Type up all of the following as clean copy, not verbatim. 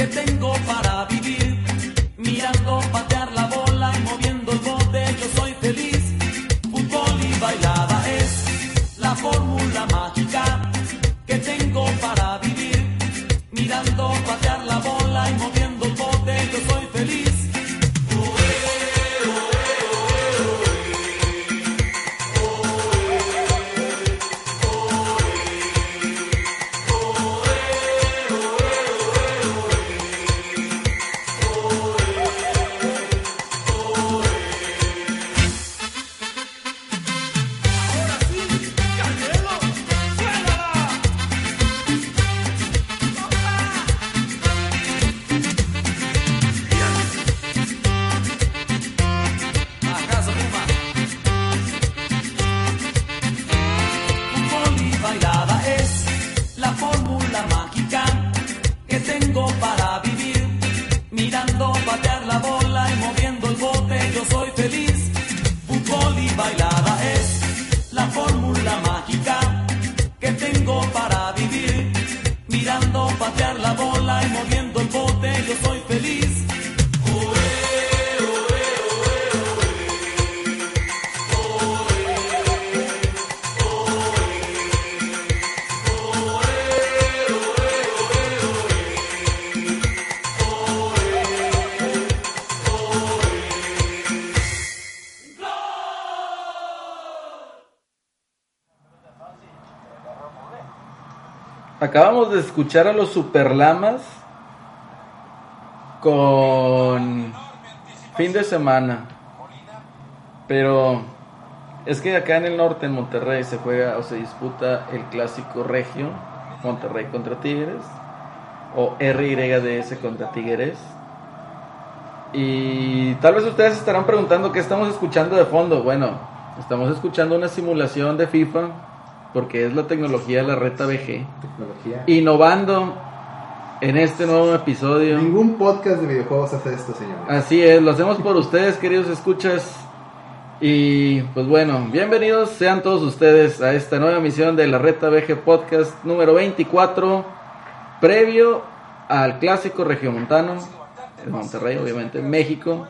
tengo para vivir, mirando patear la bola y moviendo el bote, yo soy feliz. Fútbol y bailada es la fórmula mágica que tengo para vivir, mirando patear la bola y moviendo el bote, yo soy feliz. Acabamos de escuchar a los Superlamas con Fin de Semana, pero es que acá en el norte, en Monterrey, se juega o se disputa el clásico regio, Monterrey contra Tigres, o RYDS contra Tigres. Y tal vez ustedes estarán preguntando qué estamos escuchando de fondo. Bueno, estamos escuchando una simulación de FIFA, porque es la tecnología de la Reta VG. Tecnología. Innovando en este nuevo episodio. Ningún podcast de videojuegos hace esto, señores. Así es, lo hacemos por ustedes, queridos escuchas. Y pues bueno, bienvenidos sean todos ustedes a esta nueva emisión de la Reta VG Podcast número 24, previo al clásico regiomontano de Monterrey, obviamente, México.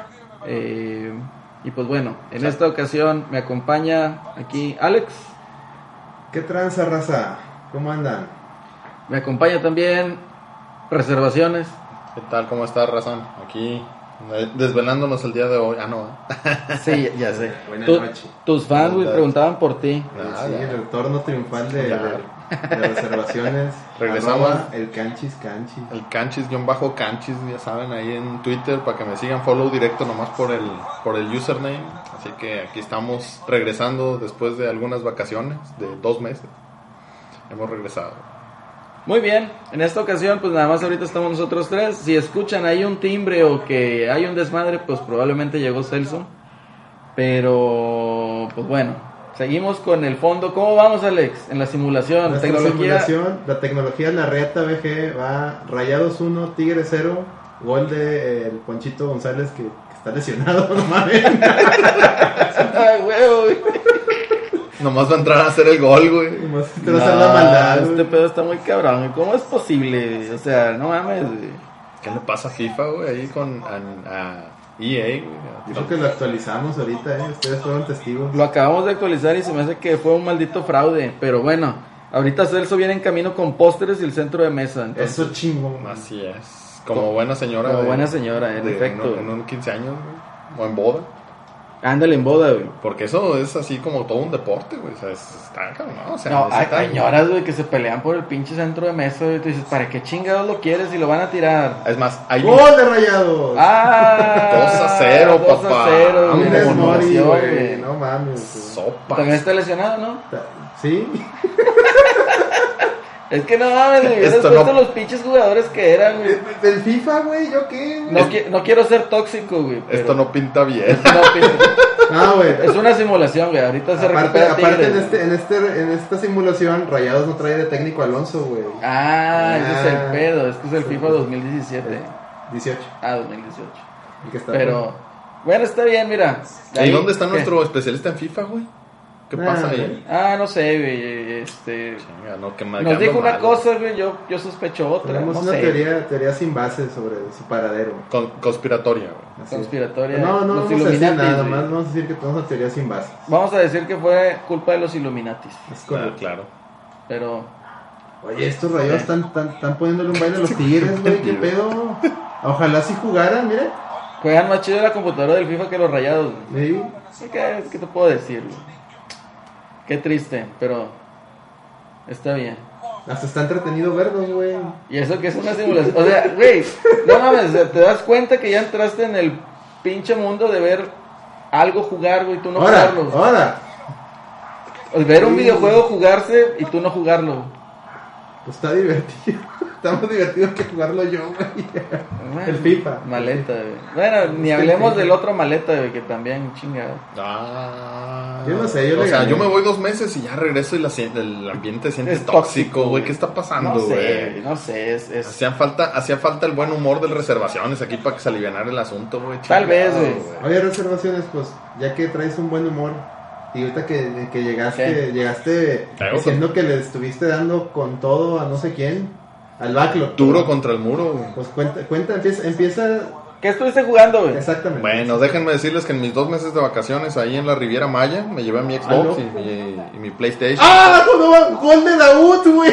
Y pues bueno, en esta ocasión me acompaña aquí Alex. ¿Qué tranza, raza? ¿Cómo andan? Me acompaña también Reservaciones. ¿Qué tal? ¿Cómo estás, Razón? Aquí desvelándonos el día de hoy. Ah, no. Sí, ya sé. Buenas noches. Tus fans, güey, preguntaban por ti. Sí, el retorno triunfal de Reservaciones. Regresamos. El Canchis. El Canchis-Canchis, ya saben, ahí en Twitter, para que me sigan, follow directo nomás por el username. Así que aquí estamos regresando después de algunas vacaciones de 2 meses. Hemos regresado. Muy bien, en esta ocasión pues nada más ahorita estamos nosotros tres. Si escuchan ahí un timbre o que hay un desmadre, pues probablemente llegó Celso. Pero pues bueno, seguimos con el fondo. ¿Cómo vamos, Alex? En la simulación, La tecnología de la Reta VG va Rayados 1, Tigres 0. Gol de el Ponchito González que está lesionado, no mames. Ay, huevo. Nomás va a entrar a hacer el gol, güey. Nomás te va a hacer la maldad. Este pedo está muy cabrón. ¿Cómo es posible? O sea, no mames, güey. ¿Qué le pasa a FIFA, güey? Ahí con a EA, güey. Yo creo que lo actualizamos ahorita, ustedes fueron testigos. Lo acabamos de actualizar y se me hace que fue un maldito fraude. Pero bueno, ahorita Celso viene en camino con pósteres y el centro de mesa. Entonces, eso chingón. Así es. Como buena señora. Como buena señora, en efecto. En un 15 años, güey. O en boda. Ándale en boda, güey. Porque eso es así como todo un deporte, güey. O sea, está cabrón, ¿no? O sea, no, hay señoras, güey, que se pelean por el pinche centro de mesa, güey. Tú dices, ¿para qué chingados lo quieres si lo van a tirar? Es más, hay ¡Gol de Rayados! ¡Ah! 2-0, papá. 2-0, Un güey. desmori, Emoción, güey. No mames. Sopa. También está lesionado, ¿no? ¿Sí? Es que no mames, güey. Esto Después no- de los pinches jugadores que eran, güey. ¿Del FIFA, güey? ¿Yo qué? No quiero ser tóxico, güey. pero- Esto no pinta bien. No, Ah, güey. es una simulación, güey. Ahorita se Aparte recupera Tigres. en esta simulación, Rayados no trae de técnico a Alonso, güey. Ese es el pedo. Es que es el FIFA 2017. 18. 2018. El que está Pero, bueno, está bien, mira. ¿Y Ahí, dónde está ¿qué? nuestro especialista en FIFA, güey? ¿Qué pasa ahí? No sé, güey. Chinga, no, que me Nos dijo una malo. cosa, güey. Yo sospecho otra. Tenemos No una sé. teoría sin base sobre su paradero. Conspiratoria, güey. Así. Conspiratoria. No Los vamos a decir Illuminatis, nada, güey. nomás vamos a decir que tenemos una teoría sin base. Vamos a decir que fue culpa de los Illuminatis. Es correcto. Claro. Pero Oye, estos Rayados están poniéndole un baile a los Tigres, güey, qué pedo. Ojalá si jugaran, mire. juegan más chido la computadora del FIFA que los Rayados, güey. Sí. ¿Qué te puedo decir, güey? Qué triste, pero está bien. Hasta está entretenido verlos, güey. Y eso que es una simulación. O sea, güey, no mames, te das cuenta que ya entraste en el pinche mundo de ver algo jugar, güey, y tú no jugarlo. Ahora. O ver un videojuego jugarse y tú no jugarlo. Pues está divertido. Está más divertido que jugarlo yo, güey. El FIFA. Maleta, güey. Bueno, ni hablemos del otro maleta, güey, que también chingado. Yo no sé, yo le O sea, gané. yo me voy 2 meses y ya regreso y el ambiente se siente Es tóxico, tóxico, güey. ¿Qué está pasando, No sé, güey? güey, no sé, es... Hacía falta el buen humor de reservaciones aquí para que se alivianara el asunto, güey. Tal vez, Chingado, güey. Oye, reservaciones, pues, ya que traes un buen humor y ahorita que llegaste Claro, diciendo que le estuviste dando con todo a no sé quién, al backlog. Duro contra el muro, güey. Pues cuenta, empieza ¿Qué estuviste jugando, güey? exactamente. Bueno, déjenme decirles que en mis 2 meses de vacaciones ahí en la Riviera Maya me llevé mi Xbox ¿no? y mi PlayStation. ¡Ah! ¿Cómo va? ¡Gol de Daud, güey!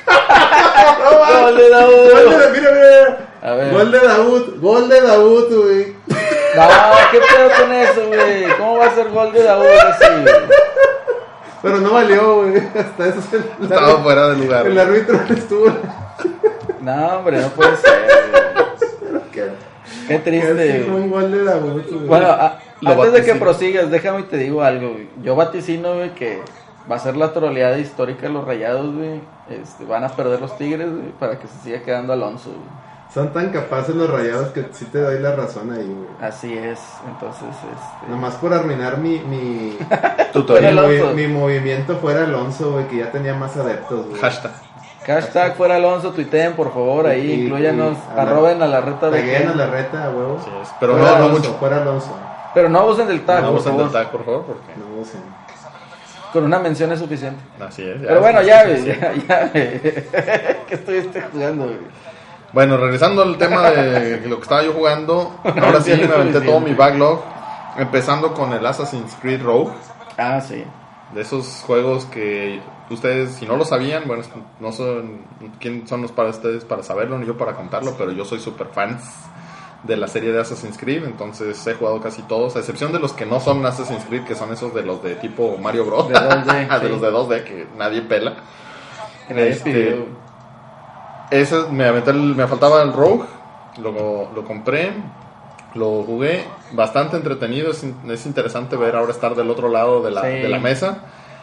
Gol de Daud. Mira. A ver. Gol de Daud, güey. No, ¿qué pedo con eso, güey? ¿Cómo va a ser gol de Daud así, güey? Pero no valió, güey. Hasta eso Estaba fuera de lugar. el árbitro estuvo. No, hombre, no puede ser, güey. Qué triste, Casi güey. un gol de Daud, güey. Bueno, Lo antes de que vaticino. prosigas, déjame y te digo algo, güey. Yo vaticino, güey, que va a ser la troleada histórica de los Rayados, güey. Van a perder los Tigres, güey, para que se siga quedando Alonso, güey. Son tan capaces los Rayados que sí te doy la razón ahí, güey. Así es, entonces, Nomás por arruinar mi Fuera Alonso. mi movimiento fuera Alonso, güey, que ya tenía más adeptos, güey. Hashtag fuera Alonso, tuiteen, por favor, ahí, Y- incluyanos, y- arroben a la reta de Tagueen a la reta, a huevo. Así es, pero fuera no Alonso, mucho. fuera Alonso. Pero no abusen del tag, No por usen favor. del tag, por favor, porque No usen. Con una mención es suficiente. así es. Pero bueno, ya, güey, sí. ya, güey. ¿Qué estuviste jugando, güey? Bueno, regresando al tema de lo que estaba yo jugando, ahora sí me aventé todo mi backlog, empezando con el Assassin's Creed Rogue, Ah, sí. de esos juegos que ustedes, si no lo sabían, bueno, no son, ¿quién son los para ustedes para saberlo, ni yo para contarlo? Pero yo soy super fans de la serie de Assassin's Creed, entonces he jugado casi todos, a excepción de los que no son Assassin's Creed, que son esos de los de tipo Mario Bros. De 2D, de sí. los de 2D que nadie pela. Que nadie Este, pidió, güey. Ese me faltaba el Rogue, lo compré, lo jugué, bastante entretenido, es interesante ver ahora estar del otro lado de Sí. de la mesa.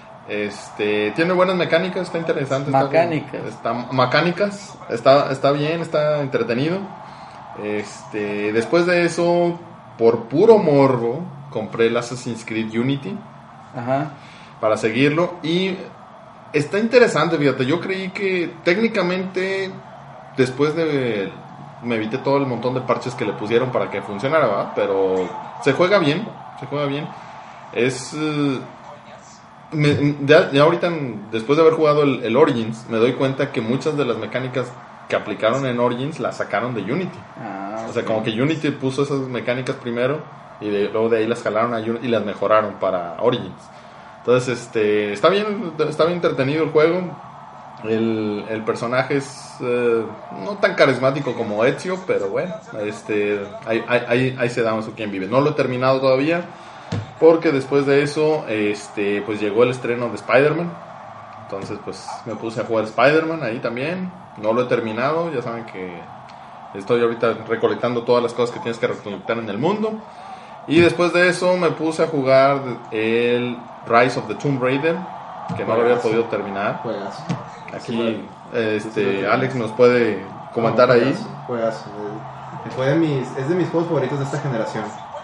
Tiene buenas mecánicas, está interesante. Está bien, está entretenido. Después de eso, por puro morbo, compré el Assassin's Creed Unity Ajá. para seguirlo y está interesante, fíjate, yo creí que técnicamente después de me evité todo el montón de parches que le pusieron para que funcionara, ¿verdad? Pero se juega bien. Es ya ahorita después de haber jugado el Origins, me doy cuenta que muchas de las mecánicas que aplicaron en Origins las sacaron de Unity. Ah, O sea, ok. como que Unity puso esas mecánicas primero y luego de ahí las jalaron a Unity y las mejoraron para Origins. Entonces, está bien entretenido el juego. El personaje es no tan carismático como Ezio, pero bueno, ahí se da su quien vive. No lo he terminado todavía porque después de eso, pues llegó el estreno de Spider-Man. Entonces, pues me puse a jugar Spider-Man ahí también. No lo he terminado, ya saben que estoy ahorita recolectando todas las cosas que tienes que recolectar en el mundo. Y después de eso me puse a jugar el Rise of the Tomb Raider, que no lo había podido terminar. Juegazo. Aquí Sí, Alex nos puede comentar ahí. Juegazo. Es de mis juegos favoritos de esta generación.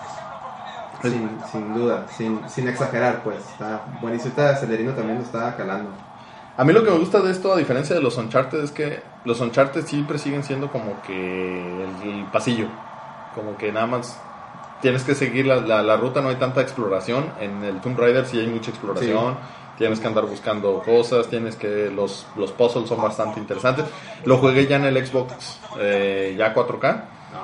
Sin duda, sin exagerar, pues. Está buenísimo. Celerino también lo está calando. A mí lo que me gusta de esto, a diferencia de los Uncharted, es que los Uncharted siempre siguen siendo como que el pasillo. Como que nada más tienes que seguir la ruta, no hay tanta exploración. En el Tomb Raider sí hay mucha exploración. Sí. Tienes que andar buscando cosas, los puzzles son bastante interesantes. Lo jugué ya en el Xbox, ya 4K.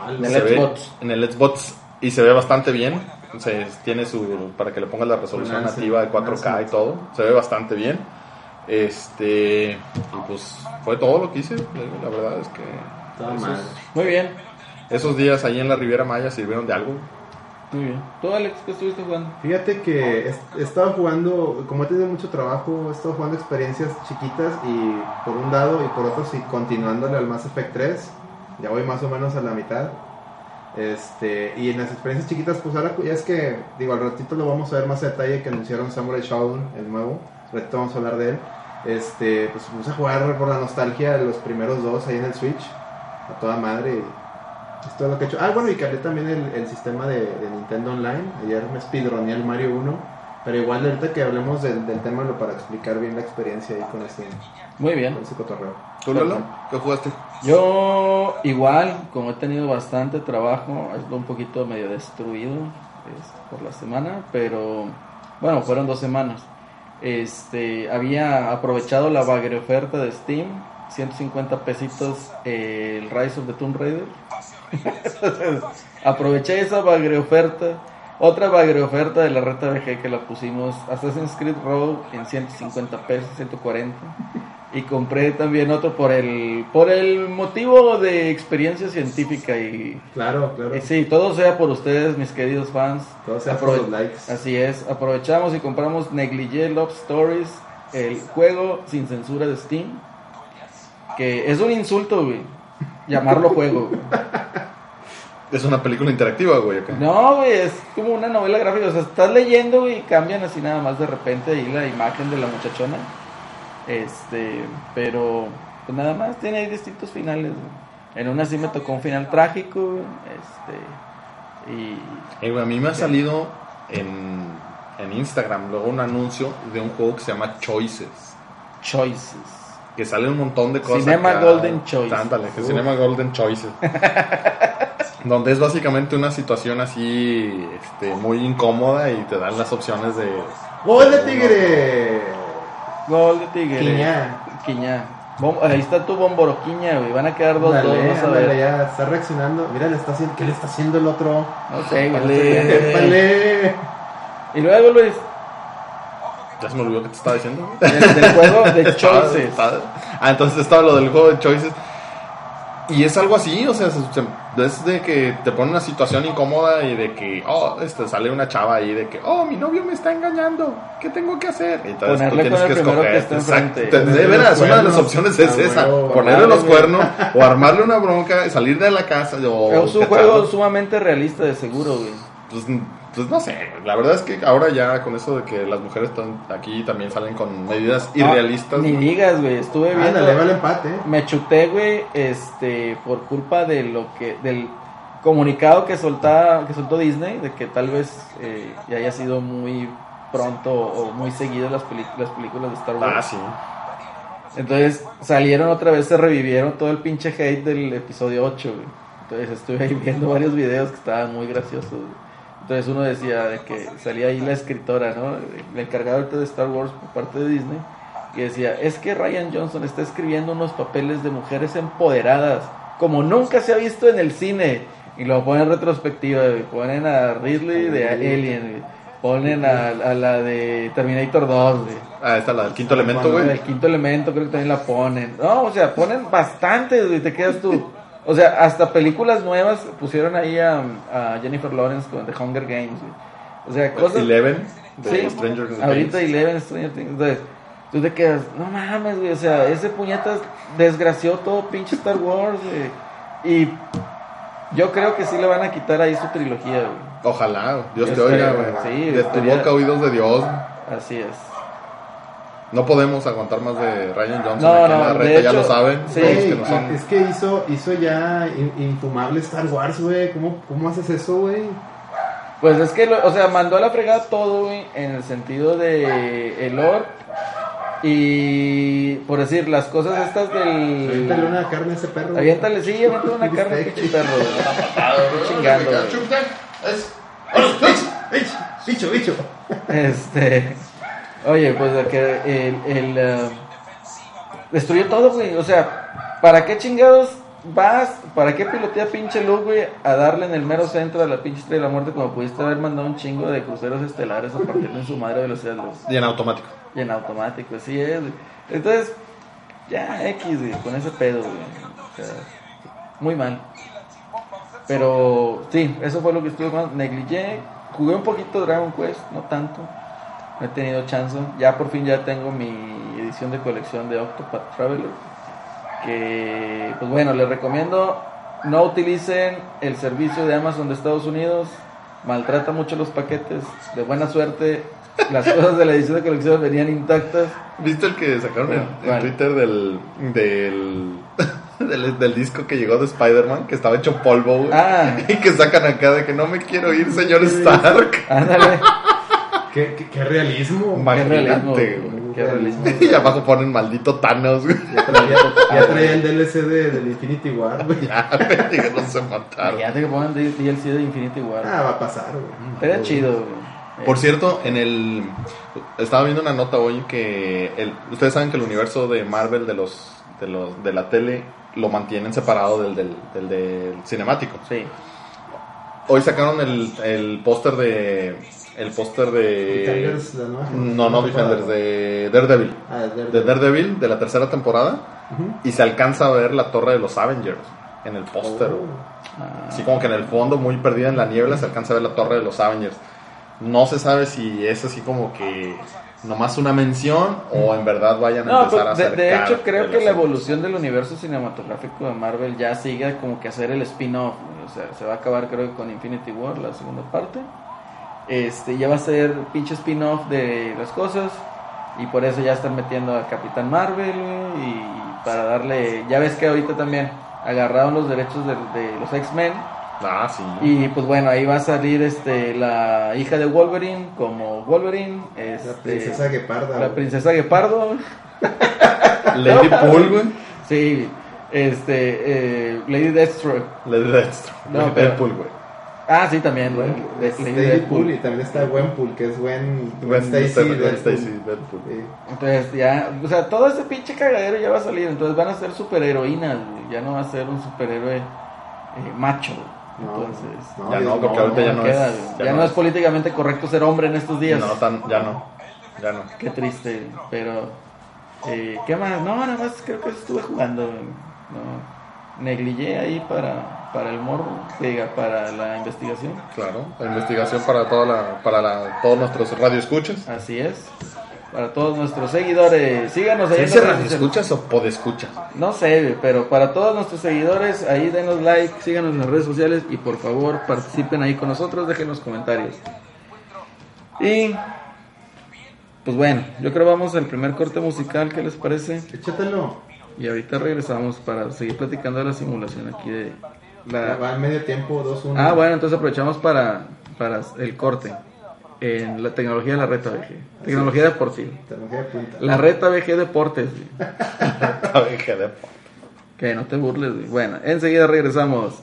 En el Xbox y se ve bastante bien. Tiene para que le pongas la resolución nativa de 4K y todo. Se ve bastante bien. Y pues fue todo lo que hice. La verdad es que muy bien. Esos días ahí en la Riviera Maya sirvieron de algo. Muy bien. ¿Tú, Alex, qué estuviste jugando? Fíjate que he estado jugando, como he tenido mucho trabajo, he estado jugando experiencias chiquitas y por un lado y por otro sí, continuándole al Mass Effect 3. Ya voy más o menos a la mitad. Y en las experiencias chiquitas, pues ahora ya es que, digo, al ratito lo vamos a ver más a detalle, que anunciaron Samurai Shodown, el nuevo. Ahorita vamos a hablar de él. Pues vamos a jugar por la nostalgia los primeros dos ahí en el Switch. A toda madre. Es todo lo que he hecho. Bueno, y calé también el sistema de Nintendo Online. Ayer me speedroneé el Mario 1. Pero igual ahorita que hablemos del tema para explicar bien la experiencia ahí con muy bien. Con ese cotorreo. ¿Tú, Lalo? ¿Qué jugaste? Yo igual, como he tenido bastante trabajo, estoy un poquito medio destruido por la semana, pero bueno, fueron 2 semanas. Había aprovechado la bagre oferta de Steam, 150 pesitos el Rise of the Tomb Raider. Aproveché esa bagre oferta. Otra bagre oferta de la Reta VG que la pusimos, Assassin's Creed Rogue en 150 pesos, 140. Y compré también otro por el motivo de experiencia científica y claro. Y sí, todo sea por ustedes, mis queridos fans. Todo sea por los likes. Así es, aprovechamos y compramos Negligee Love Stories, el juego sin censura de Steam, que es un insulto, güey, llamarlo juego, güey. Es una película interactiva, güey. ¿Okay? No, güey, es como una novela gráfica. O sea, estás leyendo, güey, y cambian así nada más de repente ahí la imagen de la muchachona. Pero pues nada más tiene ahí distintos finales, güey. En una sí me tocó un final trágico, güey. A mí me ha salido en Instagram luego un anuncio de un juego que se llama Choices. Que sale un montón de cosas. Cinema Golden Choices. Ándale, que Cinema Golden Choices. Donde es básicamente una situación así muy incómoda y te dan las opciones de... ¡Gol de Tigre! Gol de Tigre. Quiñá. Ahí está tu Bomboroquiña, güey. Van a quedar 2-2, vas a ver. Ya está reaccionando. Mira, ¿qué le está haciendo el otro? No sé, güey. Y luego, Luis. Ya se me olvidó que te estaba diciendo. Del juego de Choices. Entonces estaba lo del juego de Choices. Y es algo así, o sea, es de que te pone una situación incómoda y de que, sale una chava ahí de que, mi novio me está engañando, ¿qué tengo que hacer? Entonces ponerle tú tienes que escoger. Exacto. De veras, una de las opciones es esa, ponerle los cuernos o armarle una bronca, salir de la casa. Es un juego sumamente realista de seguro, güey. Pues no sé, la verdad es que ahora ya con eso de que las mujeres aquí también salen con medidas irrealistas. Ni digas, güey, estuve viendo. Le va el empate. Me chuté, güey, por culpa de del comunicado que soltó Disney, de que tal vez ya haya sido muy pronto o muy seguido las películas de Star Wars. Sí. Entonces salieron otra vez, se revivieron todo el pinche hate del episodio 8, güey. Entonces estuve ahí viendo varios videos que estaban muy graciosos, güey. Entonces uno decía de que salía ahí la escritora, ¿no? La encargada ahorita de Star Wars por parte de Disney, y decía, es que Rian Johnson está escribiendo unos papeles de mujeres empoderadas, como nunca se ha visto en el cine. Y lo ponen en retrospectiva, güey. Ponen a Ridley de Alien, güey. Ponen a la de Terminator 2, güey. Esta la del Quinto Elemento, güey. El Quinto Elemento creo que también la ponen. No, o sea, ponen bastantes, güey, te quedas tú. O sea, hasta películas nuevas pusieron ahí a Jennifer Lawrence con The Hunger Games, güey. O sea, cosas... Eleven de Stranger Things. Ahorita Eleven Stranger Things. Entonces, tú te quedas, no mames, güey. O sea, ese puñetas desgració todo pinche Star Wars, güey. Y yo creo que sí le van a quitar ahí su trilogía, güey. Ojalá, Dios te oiga, güey. Sí, de tu boca, oídos de Dios. Así es. No podemos aguantar más de Rian Johnson. No, aquí en la reta, ya lo saben. Sí, que no son... Es que hizo ya infumable Star Wars, güey. ¿Cómo haces eso, güey? Pues es que, o sea, mandó a la fregada todo, güey, en el sentido de el lore. Y, por decir, las cosas estas del... Aviéntale una carne a ese perro. Aviéntale una carne a ese perro, güey. Chingando, güey. Bicho. Oye, pues destruyó todo, güey. O sea, ¿para qué chingados vas? ¿Para qué pilotea pinche Luke, güey? A darle en el mero centro de la pinche Estrella de la Muerte, como pudiste haber mandado un chingo de cruceros estelares a partirle en su madre velocidad luz. Y en automático. Y en automático, así es, güey. Entonces, ya X, güey, con ese pedo, güey. O sea, muy mal. Pero sí, eso fue lo que estuve jugando. Negligé, jugué un poquito Dragon Quest, no tanto. No he tenido chance. Ya por fin ya tengo mi edición de colección de Octopath Traveler. Que, pues bueno, les recomiendo no utilicen el servicio de Amazon de Estados Unidos. Maltrata mucho los paquetes. De buena suerte, las cosas de la edición de colección venían intactas. ¿Viste el que sacaron en Twitter del disco que llegó de Spider-Man? Que estaba hecho polvo, güey. Y que sacan acá de que no me quiero ir, señor Stark. Ándale. ¿Qué realismo? Imagínate, güey. Qué realismo. Y abajo ponen maldito Thanos, güey. Ya traía el DLC del Infinity War, güey. Ya, que no se mataron. Fíjate que pongan DLC de Infinity War. Va a pasar, güey. Era chido, güey. Por cierto, estaba viendo una nota hoy que ustedes saben que el universo de Marvel de la tele lo mantienen separado del cinemático. Sí. Hoy sacaron el póster de Defenders, no Defenders, de Daredevil. De Daredevil, de la tercera temporada. Y se alcanza a ver la torre de los Avengers en el póster. Así como que en el fondo, muy perdida en la niebla, se alcanza a ver la torre de los Avengers. No se sabe si es así como que nomás una mención o en verdad vayan a empezar a acercar. De hecho, creo que la evolución del universo cinematográfico de Marvel ya sigue como que hacer el spin-off. O sea, se va a acabar creo que con Infinity War, la segunda parte. Ya va a ser pinche spin-off de las cosas. Y por eso ya están metiendo a Capitán Marvel, y para darle... Ya ves que ahorita también agarraron los derechos de los X-Men. Sí. Y pues bueno, ahí va a salir la hija de Wolverine como Wolverine. La princesa Gueparda. La princesa Guepardo. Lady Pool, güey. Sí. Lady Deathstroke. No, Deadpool, güey. Sí, también. Lady Pool, y también está Gwenpool, que es Gwen Stacy Deadpool. Entonces ya, o sea, todo ese pinche cagadero ya va a salir. Entonces van a ser superheroínas, güey. Ya no va a ser un superhéroe macho. Entonces, porque ahorita ya no queda, es. Ya no es políticamente correcto ser hombre en estos días. Ya no. Qué triste, pero ¿qué más? No, nada más creo que estuve jugando. No, negligé ahí para el morbo, para la investigación. Claro, la investigación para todos nuestros radioescuchas. Así es. Para todos nuestros seguidores, síganos ahí. ¿Es radioescuchas o podescuchas? No sé, pero para todos nuestros seguidores, ahí denos like, síganos en las redes sociales y por favor participen ahí con nosotros, déjenos comentarios. Y pues bueno, yo creo vamos al primer corte musical, ¿qué les parece? Échatelo. Y ahorita regresamos para seguir platicando de la simulación aquí de va en medio tiempo, 2-1. Bueno, entonces aprovechamos para el corte en la tecnología de la Reta VG. Tecnología deportiva. Tecnología de punta. La Reta VG Deportes. Reta VG Deportes. Que no te burles, güey. Bueno, enseguida regresamos.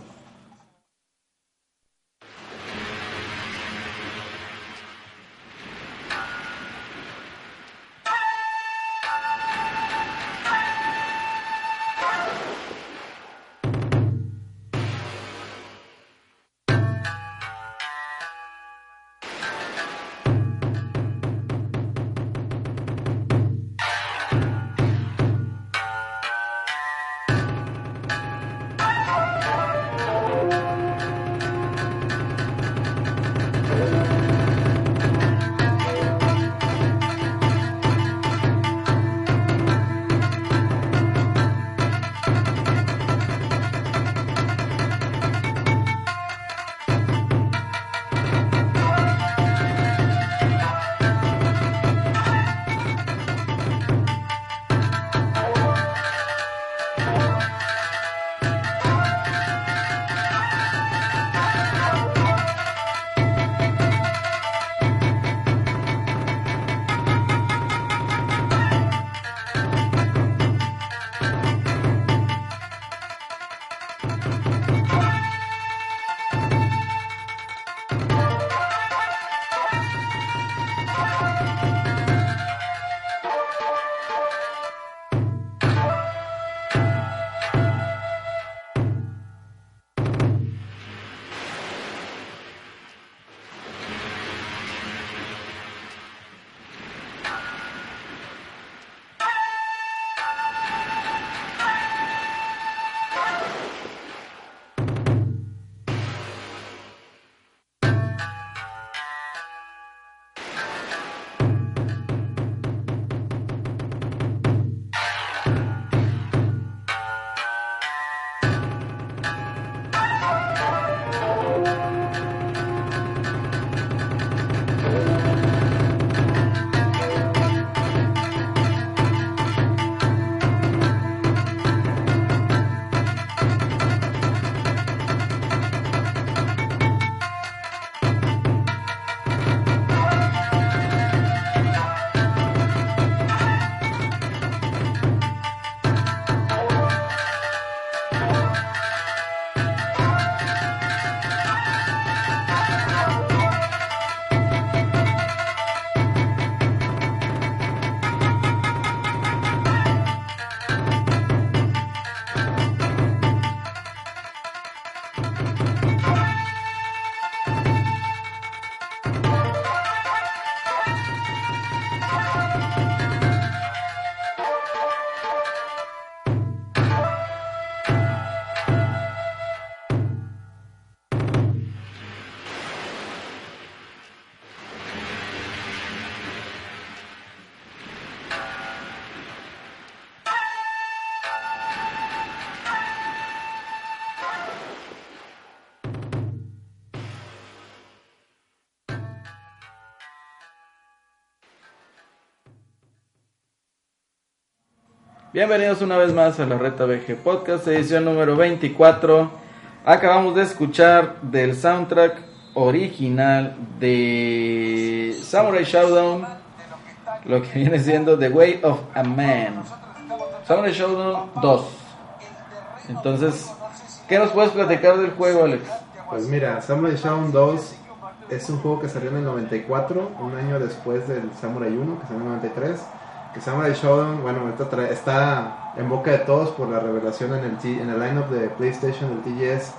Bienvenidos una vez más a la Reta VG Podcast, edición número 24. Acabamos de escuchar del soundtrack original de Samurai Shodown, lo que viene siendo The Way of a Man, Samurai Shodown 2. Entonces, ¿qué nos puedes platicar del juego, Alex? Pues mira, Samurai Shodown 2 es un juego que salió en el 94, un año después del Samurai 1, que salió en el 93. Que Samurai Shodown, bueno, está en boca de todos por la revelación en el line-up de PlayStation, del TGS,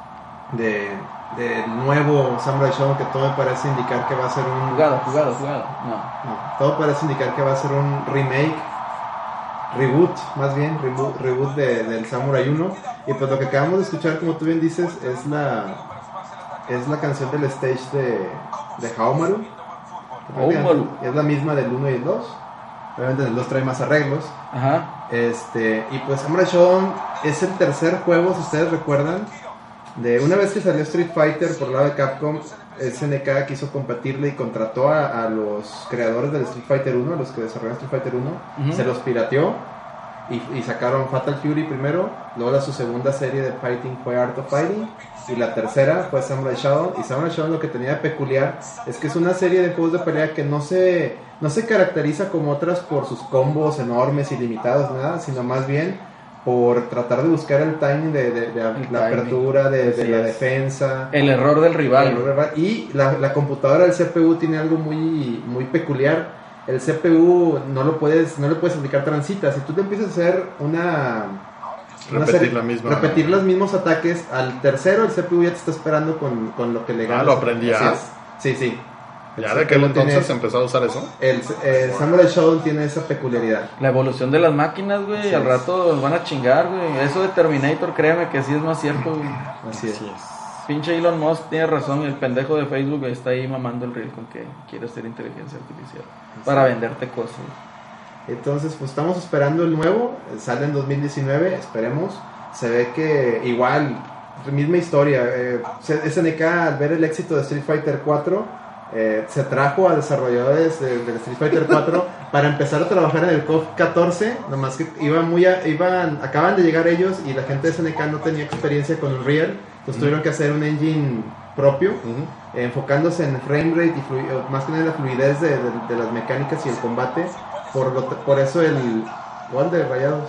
del nuevo Samurai Shodown, que todo parece indicar que va a ser un... Jugado. No, todo parece indicar que va a ser un reboot del Samurai 1. Y pues lo que acabamos de escuchar, como tú bien dices, es la canción del stage de Haomaru. Es la misma del 1 y el 2. Obviamente el 2 trae más arreglos. Ajá. Y pues Samurai Shodown es el tercer juego, si ustedes recuerdan, de una vez que salió Street Fighter por el lado de Capcom. SNK quiso competirle y contrató a los creadores del Street Fighter 1, a los que desarrollaron Street Fighter 1, Uh-huh. Se los pirateó y sacaron Fatal Fury primero, luego su segunda serie de Fighting fue Art of Fighting, y la tercera fue Samurai Shodown. Y Samurai Shodown, lo que tenía de peculiar es que es una serie de juegos de pelea que no se caracteriza como otras por sus combos enormes, ilimitados, nada, sino más bien por tratar de buscar el timing de la apertura, de la defensa, El error del rival. y la computadora del CPU tiene algo muy, muy peculiar. El CPU no le puedes aplicar transitas. Si tú te empiezas a hacer repetir los mismos ataques, al tercero el CPU ya te está esperando con lo que le ganas. Lo aprendí. Sí. ¿Ya de aquel entonces empezó a usar eso? El Samurai Shodown tiene esa peculiaridad. La evolución de las máquinas, güey, Sí. al rato van a chingar, güey. Eso de Terminator, créeme que sí es más cierto, güey. Así es. Pinche Elon Musk tiene razón, el pendejo de Facebook está ahí mamando el reel con que quiere hacer inteligencia artificial para venderte cosas. Entonces, pues estamos esperando el nuevo, sale en 2019, esperemos. Se ve que igual, misma historia. SNK, al ver el éxito de Street Fighter 4, se trajo a desarrolladores del Street Fighter 4 para empezar a trabajar en el KOF 14, nomás que acaban de llegar ellos y la gente de SNK no tenía experiencia con Unreal, entonces tuvieron que hacer un engine propio, enfocándose en frame rate y más que nada en la fluidez de las mecánicas y el combate. Por eso el gol de Rayados.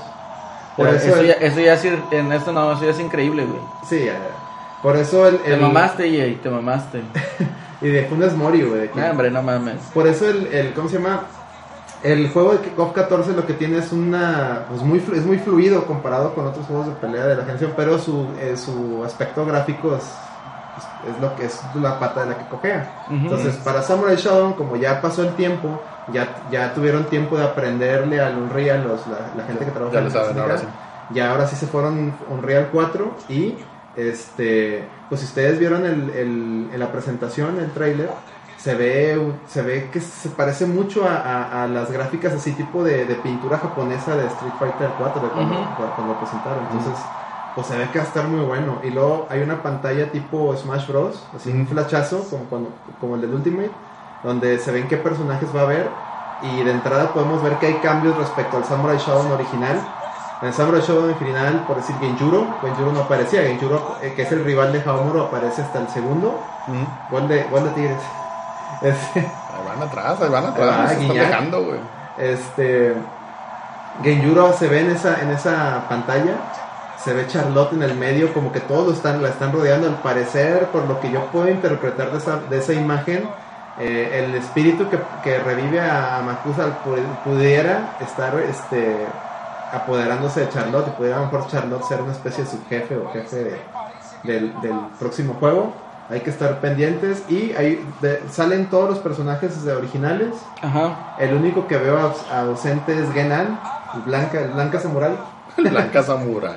Eso ya es increíble, güey. Sí, por eso Te mamaste, EA, te mamaste. Y de Funes Mori, güey. Hombre, no mames. Por eso ¿cómo se llama? El juego de KOF 14 lo que tiene es es muy fluido comparado con otros juegos de pelea de la generación, pero su aspecto gráfico es lo que es la pata de la que cojea. Uh-huh. Entonces, para Samurai Shodown, como ya pasó el tiempo, ya tuvieron tiempo de aprenderle al Unreal la gente que trabaja ya en lo saben, ahora sí. Ahora sí se fueron Unreal 4 y pues si ustedes vieron en la presentación, el trailer, se ve que se parece mucho a las gráficas así tipo de pintura japonesa de Street Fighter 4 cuando lo presentaron. Entonces, pues se ve que va a estar muy bueno. Y luego hay una pantalla tipo Smash Bros, así un flashazo como el del Ultimate, donde se ven qué personajes va a haber, y de entrada podemos ver que hay cambios respecto al Samurai Shodown original. En el Samurai Shodown original, por decir Genjuro no aparecía. Genjuro, que es el rival de Haomaru, aparece hasta el segundo. Gol de Tigres. Ahí van atrás, se están dejando, güey. Genjuro se ve en esa pantalla. Se ve Charlotte en el medio, como que todos la están rodeando. Al parecer, por lo que yo puedo interpretar de esa imagen, el espíritu que revive a Makusa pudiera estar apoderándose de Charlotte, y pudiera a lo mejor Charlotte ser una especie de subjefe o jefe del próximo juego. Hay que estar pendientes. Y ahí salen todos los personajes originales. Ajá. El único que veo ausente es Genan, el Blanca Samurai. Blanca Samurai.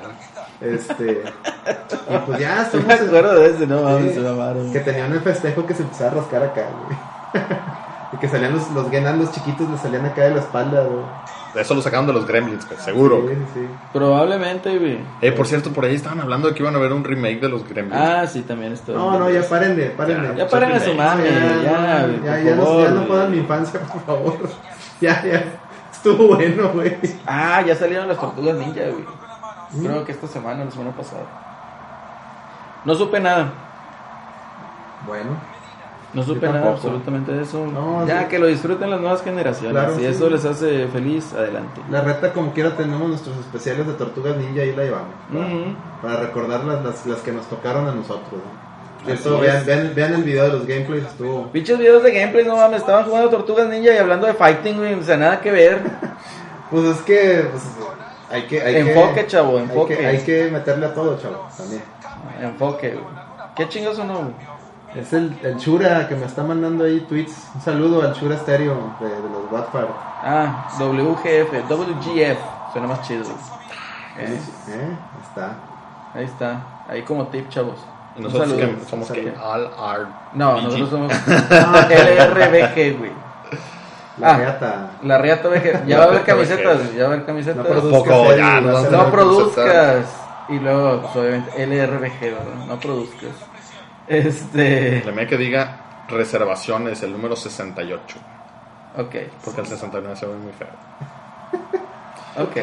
Y pues ya estamos. Me acuerdo de ese, no mames, Sí, se mamaron. que tenían el festejo que se empezaba a rascar acá, güey. Y que salían los Genan, los chiquitos, le salían acá de la espalda, güey. Eso lo sacaron de los Gremlins, güey, seguro. Sí. Probablemente, güey. Por cierto, por ahí estaban hablando de que iban a ver un remake de los Gremlins. Ah, sí, también estoy. No, ya párenle. Ya paren a su mame, ya, Ya no puedan mi infancia, por favor. Ya. Estuvo bueno, güey. Ah, ya salieron las Tortugas Ninja, güey. Creo que esta semana, la semana pasada. No supe nada. Bueno. No supe Yo nada tampoco. absolutamente de eso. No, ya sí. que lo disfruten las nuevas generaciones. Claro, si sí. eso les hace feliz, adelante. La reta, como quiera, tenemos nuestros especiales de Tortugas Ninja, ahí la llevamos. Ujú. Para recordar las que nos tocaron a nosotros, ¿no? Así Esto, es. vean el video de los gameplays, estuvo... Pinches videos de gameplay, no mames, estaban jugando Tortugas Ninja y hablando de fighting, güey, o sea, nada que ver. Pues es que... Pues, hay Enfoque, que, chavo, hay enfoque. que, hay que meterle a todo, chavo, también. Enfoque, güey. ¿Qué chingados o no, güey? Es el Shura que me está mandando ahí tweets. Un saludo al Shura Stereo de los Watford. Ah, WGF, suena más chido, güey. Está. Ahí está, ahí como tip, chavos. Y Un nosotros saludo. que somos que Saludo. All Art. No, BG. nosotros somos LRBG, güey. La Ah. reata. La Riata BG. Ya va a haber camisetas, güey, ya va a haber camisetas. No No, produzcas, Poco, Eddie, ya, vas a no ver produzcas. Y luego, pues, obviamente, LRBG, ¿verdad? No produzcas. La mía que diga reservaciones, el número 68. Ok, Porque el 69 se ve muy feo. ok.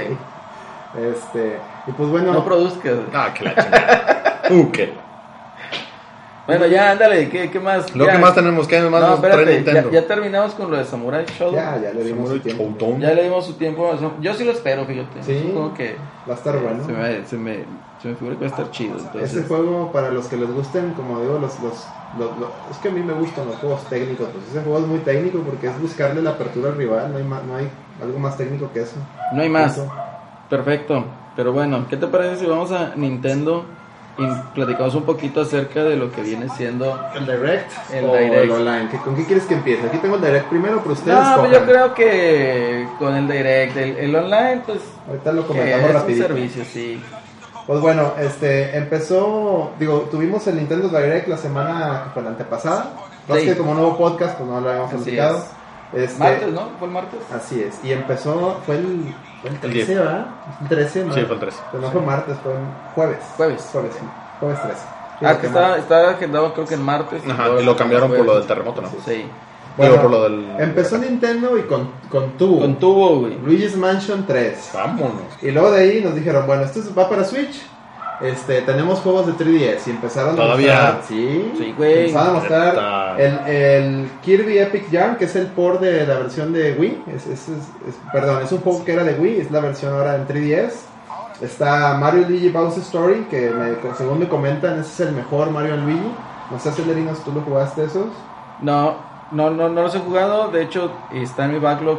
Y pues bueno, No produzcas. güey. Ah, que la chingada. Que Bueno, ya, ándale, ¿qué más? Lo Ya. que más tenemos, ¿qué más No, nos trae espérate, Nintendo? ya terminamos con lo de Samurai Shodown. ya le dimos su tiempo. Showdown. Ya le dimos su tiempo. Yo sí lo espero, fíjate. Sí. Supongo que Va a estar bueno. se me figura que va a estar chido. Entonces, Ese juego, para los que les gusten, como digo, es que a mí me gustan los juegos técnicos. Pues ese juego es muy técnico porque es buscarle la apertura al rival. No hay algo más técnico que eso. no hay más. Eso. Perfecto. Pero bueno, ¿qué te parece si vamos a Nintendo y platicamos un poquito acerca de lo que viene siendo? ¿El Direct El o Direct. el Online? ¿Con qué quieres que empiece? Aquí tengo el Direct primero, pero ustedes No, pues yo escojan. creo que con el Direct, el online, pues Ahorita lo que comentamos es un rapidito. servicio, sí. Pues bueno, tuvimos el Nintendo Direct la semana que fue la antepasada. Más Sí. que como nuevo podcast, pues no lo habíamos Así platicado. Martes, ¿no? ¿Fue el martes? Así es. Y empezó, fue el 13, 10. ¿verdad? El 13, ¿no? Sí, fue el 13. Pero no fue martes, fue un jueves. Jueves. Jueves, sí. Jueves 13. Ah, que estaba agendado creo que en martes. Ajá, y lo cambiaron por lo del terremoto, ¿no? Sí. Bueno, Digo, por lo del... empezó Nintendo y con tubo. Con tubo, güey. Luigi's Mansion 3. Vámonos. Y luego de ahí nos dijeron, bueno, esto va para Switch. Tenemos juegos de 3DS y empezaron ¿Todavía? a mostrar. Sí, güey. empezaron a mostrar Neta. el Kirby Epic Yarn, que es el port de la versión de Wii. Perdón, es un juego que era de Wii, es la versión ahora en 3DS. Está Mario Luigi Bowser Story, que según me comentan, ese es el mejor Mario Luigi. No sé, Celerinos, ¿tú lo jugaste esos? No los he jugado. De hecho, está en mi backlog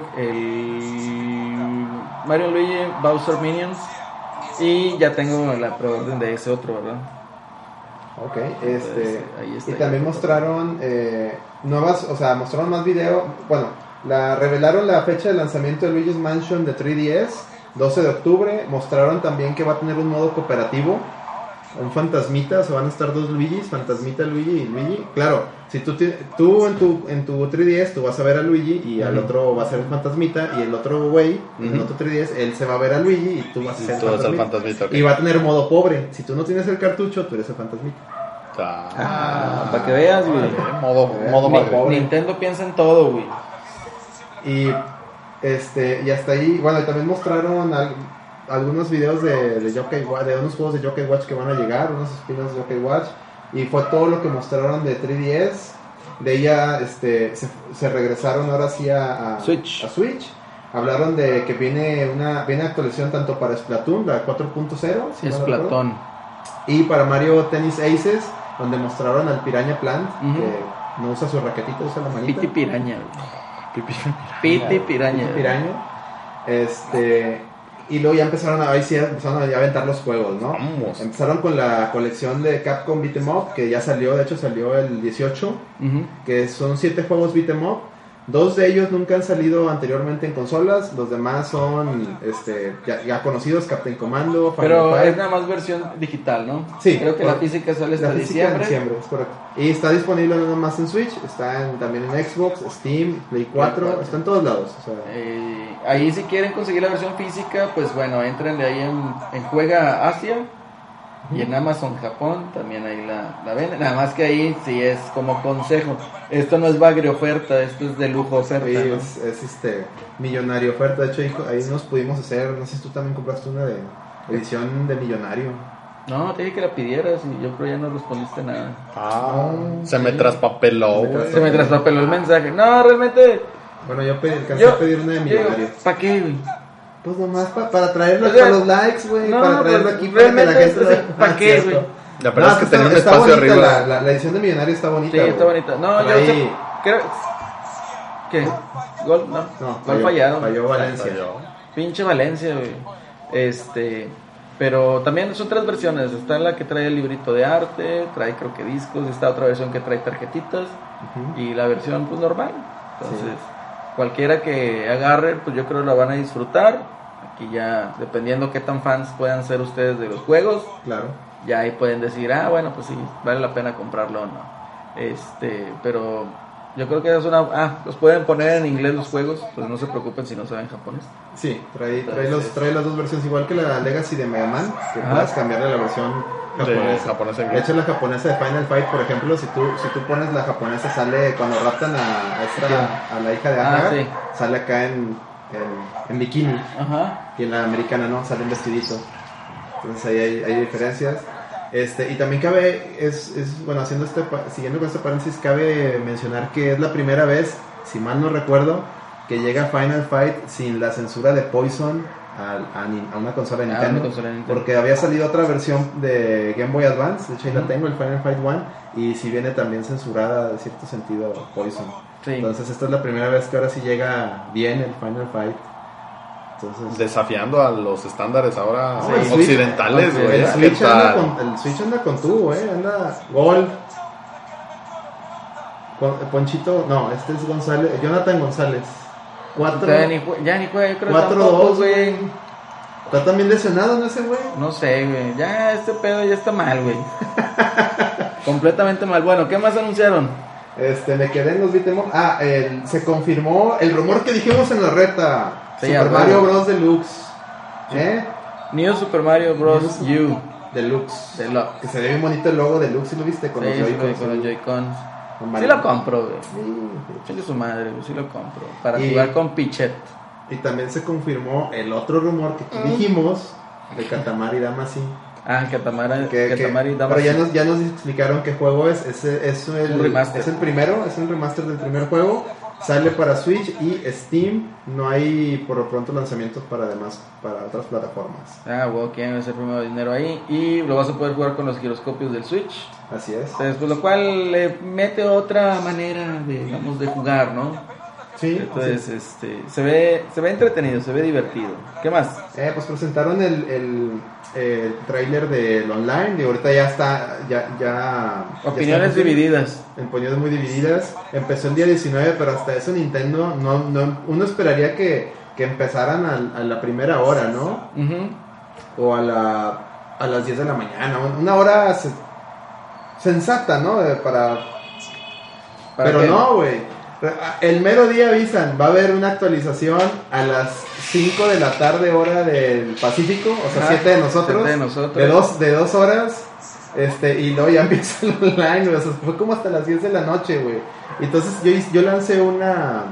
el Mario Luigi Bowser Minions. Y ya tengo la preorden de ese otro, ¿verdad? Ok, ahí está. y también mostraron nuevas, o sea, mostraron más video. Bueno, revelaron la fecha de lanzamiento de Luigi's Mansion de 3DS, 12 de octubre. Mostraron también que va a tener un modo cooperativo, un fantasmita, o sea, van a estar dos Luigis, fantasmita Luigi y Luigi. Claro, si tú en tu 3DS tú vas a ver a Luigi y al otro va a ser el fantasmita, y el otro güey, en el otro 3DS, él se va a ver a Luigi y tú vas a ser Tú vas el al fantasmita. fantasmita, ok. Y va a tener modo pobre. Si tú no tienes el cartucho, tú eres el fantasmita. Para que veas, güey. Modo Ni- madre. Nintendo piensa en todo, güey. Y hasta ahí, bueno, y también mostraron algunos videos de Yokai Watch, de unos juegos de Yokai Watch que van a llegar, unos spin-offs de Yokai Watch, y fue todo lo que mostraron de 3DS. De ella se regresaron ahora sí a Switch. Hablaron de que viene actualización tanto para Splatoon, la 4.0, si Es mal recuerdo, Platón. y para Mario Tennis Aces, donde mostraron al Piranha Plant, Ujú. que no usa su raquetita, usa la manita. Piti Piraña, güey. Piti Piraña. güey. Piraña. Y luego ya empezaron a aventar los juegos, ¿no? Vamos. Empezaron con la colección de Capcom Beat 'em Up, que ya salió, de hecho salió el 18, Ujú. que son 7 juegos Beat 'em Up. 2 de ellos nunca han salido anteriormente en consolas, los demás son ya conocidos, Captain Commando, Final Pero Fight. es nada más versión digital, ¿no? Sí, Creo que la correcto. física sale hasta La física en diciembre. diciembre, es correcto. Y está disponible no más en Switch, está también en Xbox, Steam, Play 4, está en todos lados. O sea, Ahí si quieren conseguir la versión física, pues bueno, entren de ahí en Juega Asia Y en Amazon Japón también ahí la venden. Nada más que ahí sí es como consejo. Esto no es bagre oferta, esto es de lujo oferta. Sí, ¿no? es millonario oferta. De hecho, ahí nos pudimos hacer. No sé si tú también compraste una de edición de millonario. No, te dije que la pidieras y yo creo ya no respondiste nada. Se me traspapeló, güey. Se me traspapeló el mensaje. No, realmente. Bueno, yo alcancé a pedir una de millonario. ¿Para qué, güey? Pues nomás para traerlo O sea, para los likes, güey. no, para traerlo pues, aquí para que la realmente gente es- ¿para qué, cierto. güey? La verdad es que tenía un está espacio bonita, arriba. La edición de millonario está bonita. Sí, güey. está bonita. No, yo Trae- sé. Creo. ¿Qué? ¿Gol? No. No, Gol fallado. Falló Valencia. Pinche Valencia, güey. Pero también son 3 versiones. Está la que trae el librito de arte, trae creo que discos, está otra versión que trae tarjetitas Ujú. y la versión pues normal. Entonces, cualquiera que agarre, pues yo creo que la van a disfrutar. Aquí ya, dependiendo qué tan fans puedan ser ustedes de los juegos, Claro. ya ahí pueden decir, bueno, pues sí, vale la pena comprarlo o no. Pero yo creo que es los pueden poner en inglés los juegos, pues no se preocupen si no saben japonés. Sí, trae Entonces- las dos versiones, igual que la Legacy de Mega Man, que Ajá. puedes cambiarle la versión japonesa. japonesa De hecho, la japonesa de Final Fight, por ejemplo, si tú pones la japonesa, sale cuando raptan a la hija de Agar, sí. sale acá en bikini, Ajá. y en la americana no, sale en vestidito. Entonces ahí hay diferencias. Y también cabe, bueno, siguiendo con este paréntesis, cabe mencionar que es la primera vez, si mal no recuerdo, que llega Final Fight sin la censura de Poison a una consola de una Nintendo, consola de Nintendo. porque había salido otra versión de Game Boy Advance, de hecho ahí la Ujú. tengo, el Final Fight 1, y si viene también censurada de cierto sentido Poison. Sí. Entonces esta es la primera vez que ahora sí llega bien el Final Fight. Entonces, Desafiando a los estándares ahora No, el Switch- occidentales, güey. el ¿Qué Switch anda tal? el Switch anda con tubo, anda Gol. Ponchito, no, este es González, Jonathan González. 4 Ya ni juega, yo creo que 4-2, tampoco, güey. Está también lesionado, ¿no, ese güey? No sé, güey. Ya este pedo ya está mal, güey. Completamente mal. Bueno, ¿qué más anunciaron? Me quedé en los beat'em up. Se confirmó el rumor que dijimos en la reta. Sí, Super ya, Mario bueno. Bros. Deluxe. New Super Mario Bros. New U. Deluxe. Deluxe. Que se ve bien bonito el logo Deluxe, ¿sí lo viste? Con Sí, los sí, Joy-Cons. con los Joy-Cons. Con Sí Mario. lo compro, güey. Sí. Chingue su madre, güey. Sí lo compro. Para Y- jugar con Pichet. Y también se confirmó el otro rumor que aquí dijimos de Katamari Damacy. Katamari Pero Damacy. ya nos explicaron qué juego es. Es un remaster. Es el primero, es el remaster del primer juego. Sale para Switch y Steam. No hay por lo pronto lanzamientos para otras plataformas. Wow, quieren hacer primero dinero ahí. Y lo vas a poder jugar con los giroscopios del Switch. Así es. Entonces, pues lo cual le mete otra manera, digamos, de jugar, ¿no? Sí. Entonces, se ve entretenido, se ve divertido. ¿Qué más? Pues presentaron el trailer del online. Y ahorita ya está. Ya Opiniones está divididas. en opiniones muy divididas. Empezó el día 19, pero hasta eso Nintendo uno esperaría que empezaran a la primera hora, ¿no? Ujú. O a las 10 de la mañana, una hora sensata, ¿no? ¿Para Pero qué? no, güey. El mero día avisan, va a haber una actualización a las 5 de la tarde hora del Pacífico, o sea, Ajá, 7 de nosotros. 7 de nosotros. De 2 horas. Y luego ya empieza el online, güey. O sea, fue como hasta las 10 de la noche, güey. Entonces yo lancé una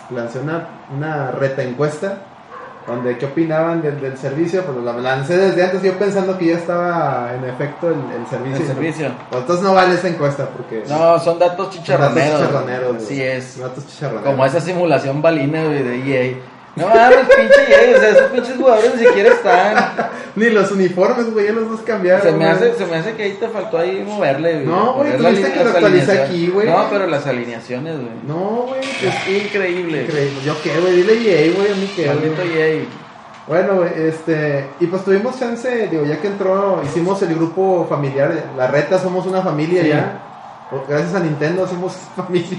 reta encuesta donde qué opinaban del servicio. Pues la lancé desde antes, yo pensando que ya estaba en efecto el servicio. El servicio. Pues entonces no vale esa encuesta porque No, son datos chicharroneros. Datos chicharroneros, güey. Así es. Datos chicharroneros. Como esa simulación balina, güey, de EA. No mames, pinche EA, o sea, esos pinches jugadores ni siquiera están. Ni los uniformes, güey, ya los dos cambiaron. Se me güey. hace que ahí te faltó ahí moverle, güey. No, güey, Poner tú viste que lo actualicé alineaciones. aquí, güey. No, pero las alineaciones, güey. No, güey, pues, Es increíble. increíble. Yo qué, güey, dile EA, güey, a mí qué. Maldito güey. EA. Bueno, güey, y pues tuvimos chance, digo, ya que entró, hicimos el grupo familiar, la reta, somos una familia Sí. ya. Gracias a Nintendo somos familia.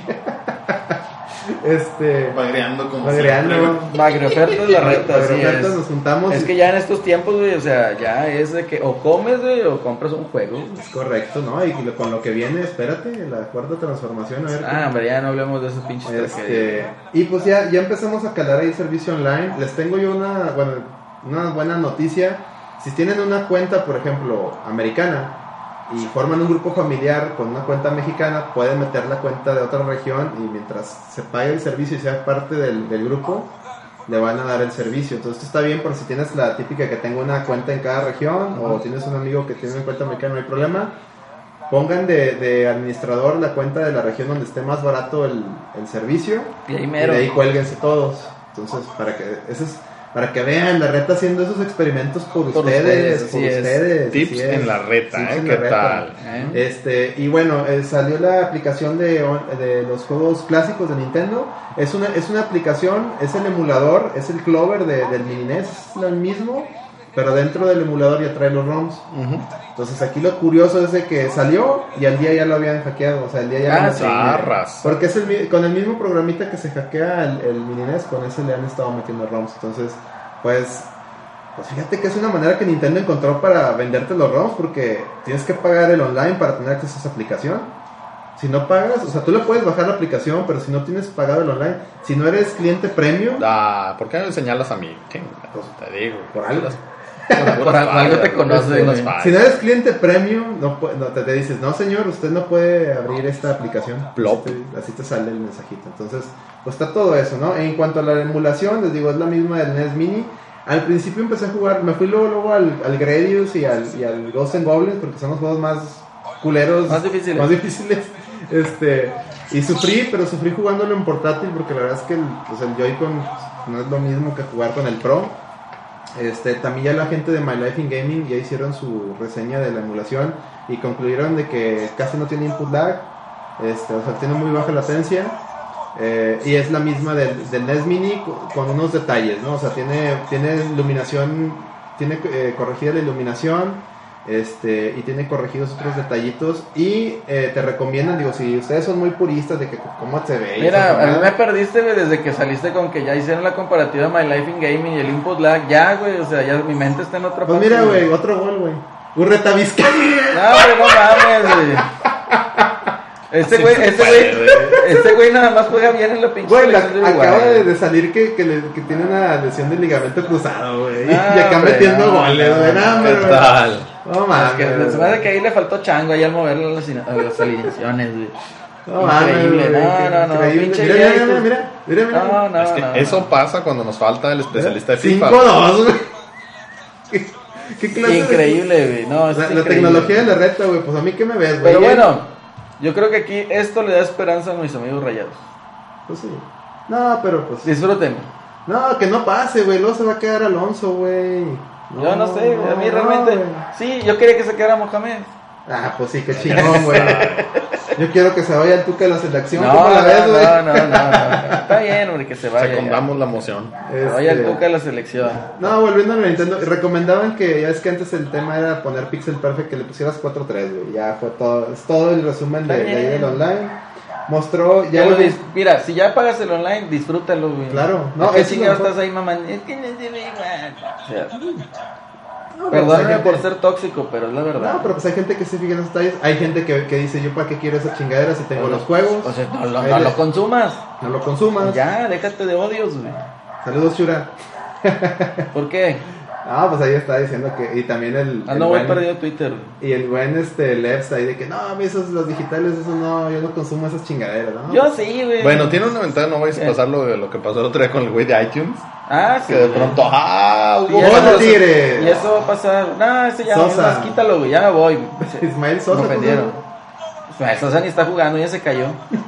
Bagreando como Bagreando. siempre. Magriofertas la reta, así Magriofertas, es. nos juntamos. Es que ya en estos tiempos, güey, o sea, ya es de que o comes, güey, o compras un juego. Es correcto, ¿no? Y con lo que viene, espérate, la cuarta transformación, a ver. Hombre, ya no hablemos de esos pinches tragedias. Y pues ya empezamos a calar ahí servicio online. Les tengo yo una buena noticia. Si tienen una cuenta, por ejemplo, americana, y forman un grupo familiar con una cuenta mexicana, pueden meter la cuenta de otra región y mientras se pague el servicio y sea parte del grupo, le van a dar el servicio. Entonces esto está bien por si tienes la típica que tengo una cuenta en cada región, o tienes un amigo que tiene una cuenta americana, no hay problema. Pongan de administrador la cuenta de la región donde esté más barato el servicio, Y ahí y mero. de ahí cuélguense todos. Entonces, para que vean la reta haciendo esos experimentos por ustedes, así es. Tips así es. en la reta, Tips ¿eh? en ¿Qué la reta. tal? Y bueno, salió la aplicación de los juegos clásicos de Nintendo. Es una aplicación, es el emulador, es el Clover del Mini NES, es lo mismo, pero dentro del emulador ya trae los ROMs. Ujú. Entonces aquí lo curioso es de que salió y al día ya lo habían hackeado, o sea, al día ya lo sí. Zarras. porque es con el mismo programita que se hackea el Mini NES, con ese le han estado metiendo ROMs. Entonces, pues fíjate que es una manera que Nintendo encontró para venderte los ROMs, porque tienes que pagar el online para tener acceso a esa aplicación. Si no pagas, o sea, tú le puedes bajar la aplicación, pero si no tienes pagado el online, si no eres cliente premium, ¿Por qué no me señalas a mí? Te digo. por algo. Por algo te conoce, güey. Si no eres cliente premium, no te dices, no señor, usted no puede abrir esta aplicación. Plop. Así te sale el mensajito. Entonces, pues está todo eso, ¿no? En cuanto a la emulación, les digo, es la misma del NES Mini. Al principio empecé a jugar, me fui luego al Gradius y al Ghosts and Goblins, porque son los juegos más culeros, Más difíciles. Y sufrí jugándolo en portátil, porque la verdad es que el Joy-Con no es lo mismo que jugar con el Pro. También ya la gente de My Life in Gaming ya hicieron su reseña de la emulación y concluyeron de que casi no tiene input lag, o sea, tiene muy baja latencia, y es la misma del NES Mini con unos detalles, ¿no? O sea, tiene iluminación, tiene corregida la iluminación, y tiene corregidos otros detallitos, y te recomiendan, digo, si ustedes son muy puristas de que cómo se ve. Mira, a mí me perdiste, güey, desde que saliste con que ya hicieron la comparativa de My Life in Gaming y el input lag. Ya, güey, o sea, ya mi mente está en otra Pues parte, mira, güey, otro gol, güey. Urreta Vizcaya. No, güey, no mames, güey. Este güey nada más juega bien en la pinche Güey, selección de acaba Uruguay. de salir que tiene una lesión del ligamento cruzado, güey. Ah, Y acá hombre, metiendo no, goles, güey. No, ¿Qué hombre, tal? no Es mames. que güey. se me hace que ahí le faltó chango ahí al mover las alineaciones, güey. No mames, Increíble, güey, no, increíble. pinche Mira, Jay, mira, tú- mira, mira, mira. No, Es que eso pasa cuando nos falta el especialista de FIFA. 5-2, güey. ¿Qué clase de- Increíble, güey. No, eso La es increíble. tecnología de la reta, güey. Pues a mí, ¿qué me ves, güey? Pero bueno, yo creo que aquí esto le da esperanza a mis amigos rayados. Pues sí. No, pero pues. Disfruten. No, que no pase, güey. Luego se va a quedar Alonso, güey. Yo no sé, güey, a mí realmente. güey. Sí, yo quería que se quedara Mohamed. Ah, pues sí, qué chingón, güey. Yo quiero que se vaya el Tuca de la selección. No, ¿Cómo la ves, güey? no. Está bien, hombre, que se vaya. Secundamos la moción. Que vaya el Tuca de la selección. No, volviendo a la Nintendo, recomendaban que, ya es que antes el tema era poner Pixel Perfect, que le pusieras 4.3, güey. Ya fue todo, es todo el resumen de Está ahí bien. del online. Mostró, ya Pero lo mira, si ya pagas el online, disfrútalo, güey. Claro, no, No, ¿qué eso es chingado lo mejor. estás ahí, mamá? Es que no se ve igual. O sea, No, pero pues hay perdóname gente- por ser tóxico, pero es la verdad. No, pero pues hay gente que se fija en esos detalles. Hay gente que dice, yo para qué quiero esa chingadera si tengo los juegos. O sea, no Ahí lo le- consumas. no lo consumas. Ya, déjate de odios, güey. Saludos, Shura. ¿Por qué? Ah, pues ahí está diciendo que, y también Ando muy perdido en Twitter, güey. y el buen Levs ahí de que no, a mí esos los digitales, eso no, yo no consumo esas chingaderas, ¿no? Yo sí, güey. Bueno, tiene una ventaja, no vais a pasar lo que pasó el otro día con el güey de iTunes. Ah, sí. Que de güey. pronto, hubo Y eso- ¡Hola, cambios. Tigre! Y eso va a pasar. No, ese ya Sosa. más quítalo, güey. Ya me voy. Ismael Me Sosa. ofendieron. Ismael Sosa ni está jugando, ya se cayó.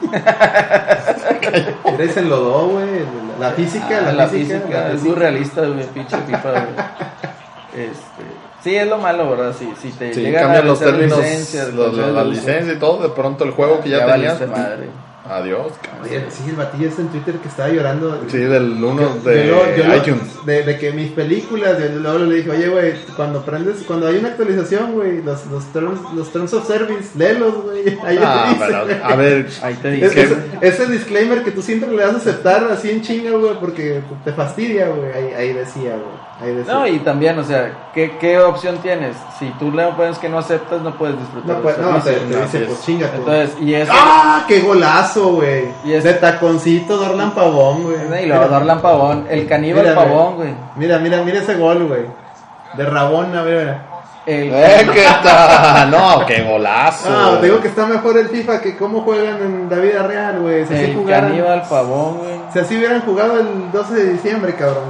Mira, y se enlodó, güey. La física, Ah, la física. es muy realista, güey. Pinche FIFA, güey. Sí, es lo malo, ¿verdad? Si te Sí, llegan cambian a los vencer términos, licencias, la controles de uso, licencia y todo. De pronto el juego que ya tenías. valiste madre. Adiós. Oye, sí, el batillo está en Twitter que estaba llorando. Sí, del uno Yo de lo- iTunes. de que mis películas, yo luego le dije, oye, güey, cuando hay una actualización, güey, los terms of service, léelos, güey. Ahí Ah, te dice, pero, güey. a ver, Ahí te Es- dije. ese disclaimer que tú siempre le das a aceptar así en chinga, güey, porque te fastidia, güey. Ahí decía, güey. Ahí decía. No, y también, o sea, ¿qué opción tienes? Si tú le pones que no aceptas, no puedes disfrutar No, pues, del no, te servicio. dice, así pues es. chinga, tú. Entonces, y eso. ¡Ah! ¡Qué golazo, güey! Y es- De taconcito, Dorlan Pavón, güey. Y luego Dorlan Pavón, el caníbal Mira, Pavón, güey. Mira ese gol, güey. De Rabona, mira. ¿Qué tal? No, qué golazo. Ah, te digo que está mejor el FIFA que cómo juegan en la vida real, güey. Si así El jugaran, caníbal pavón, güey. si así hubieran jugado el 12 de diciembre, cabrón.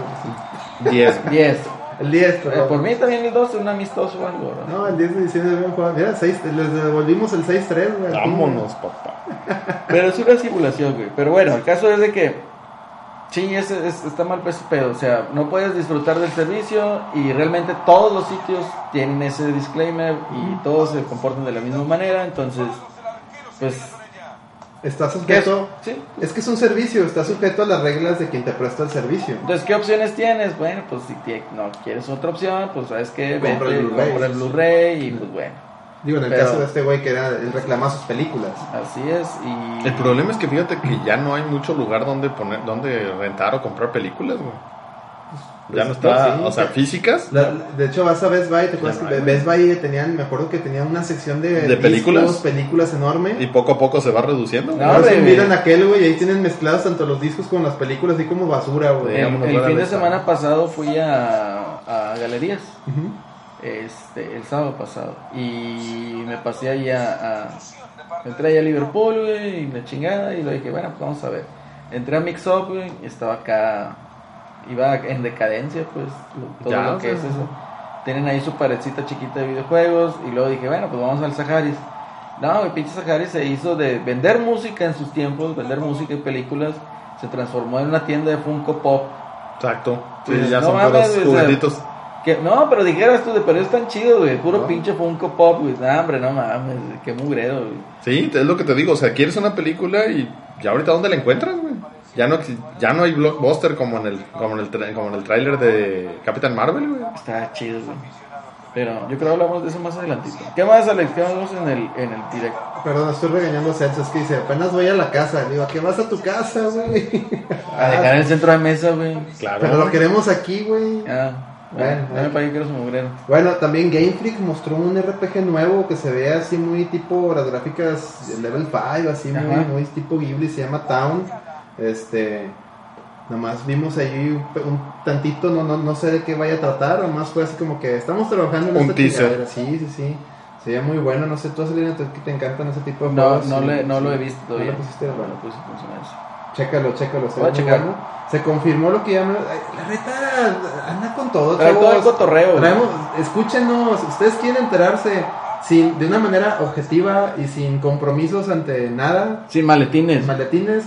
10. 10. El 10, perdón. Por mí también el 12, un amistoso o algo, ¿no? No, el 10 de diciembre hubieran jugado. Mira, les devolvimos el 6-3, güey. Vámonos, papá. Pero es una simulación, güey. Pero bueno, el caso es de que sí, está mal ese pedo. O sea, no puedes disfrutar del servicio y realmente todos los sitios tienen ese disclaimer y todos se comportan de la misma manera. Entonces, pues, Está sujeto. sí. Es que es un servicio, está sujeto a las reglas de quien te presta el servicio. Entonces, ¿qué opciones tienes? Bueno, pues si no quieres otra opción, pues sabes que Compra vete, el Blu-ray. compra el Blu-ray y pues bueno, Digo, en el Pero- caso de este güey que era, él reclama sus películas. así es. Y El problema es que fíjate que ya no hay mucho lugar donde rentar o comprar películas, güey. Ya no está, sí, o sea, sí. físicas. De hecho, vas a Best Buy, ¿te acuerdas Ya no que hay, Best Buy tenían, me acuerdo que tenían una sección de discos, películas? películas enorme. Y poco a poco se va reduciendo. No, Ahora hombre, se güey. miran aquel, güey, y ahí tienen mezclados tanto los discos con las películas, así como basura, güey. Sí. el vámonos, fin de órale, semana pasado fui a galerías. Ujú. El sábado pasado y me pasé ahí entré ahí a Liverpool, güey, y la chingada, y lo dije, bueno, pues vamos a ver. Entré a Mix Up, güey, y estaba acá, iba en decadencia, pues, todo Ya, lo que o es sea, eso. Tienen ahí su paredcita chiquita de videojuegos, y luego dije, bueno, pues vamos al Saharis. No, güey, pinche Saharis se hizo de vender música en sus tiempos, vender música y películas, se transformó en una tienda de Funko Pop. Exacto. Sí, Pues, ya no son mames, puros güey, o sea, juguetitos. No, pero dijeras tú, pero es tan chido, güey. Puro No. pinche Funko Pop, güey. Nah, hombre, no mames, qué mugrero, güey. Sí, es lo que te digo. O sea, quieres una película y ya ahorita ¿dónde la encuentras, güey? Ya no hay blockbuster como en el tráiler de Captain Marvel, güey. Está chido, güey. Pero yo creo que hablamos de eso más adelantito. ¿Qué más, Alex? ¿Qué vamos en el directo? Perdón, estoy regañando a Celso, es que dice, apenas voy a la casa. Digo, ¿a qué vas a tu casa, güey? A dejar en el centro de mesa, güey. Claro. Pero lo queremos aquí, güey. Ah, bueno, Bueno, dame para que quiero su mugrero. Bueno, también Game Freak mostró un RPG nuevo que se ve así muy tipo las gráficas de Level 5, así muy, Ajá. muy tipo Ghibli, se llama Town. Nomás vimos ahí un tantito, no sé de qué vaya a tratar, nomás fue así como que estamos trabajando en Un esta teaser. chingadera. Sí. Se ve muy bueno, no sé, tú has salido que te encantan ese tipo de No, juegos. no, Sí, no lo sí. he visto ¿No todavía. lo pusiste? No Bueno, lo puse, ¿cómo se llama eso? Chécalo, se Voy a ve muy checar. bueno. Se confirmó lo que llaman. La neta anda con todo, Trae todo el chavos. cotorreo, güey. Escúchenos, ustedes quieren enterarse de una manera objetiva y sin compromisos ante nada. Sin maletines. Maletines,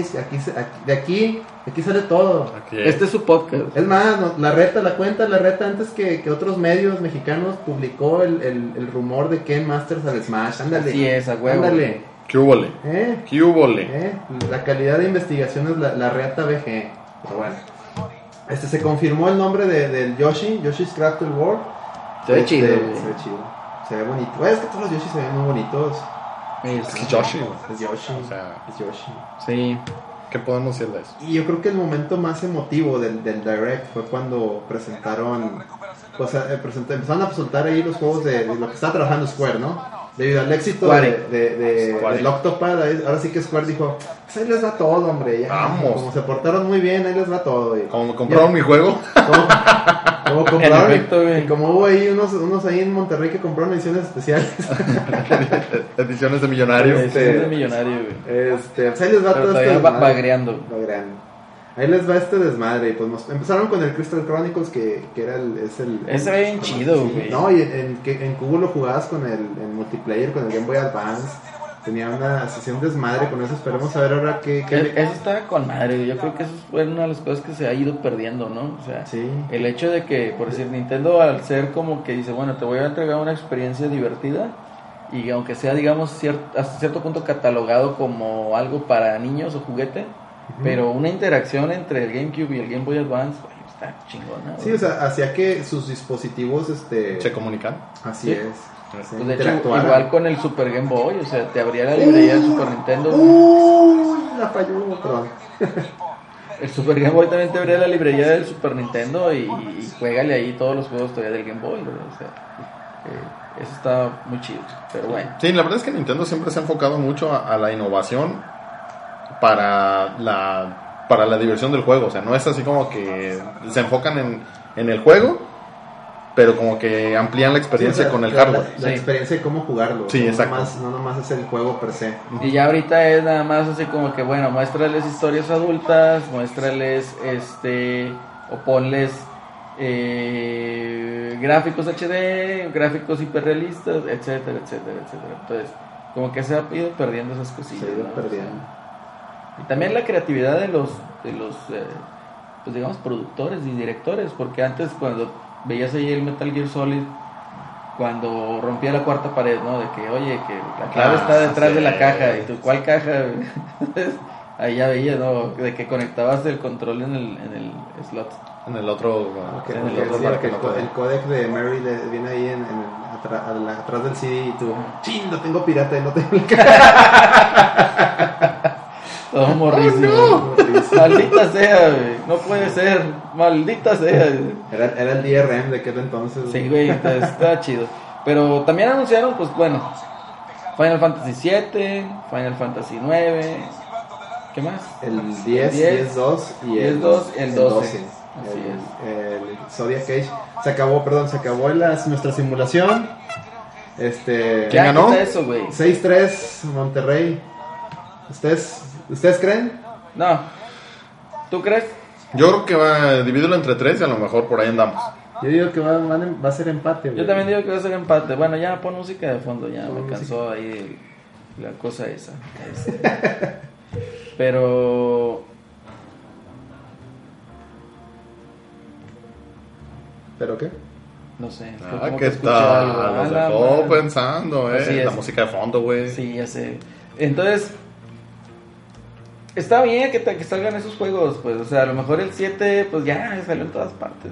de aquí sale todo. Aquí es. Este es su podcast. Es más, la reta antes que otros medios mexicanos publicó el rumor de Ken Masters al Smash. Ándale. Así es, a huevo. Ándale. ¿Qué húbole? ¿Qué húbole? La calidad de investigación es la reta BG. Pero bueno. Se confirmó el nombre del Yoshi's Crafted World. Se ve chido, güey. Se ve chido. Se ve bonito. Bueno, es que todos los Yoshi se ven muy bonitos. Es que Yoshi, güey. Es Yoshi. O sea, Es Yoshi. Sí. ¿qué podemos decir de eso? Y yo creo que el momento más emotivo del Direct fue cuando presentaron. O sea, empezaron a soltar ahí los juegos de lo que está trabajando Square, ¿no? Debido al éxito Square. del Octopad, ahora sí que Square dijo: pues ahí les va todo, hombre. Ya, Vamos. como se portaron muy bien, ahí les va todo. Y, Como me compraron mi juego. como compraron, En efecto, güey. y como hubo ahí unos ahí en Monterrey que compraron ediciones especiales. Ediciones de millonario. Es de millonario, güey. Pues ahí les va Pero todo todavía desmadre. bagreando. Bagreando. Ahí les va este desmadre. Y pues empezaron con el Crystal Chronicles, que era Ese ve bien chido, sí, güey. No, y en Cubo lo jugabas con el multiplayer, con el Game Boy Advance. Tenía una sesión desmadre con eso. Esperemos a ver ahora qué. Eso estaba con madre, güey. Yo creo que eso fue una de las cosas que se ha ido perdiendo, ¿no? O sea, Sí. el hecho de que, por decir, Nintendo al ser como que dice, bueno, te voy a entregar una experiencia divertida y aunque sea, digamos, hasta cierto punto catalogado como algo para niños o juguete, pero una interacción entre el GameCube y el Game Boy Advance, güey, está chingona. Sí, güey. o sea, hacía que sus dispositivos, Se comunican. así Sí. es. Pues de hecho, interactuaran. igual con el Super Game Boy, o sea, te abría la librería del Super Nintendo. La falló, perdón. El Super Game Boy también te abría la librería del Super Nintendo y juégale ahí todos los juegos todavía del Game Boy, ¿verdad? O sea, eso está muy chido, pero bueno. Sí, la verdad es que Nintendo siempre se ha enfocado mucho a la innovación para la diversión del juego. O sea, no es así como que se enfocan en el juego pero como que amplían la experiencia Sí, o sea, con el hardware. La experiencia de cómo jugarlo. Sí, o sea, exacto. No nomás es el juego per se. Y ya ahorita es nada más así como que, bueno, muéstrales historias adultas, muéstrales, o ponles gráficos HD, gráficos hiperrealistas, etcétera, etcétera, etcétera. Entonces, como que se ha ido perdiendo esas cosillas. Se ha ido ¿no? perdiendo. O sea, y también la creatividad de los pues digamos, productores y directores, porque antes cuando veías ahí el Metal Gear Solid, cuando rompía la cuarta pared, ¿no? De que, oye, que la clave está detrás sí. de la caja, y tú, ¿cuál caja? Ahí ya veías, ¿no? De que conectabas el control en el slot. En el otro, Porque, en el porque otro sí, para que que no te el codec de Mary viene ahí atrás del CD y tú, ¡chin! Lo tengo pirata y no tengo el Todo morrísimo. Maldita sea, güey. No puede ser. Maldita sea. Era el DRM de aquel entonces. Sí, güey, está chido. Pero también anunciaron, pues bueno, Final Fantasy VII, Final Fantasy IX. ¿Qué más? El 10, 10-2 y el 10-2, el 12. Así es. El Zodiac Age. Se acabó nuestra simulación. ¿Quién Ya, ganó? quita eso, güey. 6-3 Monterrey. ¿Ustedes creen? No. ¿Tú crees? Yo creo que divídelo entre 3 y a lo mejor por ahí andamos. Yo digo que va a ser empate. Yo güey. también digo que va a ser empate. Bueno, ya pon música de fondo, ya Pon me música. cansó ahí la cosa esa. Pero ¿Pero qué? no sé. fue Ah, como que ¿qué escuché algo. tal? Los A la dejó madre. pensando, Así La es. música de fondo, güey. Sí, ya sé. Entonces, está bien que salgan esos juegos, pues, o sea, a lo mejor el 7, pues ya salió en todas partes.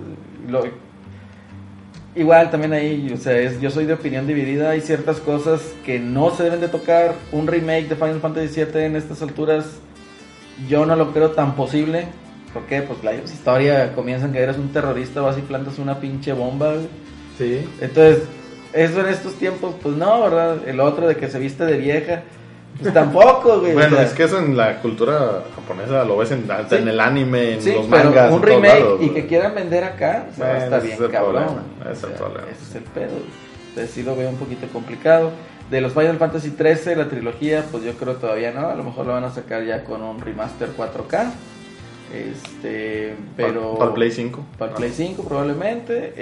Igual también ahí, o sea, yo soy de opinión dividida, hay ciertas cosas que no se deben de tocar. Un remake de Final Fantasy VII en estas alturas, yo no lo creo tan posible. ¿Por qué? Pues la historia comienzan que eres un terrorista, vas y plantas una pinche bomba, güey. Sí. Entonces, eso en estos tiempos, pues no, ¿verdad? El otro de que se viste de vieja, pues tampoco, güey. Bueno, o sea, es que eso en la cultura japonesa lo ves hasta Sí. en el anime, en sí, los pero mangas. un en todos remake lados, y güey. que quieran vender acá, o sea, Bueno, está ese bien es el cabrón. problema, ese O es el sea, problema. ese es el pedo, güey. Entonces sí lo veo un poquito complicado. De los Final Fantasy 13, la trilogía, pues yo creo todavía no, a lo mejor lo van a sacar ya con un remaster 4K. Pero Para el Play 5. para el Play 5 probablemente,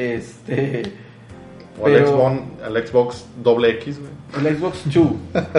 O al pero- Xbox doble X, güey. el Xbox 2.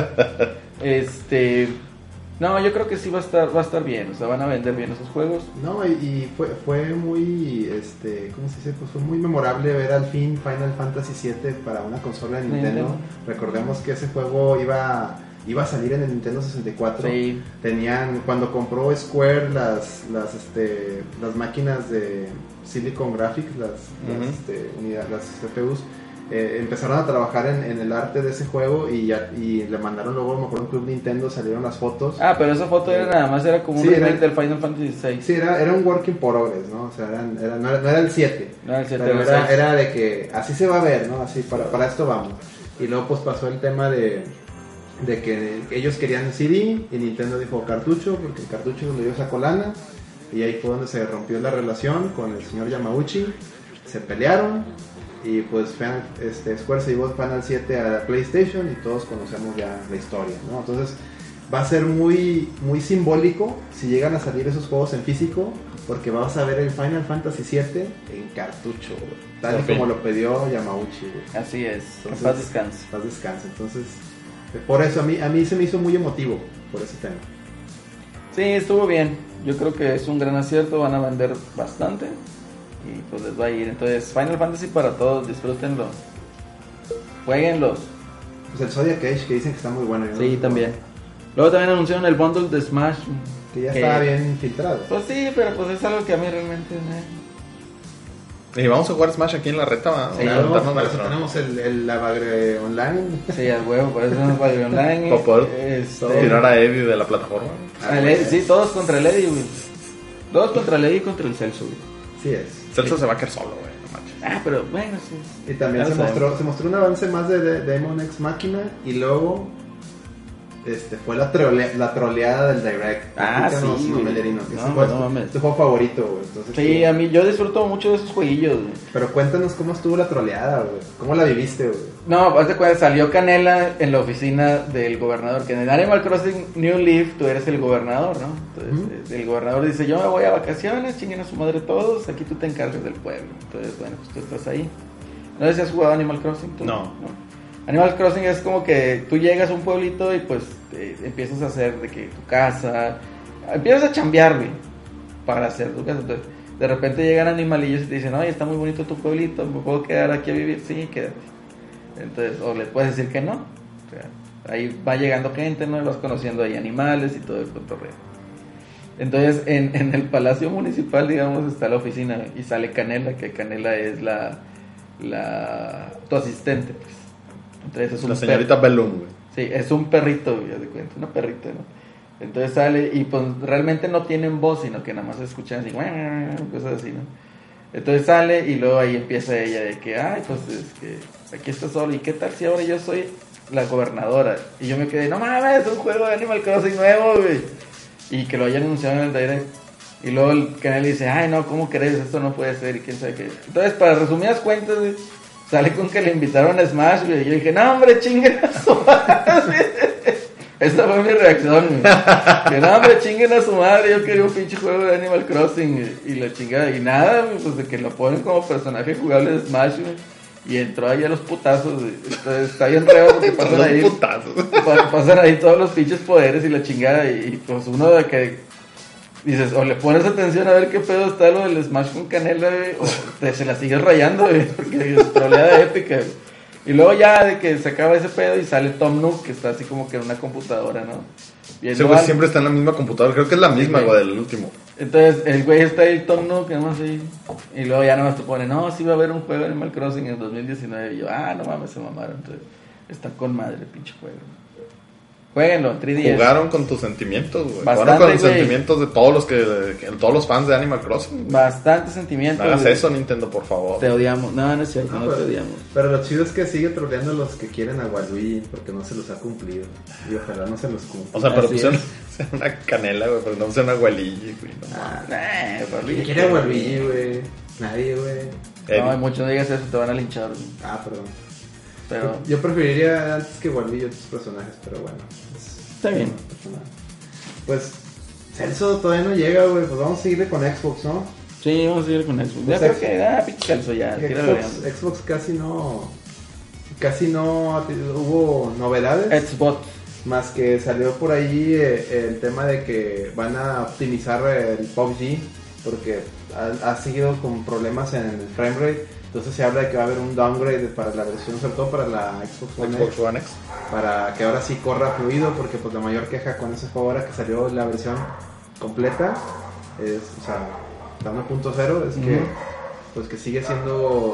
No, yo creo que sí va a estar bien, o sea, van a vender bien esos juegos. No, y fue muy, ¿cómo se dice? Pues fue muy memorable ver al fin Final Fantasy VII para una consola de Nintendo. Nintendo. Recordemos que ese juego iba a salir en el Nintendo 64. Sí. Tenían, cuando compró Square las máquinas de Silicon Graphics, las CPUs, empezaron a trabajar en el arte de ese juego y le mandaron luego, me acuerdo, en Club Nintendo, salieron las fotos. Ah, pero esa foto era nada más, era como un Sí, remake era- del Final Fantasy 6. Sí, era un work in progress, ¿no? O sea, no era el 7. No era el 7, Pero era el 6. era de que así se va a ver, ¿no? Así, para esto vamos. Y luego pues pasó el tema de que ellos querían CD y Nintendo dijo cartucho, porque el cartucho es donde yo saco lana. Y ahí fue donde se rompió la relación con el señor Yamauchi. Se pelearon y pues Square se llevó Final 7 a la PlayStation y todos conocemos ya la historia, ¿no? Entonces va a ser muy, muy simbólico si llegan a salir esos juegos en físico, porque vas a ver el Final Fantasy 7 en cartucho, güey, tal y Ok. como lo pidió Yamauchi, güey. Así es, en Entonces, paz descanse. Paz descanse. Entonces, por eso a mí se me hizo muy emotivo por ese tema. Sí, estuvo bien. Yo creo que es un gran acierto, van a vender bastante y pues les va a ir. Entonces, Final Fantasy para todos, disfrútenlo. Jueguenlos. Pues el Zodiac Age, que dicen que está muy bueno. yo no Sí, sé también. Luego también anunciaron el bundle de Smash. Que ya estaba bien filtrado. Pues sí, pero pues es algo que a mí realmente Y vamos a jugar Smash aquí en la reta, ¿va? Sí, Claro, Aventarnos para eso nuestro- tenemos el Avagre online. Sí, al huevo, por eso no es Padre Online. Para poder tirar a Eddie de la plataforma. Sí, todos contra el Eddie, güey. Todos contra el Eddie y contra el Celso, güey. Sí es. Celso se va a quedar solo, güey. No manches. Ah, pero bueno, sí. Y también Ya se lo mostró un avance más de Demon X Machina y luego fue la troleada del Direct. Platícanos, sí, Mamerino, que no, ese fue no mames. tu juego favorito, güey. Entonces, Sí, a mí yo disfruto mucho de esos jueguillos, güey. pero cuéntanos cómo estuvo la troleada, güey. ¿Cómo la viviste, güey? No, haz de cuenta, salió Canela en la oficina del gobernador, que en el Animal Crossing New Leaf tú eres el gobernador, ¿no? Entonces, el gobernador dice, yo me voy a vacaciones, chinguen a su madre todos, aquí tú te encargas del pueblo. Entonces, bueno, pues tú estás ahí. ¿No sé si has jugado Animal Crossing? ¿Tú? No. Animal Crossing es como que tú llegas a un pueblito y pues empiezas a hacer de que tu casa, empiezas a chambear, güey, para hacer tu casa. Entonces, de repente llegan animalillos y te dicen, oye, está muy bonito tu pueblito, ¿me puedo quedar aquí a vivir? Sí, quédate. Entonces, o le puedes decir que no. O sea, ahí va llegando gente, ¿no? Y vas conociendo ahí animales y todo el cotorreo. Entonces, en el Palacio Municipal, digamos, está la oficina y sale Canela, que Canela es tu asistente, pues. Entonces es un La señorita Bellum, güey. Sí, es un perrito, güey, haz de cuenta, una perrita, ¿no? Entonces sale y pues realmente no tienen voz, sino que nada más se escuchan así, cosas así, ¿no? Entonces sale y luego ahí empieza ella de que, ay, pues es que aquí está solo, ¿y qué tal si ahora yo soy la gobernadora? Y yo me quedé, no mames, es un juego de Animal Crossing nuevo, güey. Y que lo hayan anunciado en el Direct. Y luego el canal dice, ay, no, ¿cómo crees? Esto no puede ser, y quién sabe qué. Entonces, para resumidas cuentas, güey, sale con que le invitaron a Smash, güey. Y yo dije, no, hombre, chinguen a su madre. Esa fue mi reacción, güey. Que no, hombre, chinguen a su madre. Yo quería un pinche juego de Animal Crossing, güey. Y la chingada. Y nada, güey, pues de que lo ponen como personaje jugable de Smash, güey. Y entró ahí a los putazos, güey. Entonces está bien raro porque pasan ahí. Pasan ahí todos los pinches poderes y la chingada. Y pues uno de que dices, o le pones atención a ver qué pedo está lo del Smash con Canela, güey, o se la sigues rayando, güey, porque es troleada épica, güey. Y luego ya de que se acaba ese pedo y sale Tom Nook, que está así como que en una computadora, ¿no? Ese güey siempre está en la misma computadora, creo que es la misma, güey, del último. Entonces el güey está ahí, Tom Nook, nada más ahí. Y luego ya nada más te pone, no, sí va a haber un juego de Animal Crossing en 2019. Y yo, no mames, se mamaron. Entonces está con madre el pinche juego. Jueguenlo, 3DS. Jugaron con tus sentimientos, güey. Bastante, Jugaron con los güey. sentimientos de todos los fans de Animal Crossing. Bastante sentimiento. No hagas güey. eso, Nintendo, por favor. Te odiamos. No, no es cierto, no te odiamos. Pero lo chido es que sigue troleando a los que quieren a Waluigi porque no se los ha cumplido. Y ojalá no se los cumpla. O sea, pero Así pusieron es. una Canela, güey, pero no pusieron una Waluigi, güey. No. ¿Quién quiere a Waluigi, güey? Nadie, güey. No, hay muchos, no digas eso, te van a linchar. Güey. Perdón. Pero Yo preferiría antes que Waluigi otros personajes, pero bueno. está bien. Pues Celso todavía no llega, güey. Pues vamos a seguirle con Xbox, ¿no? Sí, vamos a ir con Xbox. Ya Pues creo que, pinche calzo ya. tíralo ya. Xbox casi no hubo novedades. Xbox. Más que salió por ahí el tema de que van a optimizar el PUBG porque ha seguido con problemas en el framerate. Entonces se habla de que va a haber un downgrade para la versión, sobre todo para la Xbox One X, para que ahora sí corra fluido, porque pues la mayor queja con ese juego ahora que salió la versión completa es, o sea, la 1.0 es que pues que sigue siendo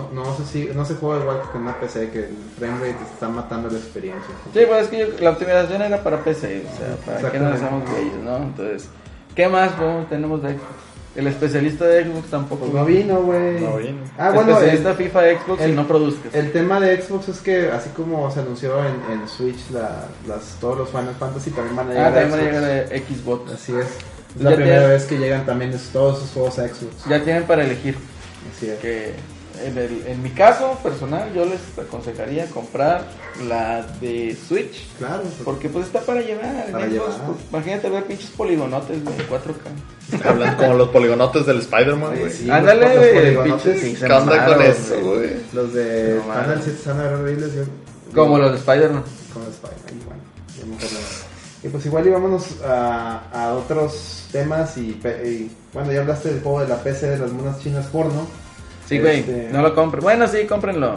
no se juega igual que con una PC, que el framerate está matando la experiencia. Sí, pues es que la optimización era para PC, o sea, para que no nos hagamos güeyes, ¿no? Entonces, ¿qué más tenemos de Xbox? El especialista de Xbox tampoco. Pues no vino, güey. No vino. Bueno, especialista FIFA de Xbox y no produzcas. El tema de Xbox es que así como se anunció en Switch todos los Final Fantasy también van a llegar también van a llegar a Xbox. Así es. Es la primera vez que llegan también todos esos juegos a Xbox. Ya tienen para elegir. Así es. Que en mi caso personal yo les aconsejaría comprar la de Switch. Claro. Porque pues está para llevar. Para Xbox, llevar. pues, imagínate ver pinches poligonotes de 4K. Hablan como los poligonotes del Spider-Man, güey. Sí, Ándale, los güey, poligonotes. pinches ¿Qué onda con pixelados, eso, güey? Los de No, Final mames. 7 están horribles. Como los de Spider-Man. Con los Spider-Man, bueno, ya me acuerdo. Y pues igual íbamos a otros temas y bueno, ya hablaste del juego de la PC de las monas chinas porno. Sí, güey, no lo compren. Bueno, sí, cómprenlo.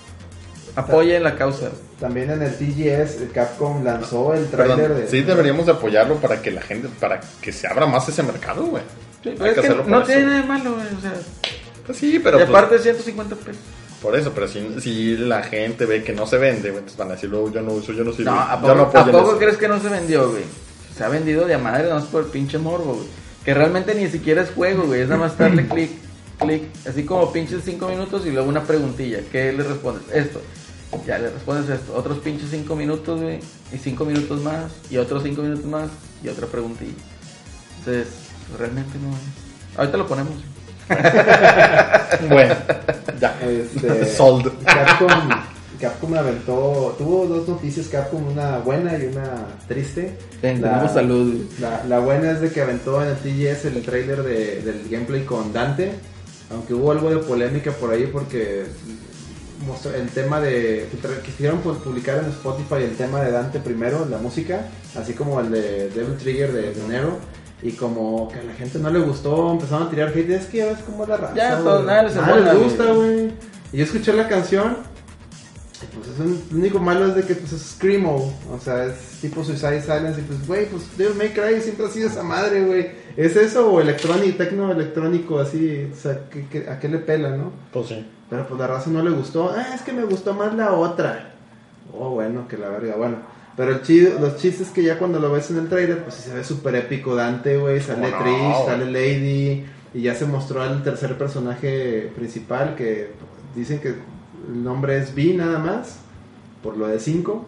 Apoyen la causa. También en el TGS, el Capcom lanzó el trailer Perdón, de... sí deberíamos de apoyarlo para que la gente, para que se abra más ese mercado, güey. Sí, Hay pero es que que hacerlo no por tiene eso. nada de malo, güey. O sea, Pues sí, pero y pues, aparte 150 pesos. por eso, pero si la gente ve que no se vende, güey, entonces van a decir, "Luego, yo no uso, yo no sirvo. No, ¿a yo no poco, apoyo eso". crees que no se vendió, güey? Se ha vendido de a madre, nada más por el pinche morbo, güey. Que realmente ni siquiera es juego, güey. Es nada más darle clic, así como pinches 5 minutos y luego una preguntilla. ¿Qué le respondes? Esto. Ya le respondes esto, otros pinches 5 minutos, güey, y 5 minutos más, y otros 5 minutos más, y otra preguntilla. Entonces, realmente no. Ahorita lo ponemos. Bueno, ya. Sold. Capcom aventó, tuvo dos noticias Capcom, una buena y una triste. Tenemos salud. La buena es de que aventó en el TGS el trailer del gameplay con Dante, aunque hubo algo de polémica por ahí porque mostró el tema de, quisieron publicar en Spotify el tema de Dante primero, la música, así como el de Devil Trigger de Nero. Y como que a la gente no le gustó, empezaron a tirar hate, es que ya ves cómo es la raza. Ya, todos, nada les gusta, güey. Y yo escuché la canción, y pues lo único malo es de que pues es Screamo, o sea, es tipo Suicide Silence, y pues, güey, pues Devil May Cry siempre ha sido esa madre, güey. ¿Es eso o tecno electrónico así? O sea, ¿a qué le pela, no? Pues sí. Pero pues la raza no le gustó, es que me gustó más la otra. Oh, bueno, que la verga, bueno. Pero los chistes que ya cuando lo ves en el trailer, pues sí se ve súper épico Dante, güey. Sale Trish, sale Lady. Y ya se mostró al tercer personaje principal, que dicen que el nombre es V nada más, por lo de 5.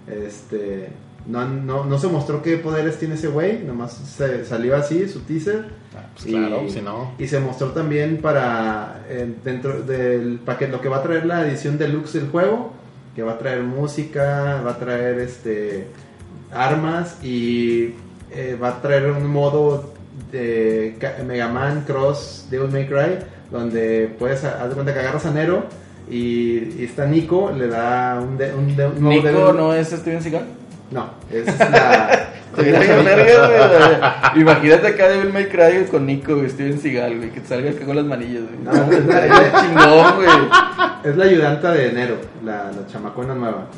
No se mostró qué poderes tiene ese güey, nomás salió así su teaser. Pues claro, si no. Y se mostró también para dentro del paquete, lo que va a traer la edición deluxe del juego, que va a traer música, va a traer armas y va a traer un modo de Mega Man Cross Devil May Cry, donde puedes haz de cuenta que agarras a Nero y está Nico, le da un Nico no es Steven Seagal. No, es la Imagínate acá Devil May Cry con Nico, güey, Steven Seagal, güey, que te salga acá con las manillas, güey. No, es chingón, güey. Es la ayudanta de Nero, la chamacona nueva.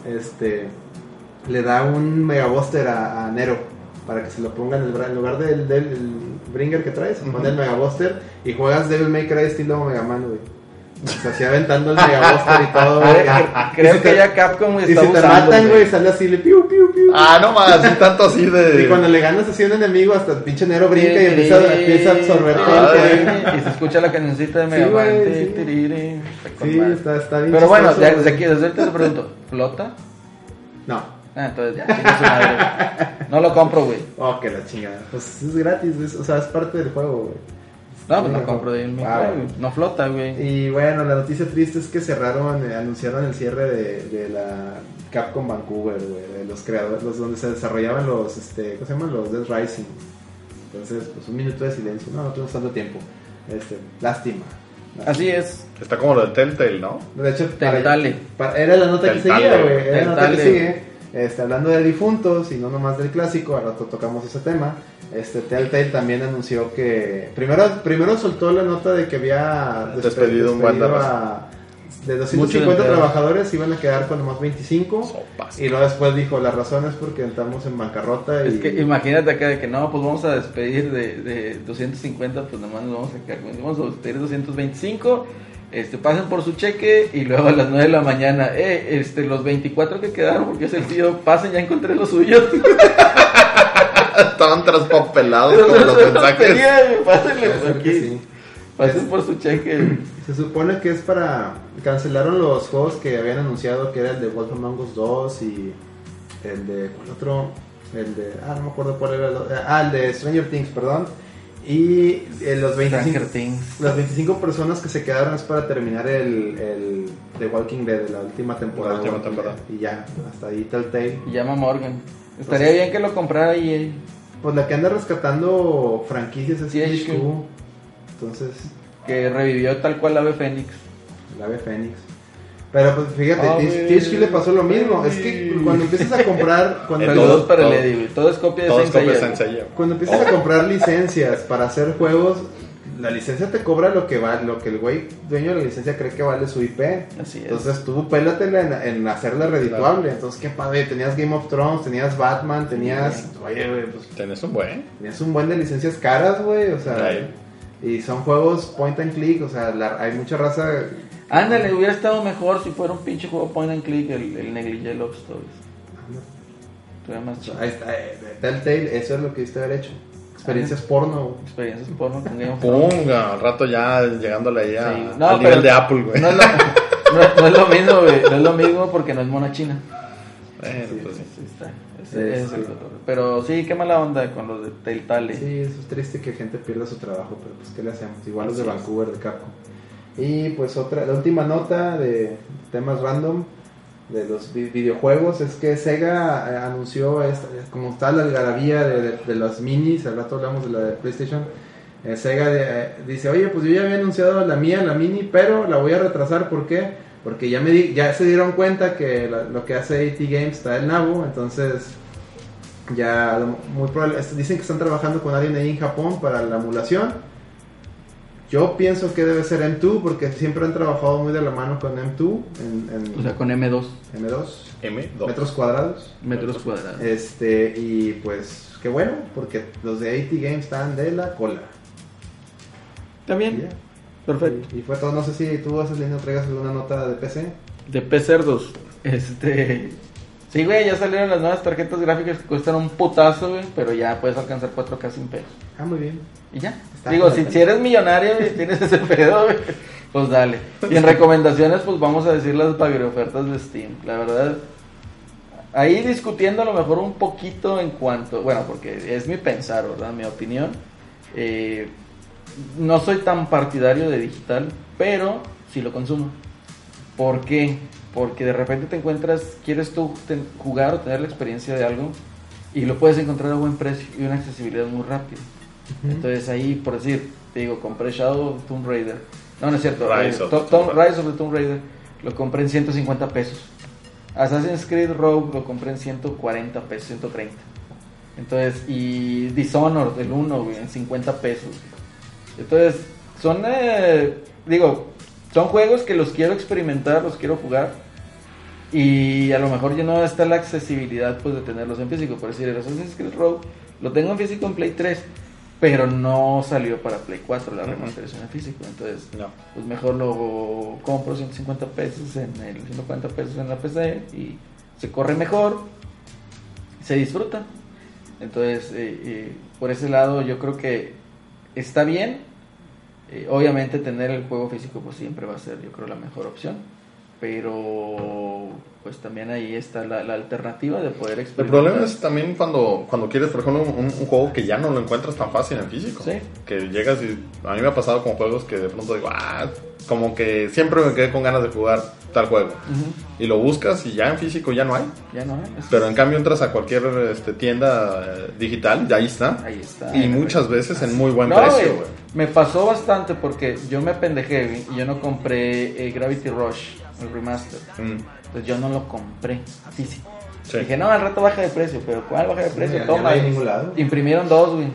Le da un megabuster a Nero para que se lo ponga en lugar del bringer que traes, se pone el megabuster y juegas Devil May Cry estilo Mega Man, güey. O sea, así aventando el megabuster y todo, güey. Creo que ya Capcom está usando. Y si te matan, güey, sale así, le piu, piu, piu. No más, y tanto así de. Y cuando le ganas así a un enemigo, hasta el pinche Nero brinca y empieza a absorber todo el poder. Y se escucha la cancioncita de Mega Man. Sí, está bien. Pero bueno, desde ahorita te pregunto, ¿flota? No. Entonces ya, tiene su madre. No lo compro, güey. Oh, que la chingada. Pues es gratis, o sea, es parte del juego, güey. No, pues no compro de él, no flota, güey. Y bueno, la noticia triste es que anunciaron el cierre de la Capcom Vancouver, güey, de los creadores, donde se desarrollaban los, ¿cómo se llaman? Los Dead Rising. Entonces, pues un minuto de silencio, no tenemos tanto tiempo. Lástima. Así es. Está como lo de Telltale, ¿no? De hecho, Telltale. Era la nota que seguía, güey. Era la nota que Telltale. sigue. Hablando de difuntos y no nomás del clásico, ahora tocamos ese tema. Telltale también anunció que primero soltó la nota de que había despedido un buen de 250 trabajadores, iban a quedar con nomás 25. Sopas. Y luego después dijo, la razón es porque entramos en bancarrota. Es que imagínate acá de que no, pues vamos a despedir de 250, pues nomás nos vamos a quedar, vamos a despedir 225. Pasen por su cheque y luego a las 9 de la mañana, los 24 que quedaron, porque es el tío, pasen, ya encontré los suyos. Estaban traspapelados como los mensajes. Pásenle por aquí. Sí. Pasen por su cheque. Se supone que es cancelaron los juegos que habían anunciado, que era el de Wolf Among Us 2 y el de... ¿Cuál otro? no me acuerdo cuál era. El de Stranger Things, perdón. Y los 25 personas que se quedaron es para terminar el The Walking Dead de la última temporada. Y ya, hasta ahí Telltale. Y llama Morgan. Estaría bien que lo comprara EA. Pues la que anda rescatando franquicias es THQ. Entonces, que revivió tal cual la ave Fénix. La ave Fénix. Pero pues fíjate, THQ le pasó lo mismo. Es que cuando empiezas a comprar... Saludos para el Eddie, todo es copia de Sensei. Cuando empiezas a comprar licencias para hacer juegos, la licencia te cobra lo que el güey dueño de la licencia cree que vale su IP. Así es. Entonces tú pélatela en hacerla redituable. Claro. Entonces qué padre, tenías Game of Thrones, tenías Batman, tenías... Oye, güey, pues... Tenías un buen de licencias caras, güey, o sea... Y son juegos point and click, o sea, hay mucha raza... Ándale, hubiera estado mejor si fuera un pinche juego point and click el Negligee Love Stories. Más ahí está, Telltale, eso es lo que diste haber hecho. Experiencias porno. Experiencias porno con Game of Thrones. Punga, al rato ya llegándole ahí al nivel de Apple, güey. No es lo mismo, güey. No es lo mismo porque no es mona china. Bueno, pues sí. Sí está. Ese es el cotorreo. Pero sí, qué mala onda con los de Telltale. Sí, eso es triste que gente pierda su trabajo, pero pues ¿qué le hacemos? Igual los de Así es. Vancouver, de Capcom. Y pues la última nota de temas random de los videojuegos es que Sega anunció, como está la algarabía de las minis, al rato hablamos de la de PlayStation, Sega dice, oye, pues yo ya había anunciado la mía, la mini, pero la voy a retrasar, ¿por qué? Porque ya se dieron cuenta que lo que hace AT Games está del nabo, entonces ya muy probable, dicen que están trabajando con alguien ahí en Japón para la emulación. Yo pienso que debe ser M2 porque siempre han trabajado muy de la mano con M2 O sea, con M2. M2 M2. metros cuadrados. Metros cuadrados. Y pues qué bueno, porque los de AT Games están de la cola. Está Y bien. ya. Perfecto. Y fue todo, no sé si tú haces línea, traigas alguna nota de PC. De P-Cerdos. Sí, güey, ya salieron las nuevas tarjetas gráficas que cuestan un putazo, güey, pero ya puedes alcanzar 4K sin pesos. Ah, muy bien. Y ya. Está Digo, bien. si eres millonario y tienes ese pedo, güey, pues dale. Y en recomendaciones, pues vamos a decir las ofertas de Steam. La verdad, ahí discutiendo a lo mejor un poquito en cuanto, bueno, porque es mi pensar, ¿verdad? Mi opinión. No soy tan partidario de digital, pero sí lo consumo. ¿Por qué? Porque de repente te encuentras, quieres tú jugar o tener la experiencia de algo y lo puedes encontrar a buen precio y una accesibilidad muy rápida. Entonces ahí, por decir, te digo, compré Shadow of Tomb Raider. No es cierto. Rise of the Tomb Raider lo compré en 150 pesos. Assassin's Creed Rogue lo compré en 140 pesos, 130. Entonces, y Dishonored, el 1, güey, en 50 pesos. Entonces, son juegos que los quiero experimentar, los quiero jugar. Y a lo mejor ya no está la accesibilidad pues de tenerlos en físico. Por decir, el Assassin's Creed Rogue lo tengo en físico en Play 3, pero no salió para Play 4 la remasterización en físico. Entonces, pues mejor lo compro 150 pesos 140 pesos en la PC y se corre mejor, se disfruta. Entonces, por ese lado yo creo que está bien. Obviamente tener el juego físico pues siempre va a ser, yo creo, la mejor opción, pero pues también ahí está la alternativa de poder experimentar. El problema es también cuando quieres, por ejemplo, un juego que ya no lo encuentras tan fácil en físico. Sí. Que llegas y a mí me ha pasado con juegos que de pronto digo, como que siempre me quedé con ganas de jugar tal juego. Y lo buscas y ya en físico ya no hay. Ya no hay. Pero en cambio entras a cualquier tienda digital y ahí está. Ahí está. Y muchas veces en muy buen No, precio, güey. me pasó bastante porque yo me pendejé y yo no compré Gravity Rush, el remaster. Entonces yo no lo compré físico. Sí. Dije, no, al rato baja de precio, pero ¿cuál baja de precio? ya Toma. no hay en ningún lado. Imprimieron 2, güey.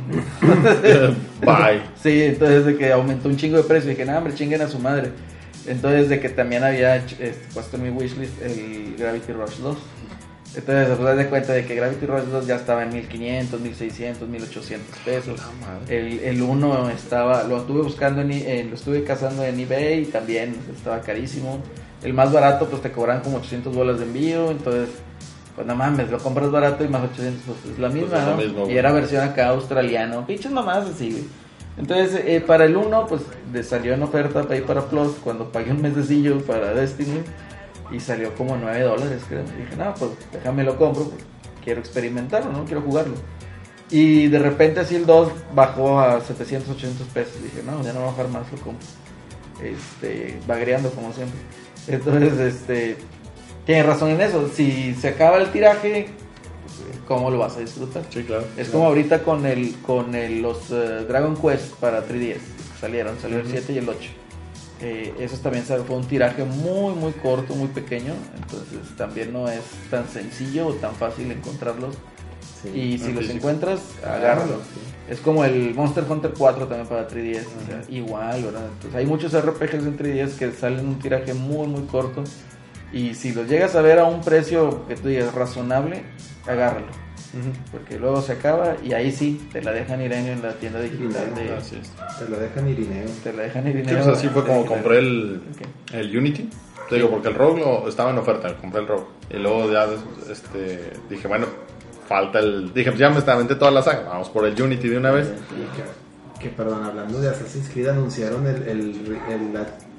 Bye. Sí, entonces de que aumentó un chingo de precio, dije, no, hombre, chinguen a su madre. Entonces de que también había puesto en mi wishlist el Gravity Rush 2. Entonces se de cuenta de que Gravity Rush 2 ya estaba en 1500, 1600, 1800 pesos. El 1 lo estuve buscando, lo estuve cazando en eBay y también estaba carísimo. El más barato pues te cobran como $800 de envío, entonces pues no mames, lo compras barato y más 800 pues es la misma, Pues es lo ¿no? mismo, Y era versión acá australiano, pinches mamás así, güey. Entonces para el 1 pues salió en oferta Pay para Plus cuando pagué un mesecillo para Destiny y salió como $9, creo. Y dije, no, pues déjame lo compro, pues, quiero experimentarlo, ¿no? Quiero jugarlo. Y de repente así el 2 bajó a 700, 800 pesos. Dije, no, ya no voy a bajar más, lo compro. Bagreando como siempre. Entonces, tienes razón en eso. Si se acaba el tiraje, ¿cómo lo vas a disfrutar? Sí, claro. Es como ahorita con los Dragon Quest para 3DS. Salió el 7 y el 8. Esos también fue un tiraje muy muy corto, muy pequeño, entonces también no es tan sencillo o tan fácil encontrarlos. Sí. Y si los físico. encuentras, agárralos. Sí. Es como el Monster Hunter 4 también para 3DS, o sea, igual, ¿verdad? Entonces hay muchos RPGs en 3DS que salen en un tiraje muy muy corto y si los llegas a ver a un precio que tú digas razonable, agárralo. Porque luego se acaba y ahí sí, te la dejan Ireneo en la tienda digital Así es. Te lo dejan Irineo. te la dejan Sí, Ireneo. pues así fue como compré el Ok. Unity. Te digo, porque el Rogue estaba en oferta, compré el Rogue. Y luego ya dije, bueno, falta dije, pues ya me aventé toda la saga, vamos por el Unity de una vez. Que perdón, hablando de Assassin's Creed, anunciaron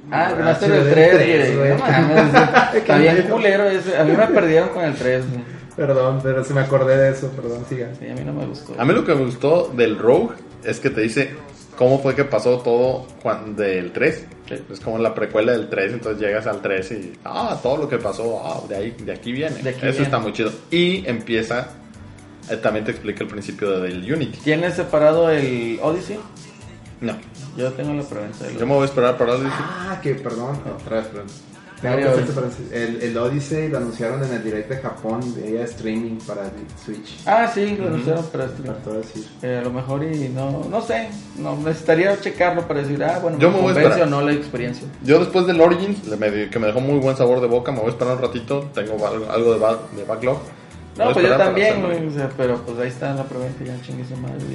Remaster chido del del 3, 3, güey. güey. No mames, está bien Qué culero ese. A mí me perdieron con el 3, güey. Perdón, pero se me acordé de eso, perdón, siga. Sí, a mí no me gustó. A mí lo que me gustó del Rogue es que te dice cómo fue que pasó todo del 3. Sí. Es como la precuela del 3, entonces llegas al 3 y todo lo que pasó, de aquí viene. De aquí Eso viene. está muy chido. Y empieza, también te explica el principio del Unity. ¿Tienes separado el Odyssey? No, Yo tengo la preventa. yo me voy a esperar para el Que perdón, otra vez, perdón. Tengo Mario que hacerte paréntesis. El Odyssey lo anunciaron en el direct de Japón, de ella streaming para el Switch. Sí, lo anunciaron para este. Para todo decir. A lo mejor y no sé, no necesitaría checarlo para decir, bueno, Yo me voy a convence esperar. o no la experiencia. Yo después del Origins, que me dejó muy buen sabor de boca, me voy a esperar un ratito. Tengo algo de backlog. Me No, voy a pues yo esperar para también, hacerlo. güey, o sea, pero pues ahí está en la preventa, ya chingue su madre,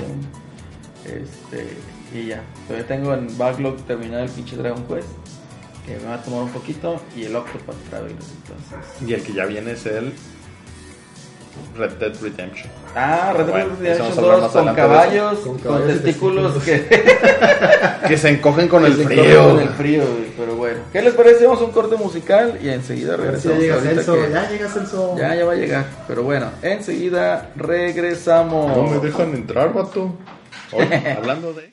y ya. Todavía tengo en backlog terminar el pinche Dragon Quest, que me va a tomar un poquito, y el Octopath Traveler, entonces. Y el que ya viene es el Red Dead Redemption. Red Dead Bueno, Redemption eso vamos a hablar 2 más con adelante de caballos, eso. Con con caballos y testículos Que se encogen con el se frío. corren con el frío, güey, pero bueno. ¿Qué les parece? Vamos a un corte musical y enseguida A ver si regresamos. ya llega ahorita Celso, que- ya llega Celso. Ya va a llegar, pero bueno, enseguida regresamos. No me dejan entrar, vato. Oye, hablando de...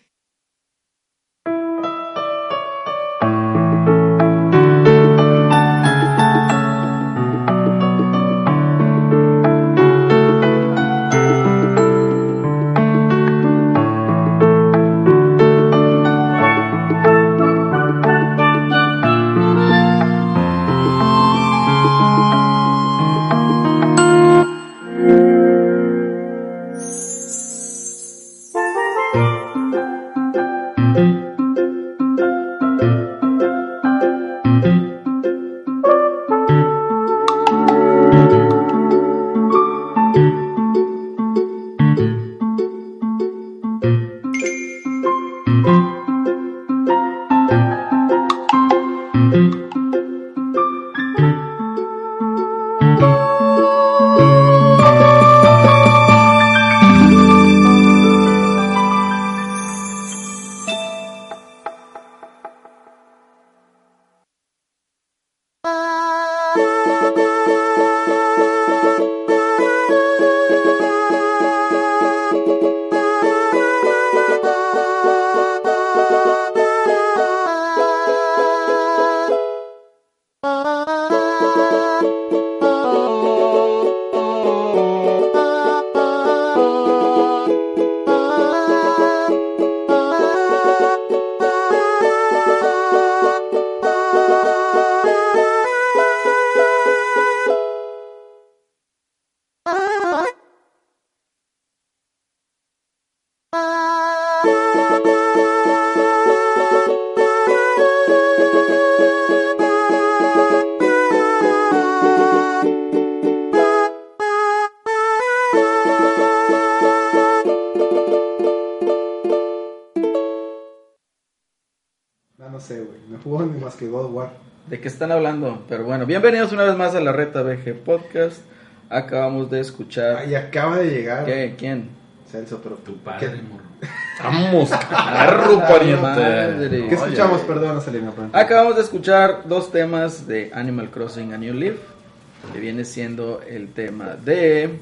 No sé, güey. No jugó ni más que God of War. ¿De qué están hablando? Pero bueno, bienvenidos una vez más a la Reta VG Podcast. Acabamos de escuchar. Ay, acaba de llegar. ¿Qué? ¿Quién? Celso, pero Tu padre, ¿Qué? morro. Vamos, carro, pariente. Madre. ¿Qué escuchamos? Oye. Perdón, Salina. Acabamos de escuchar dos temas de Animal Crossing A New Leaf, que viene siendo el tema de...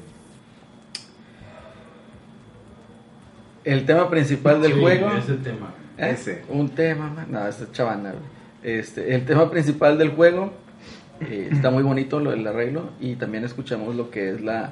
El tema principal del Sí, juego. ese tema. Ese. Un tema, man. No, esta chavana, güey. El tema principal del juego está muy bonito lo del arreglo, y también escuchamos lo que es la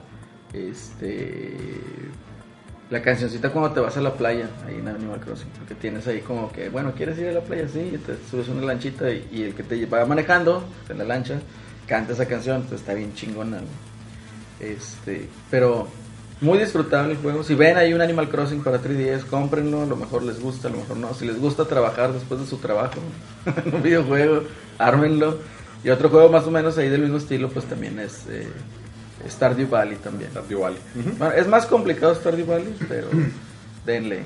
cancioncita cuando te vas a la playa ahí en Animal Crossing, porque tienes ahí como que, bueno, ¿quieres ir a la playa? Sí, y te subes una lanchita y el que te va manejando en la lancha canta esa canción, entonces está bien chingona, güey. Pero muy disfrutable el juego. Si ven ahí un Animal Crossing para 3DS, cómprenlo, a lo mejor les gusta, a lo mejor no. Si les gusta trabajar después de su trabajo en un videojuego, ármenlo. Y otro juego más o menos ahí del mismo estilo, pues también es Stardew Valley también. Stardew Valley. Bueno, es más complicado Stardew Valley, pero denle.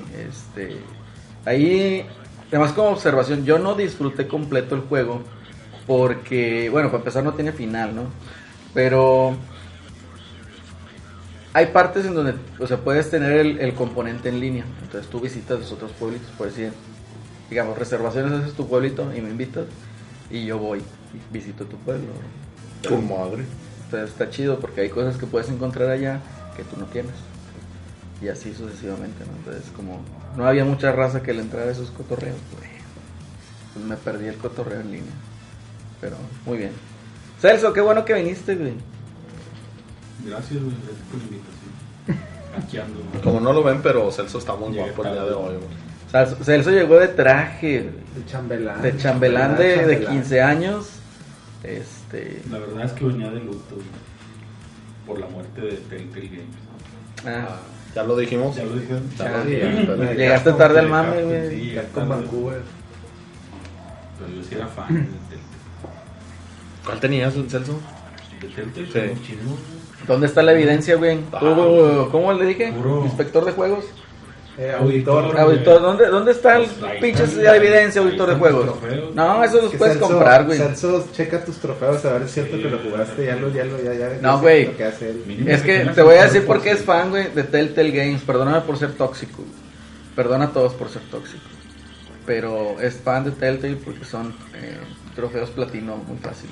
Ahí, además como observación, yo no disfruté completo el juego porque, bueno, para empezar no tiene final, ¿no? Pero hay partes en donde, o sea, puedes tener el componente en línea. Entonces tú visitas los otros pueblitos, por decir, digamos, reservaciones, haces tu pueblito y me invitas y yo voy y visito tu pueblo. Con madre. Entonces está chido porque hay cosas que puedes encontrar allá que tú no tienes. Y así sucesivamente, ¿no? Entonces como no había mucha raza que le entrara a esos cotorreos, pues me perdí el cotorreo en línea. Pero muy bien. Celso, qué bueno que viniste, güey. Gracias, güey, gracias por la invitación. Hackeando, güey. Como no lo ven, pero Celso está muy Llegué guapo el día de hoy, güey. O sea, Celso llegó de traje, güey. De chambelán. De chambelán de Chambelán. 15 años. La verdad es que venía de luto, güey, por la muerte de Telltale Games. Ah, Ya lo dijimos. Ya lo dije. Ya lo Sí, dijimos, ya. pero- llegaste tarde al mame, güey. Sí, Ya con Vancouver. Pero yo sí era fan de Telltale. ¿Cuál tenías, Celso? De Telltale, Sí. un chingo, güey. ¿Dónde está la evidencia, güey? ¿Cómo le dije? Puro- Inspector de juegos. Auditor. Auditor, ¿dónde está el Pues ahí pinche están, evidencia, ahí auditor de están juegos? tus trofeos. No, eso los Que puedes Celso- comprar, güey. Celso, checa tus trofeos a ver si es cierto Sí, que lo jugaste. Ya No, sé güey. lo que hace él. Mínimo Es que que tengas te voy a un decir juego por qué es sí. fan, güey, de Telltale Games. Perdóname por ser tóxico, güey. Perdona a todos por ser tóxico. Pero es fan de Telltale porque son trofeos platino muy fáciles.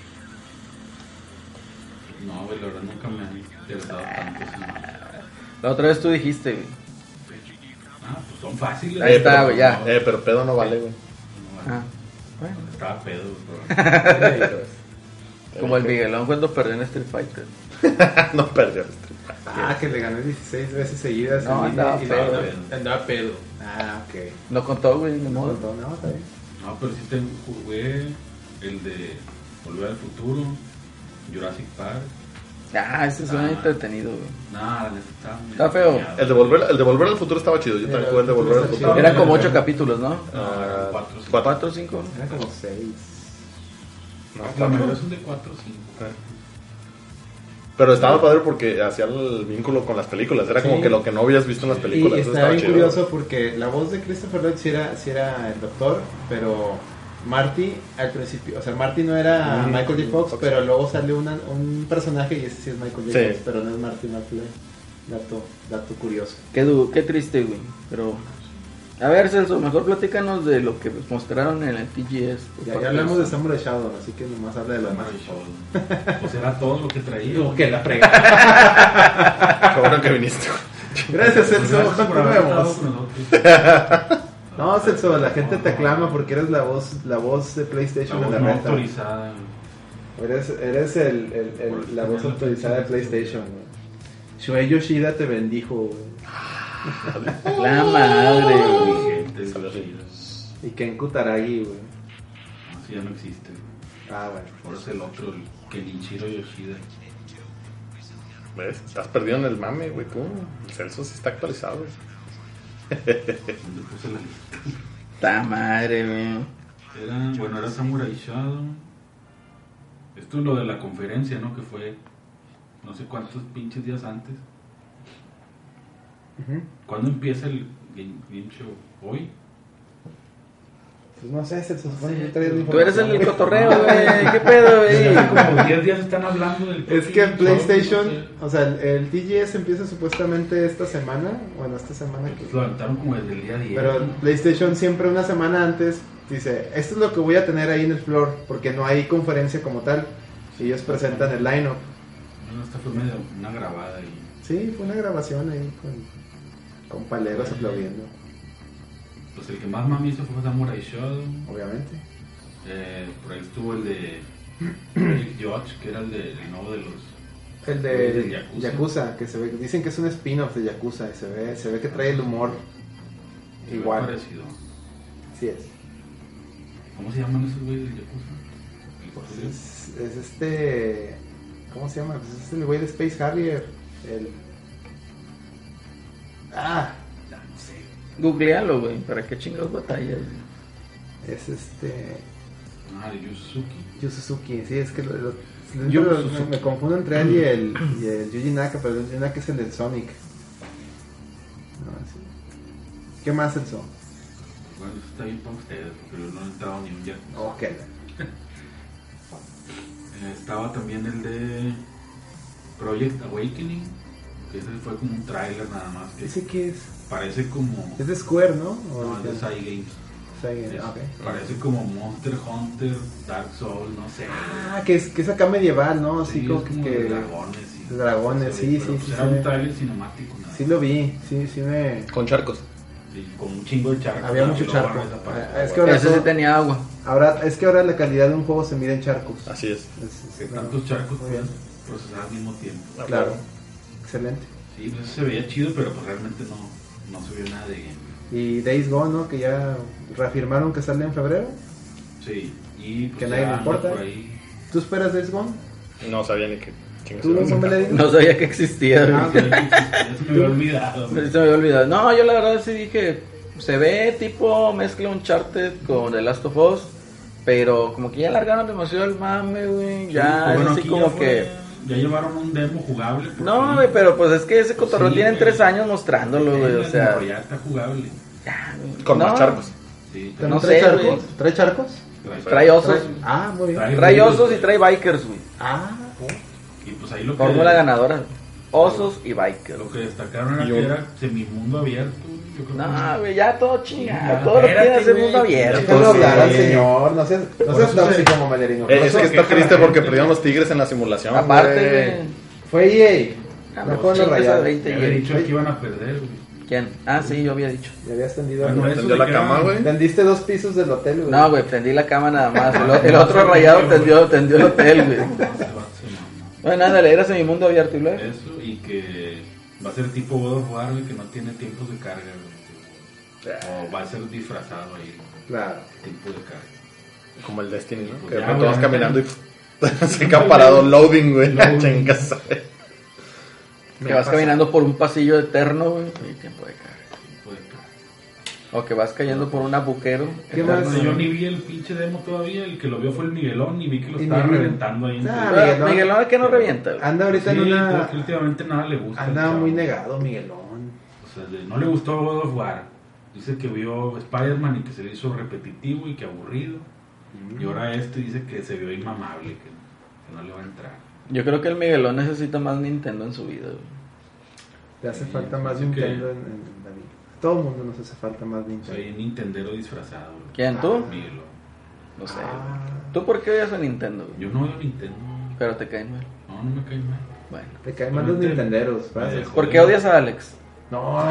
No, güey, la verdad nunca me han interesado tanto. Sí. La otra vez tú dijiste, güey. Ah, pues son fáciles. Ahí está, pero güey, ya. no, Pero pedo no vale, güey. no vale. Ah, bueno. Estaba pedo, pero... Como el Miguelón cuando perdió en Street Fighter. No perdió este. Ah, que le ganó 16 veces seguidas. No, en línea andaba y pedo. no- Andaba pedo. Ah, ok. No contó, güey, ni modo. No, está bien. No, pero sí jugué el de Volver al Futuro, Jurassic Park. Ah, ese suena entretenido, güey. Nada, la neta estaba muy Está feo. dañado. El de volver al futuro estaba chido. Yo también jugué el de volver al futuro. Eran como 8 capítulos, ¿no? No, eran 4 4 o 5. Era como 6. No, La cuatro. mayoría son de 4 o 5. Pero estaba padre porque hacía el vínculo con las películas. Era como Sí. que lo que no habías visto en las películas. Y Eso estaba bien chido. curioso porque la voz de Christopher Lloyd sí era el doctor, pero Marty al principio, o sea, Marty no era Michael J. Fox, pero luego sale un personaje y ese sí es Michael J. Sí. Fox, pero no es Marty McFly. Dato curioso. Qué triste, güey. Pero. A ver, Celso, mejor platícanos de lo que mostraron en el TGS. por Ya parte hablamos de- de Samurai Shodown, así que nomás habla de lo demás. Pues era todo lo que traía. Como que la frega. Qué bueno que viniste. Gracias, Celso. Gracias por haber estado Continuemos. con nosotros. No, Celso, la gente te aclama porque eres la voz de La PlayStation voz en la no reta. autorizada. Eres la voz autorizada de PlayStation, güey. Shuei Yoshida te bendijo, güey. La madre, güey. Gente, Yoshida. Y Ken Kutaragi, güey. Así ya no existe. Ah, bueno. Ahora es el otro, el Kenichiro Yoshida. ¿Ves? Estás perdido en el mame, güey. Tú. El Celso sí está actualizado. Donde puse la lista. La madre, güey. Era Samurai Shadow. Esto es lo de la conferencia, ¿no? Que fue no sé cuántos pinches días antes. ¿Cuándo empieza el Game Show? ¿Hoy? Pues no sé, Celso, supone que traes la Tú eres el información. cotorreo, güey. ¿Qué pedo, güey? Hace como 10 días están hablando del Es que Game Show, PlayStation, no sé. o sea, el TGS empieza supuestamente esta semana. Bueno, esta semana que. Pues lo aventaron como desde el día 10. Pero PlayStation siempre una semana antes dice, esto es lo que voy a tener ahí en el floor, porque no hay conferencia como tal. Y ellos presentan el lineup. Bueno, esta fue medio una grabada y Sí, fue una grabación ahí con paleros aplaudiendo, pues el que más mami hizo fue Samurai Shodown. obviamente. Por ahí estuvo el de Project Judge, que era el nuevo de los El del de Yakuza. Yakuza, que se ve, dicen que es un spin-off de Yakuza y se ve que trae el humor muy igual. parecido. Sí es. ¿Cómo se llaman esos güeyes del Yakuza? El Es este, ¿cómo se llama? Pues es el güey de Space Harrier, ya no sé. Googlealo, güey. ¿Para qué chingados batallas? es este De Yu Suzuki. Yu Suzuki, sí, es que Yu me Suzuki. confundo entre él y el Yuji Naka, pero el Yuji Naka es el del Sonic. No, sí. ¿Qué más el son? Bueno, eso está bien para ustedes, porque yo no he entrado ni un Yakuza. Ok. Estaba también el de Project Awakening, que ese fue como un tráiler nada más, que ¿Ese qué es? parece como... Es de Square, ¿no? ¿O No, es de de- Cygames. Saiyan, ok. Parece como Monster Hunter, Dark Souls, no sé. Ah, que es acá medieval, ¿no? Así Sí, como es como que... de dragones. Y dragones, sí, pero, sí, pues, sí, era sí. un trailer cinemático, nada. Sí lo vi, sí me... Con charcos. Y con un chingo de charcos. Había ¿no? mucho Y luego charco. esa parte. Es que ahora Ese sí tenía agua. es que ahora la calidad de un juego se mide en charcos. Así es. Que no, tantos charcos muy bien. pueden procesar al mismo tiempo. Claro, excelente. Sí, pues eso se veía chido, pero pues realmente no se vio nada de gameplay. Y Days Gone, ¿no? Que ya reafirmaron que sale en febrero. Sí, y pues Que ya nadie le anda importa. por ahí. ¿Tú esperas Days Gone? No sabía ni qué chingas ¿Tú era. no me le dices? No sabía que existía. Ah, güey. Ya se me había olvidado. Se güey. me había olvidado. No, yo la verdad sí dije, se ve tipo mezcla Uncharted con The Last of Us, pero como que ya alargaron demasiado el mame, güey. Ya Pues es bueno, así aquí como ya que... ya llevaron un demo jugable. por No, fin. güey, pero pues es que ese cotorreo Sí, tienen güey. 3 años mostrándolo, güey, o sea... Pero ya está jugable. ya, güey. Con No, más charcos. Sí, No ¿Trae sé, charcos? güey. ¿Trae charcos? Trae osos, Ah, muy bien. trae osos y trae bikers, güey. Ah, Y pues ahí lo que, Fórmula ganadora. Osos y bikers. lo que destacaron era Y que un- era semimundo abierto. Yo creo No, güey, ya todo chingado. Ya, Todo lo que espérate, tiene es el güey. mundo abierto. déjalo güey. hablar al señor. No seas Por eso tóxico, Malerino. Es que que está la triste gente, porque güey. perdieron los Tigres en la simulación. Aparte, güey. güey. Fue EA. Ah, No no, fueron los chingas a Rayados. 20 que había y- dicho que iban a perder, güey. ¿Quién? Ah, sí, yo había dicho. Me habías tendido. Bueno, Me eso tendió de la que cama, era- güey. Tendiste 2 pisos del hotel, güey. No, güey, tendí la cama nada más. El otro rayado tendió el hotel, güey. Se va- se mamó. Bueno, ándale, era mi mundo abierto y luego. Eso, y que va a ser tipo God of War, güey, que no tiene tiempos de carga, güey. O va a ser disfrazado ahí, Claro. tiempo de carga. Como el Destiny, ¿no? Pues Que de ya, pronto güey, vas caminando y ahorita- se queda parado loading, güey. Loading. Chingas. Que vas caminando por un pasillo eterno, güey. Y tiempo de carga. Tiempo de carga. O que vas cayendo por un aguquero. ¿Qué eterno. más? No, yo ni vi el pinche demo todavía, el que lo vio fue el Miguelón, ni vi que lo Y estaba ni vi. reventando ahí. Ah, Pero Miguelón. Miguelón, ¿qué no revienta, güey? Anda ahorita en una. porque últimamente nada le gusta. Anda al chavo. muy negado, Miguelón. O sea, no le gustó God of War. Dice que vio Spider-Man y que se le hizo repetitivo y que aburrido. Y ahora dice que se vio inmamable, que no le va a entrar. Yo creo que el Miguelón necesita más Nintendo en su vida, güey. Le hace Sí, falta más parece que- Nintendo en la vida. Todo el mundo nos hace falta más O sea, Nintendo. hay Nintendero disfrazado. güey. ¿Quién, tú? Miguelón. No sé. Ah. ¿Tú por qué odias a Nintendo, güey? Yo no veo Nintendo. Pero te caen mal. No me cae mal. Bueno. Te caen mal los Realmente- Nintenderos. vas. Eh, ¿Por qué odias a Alex? No,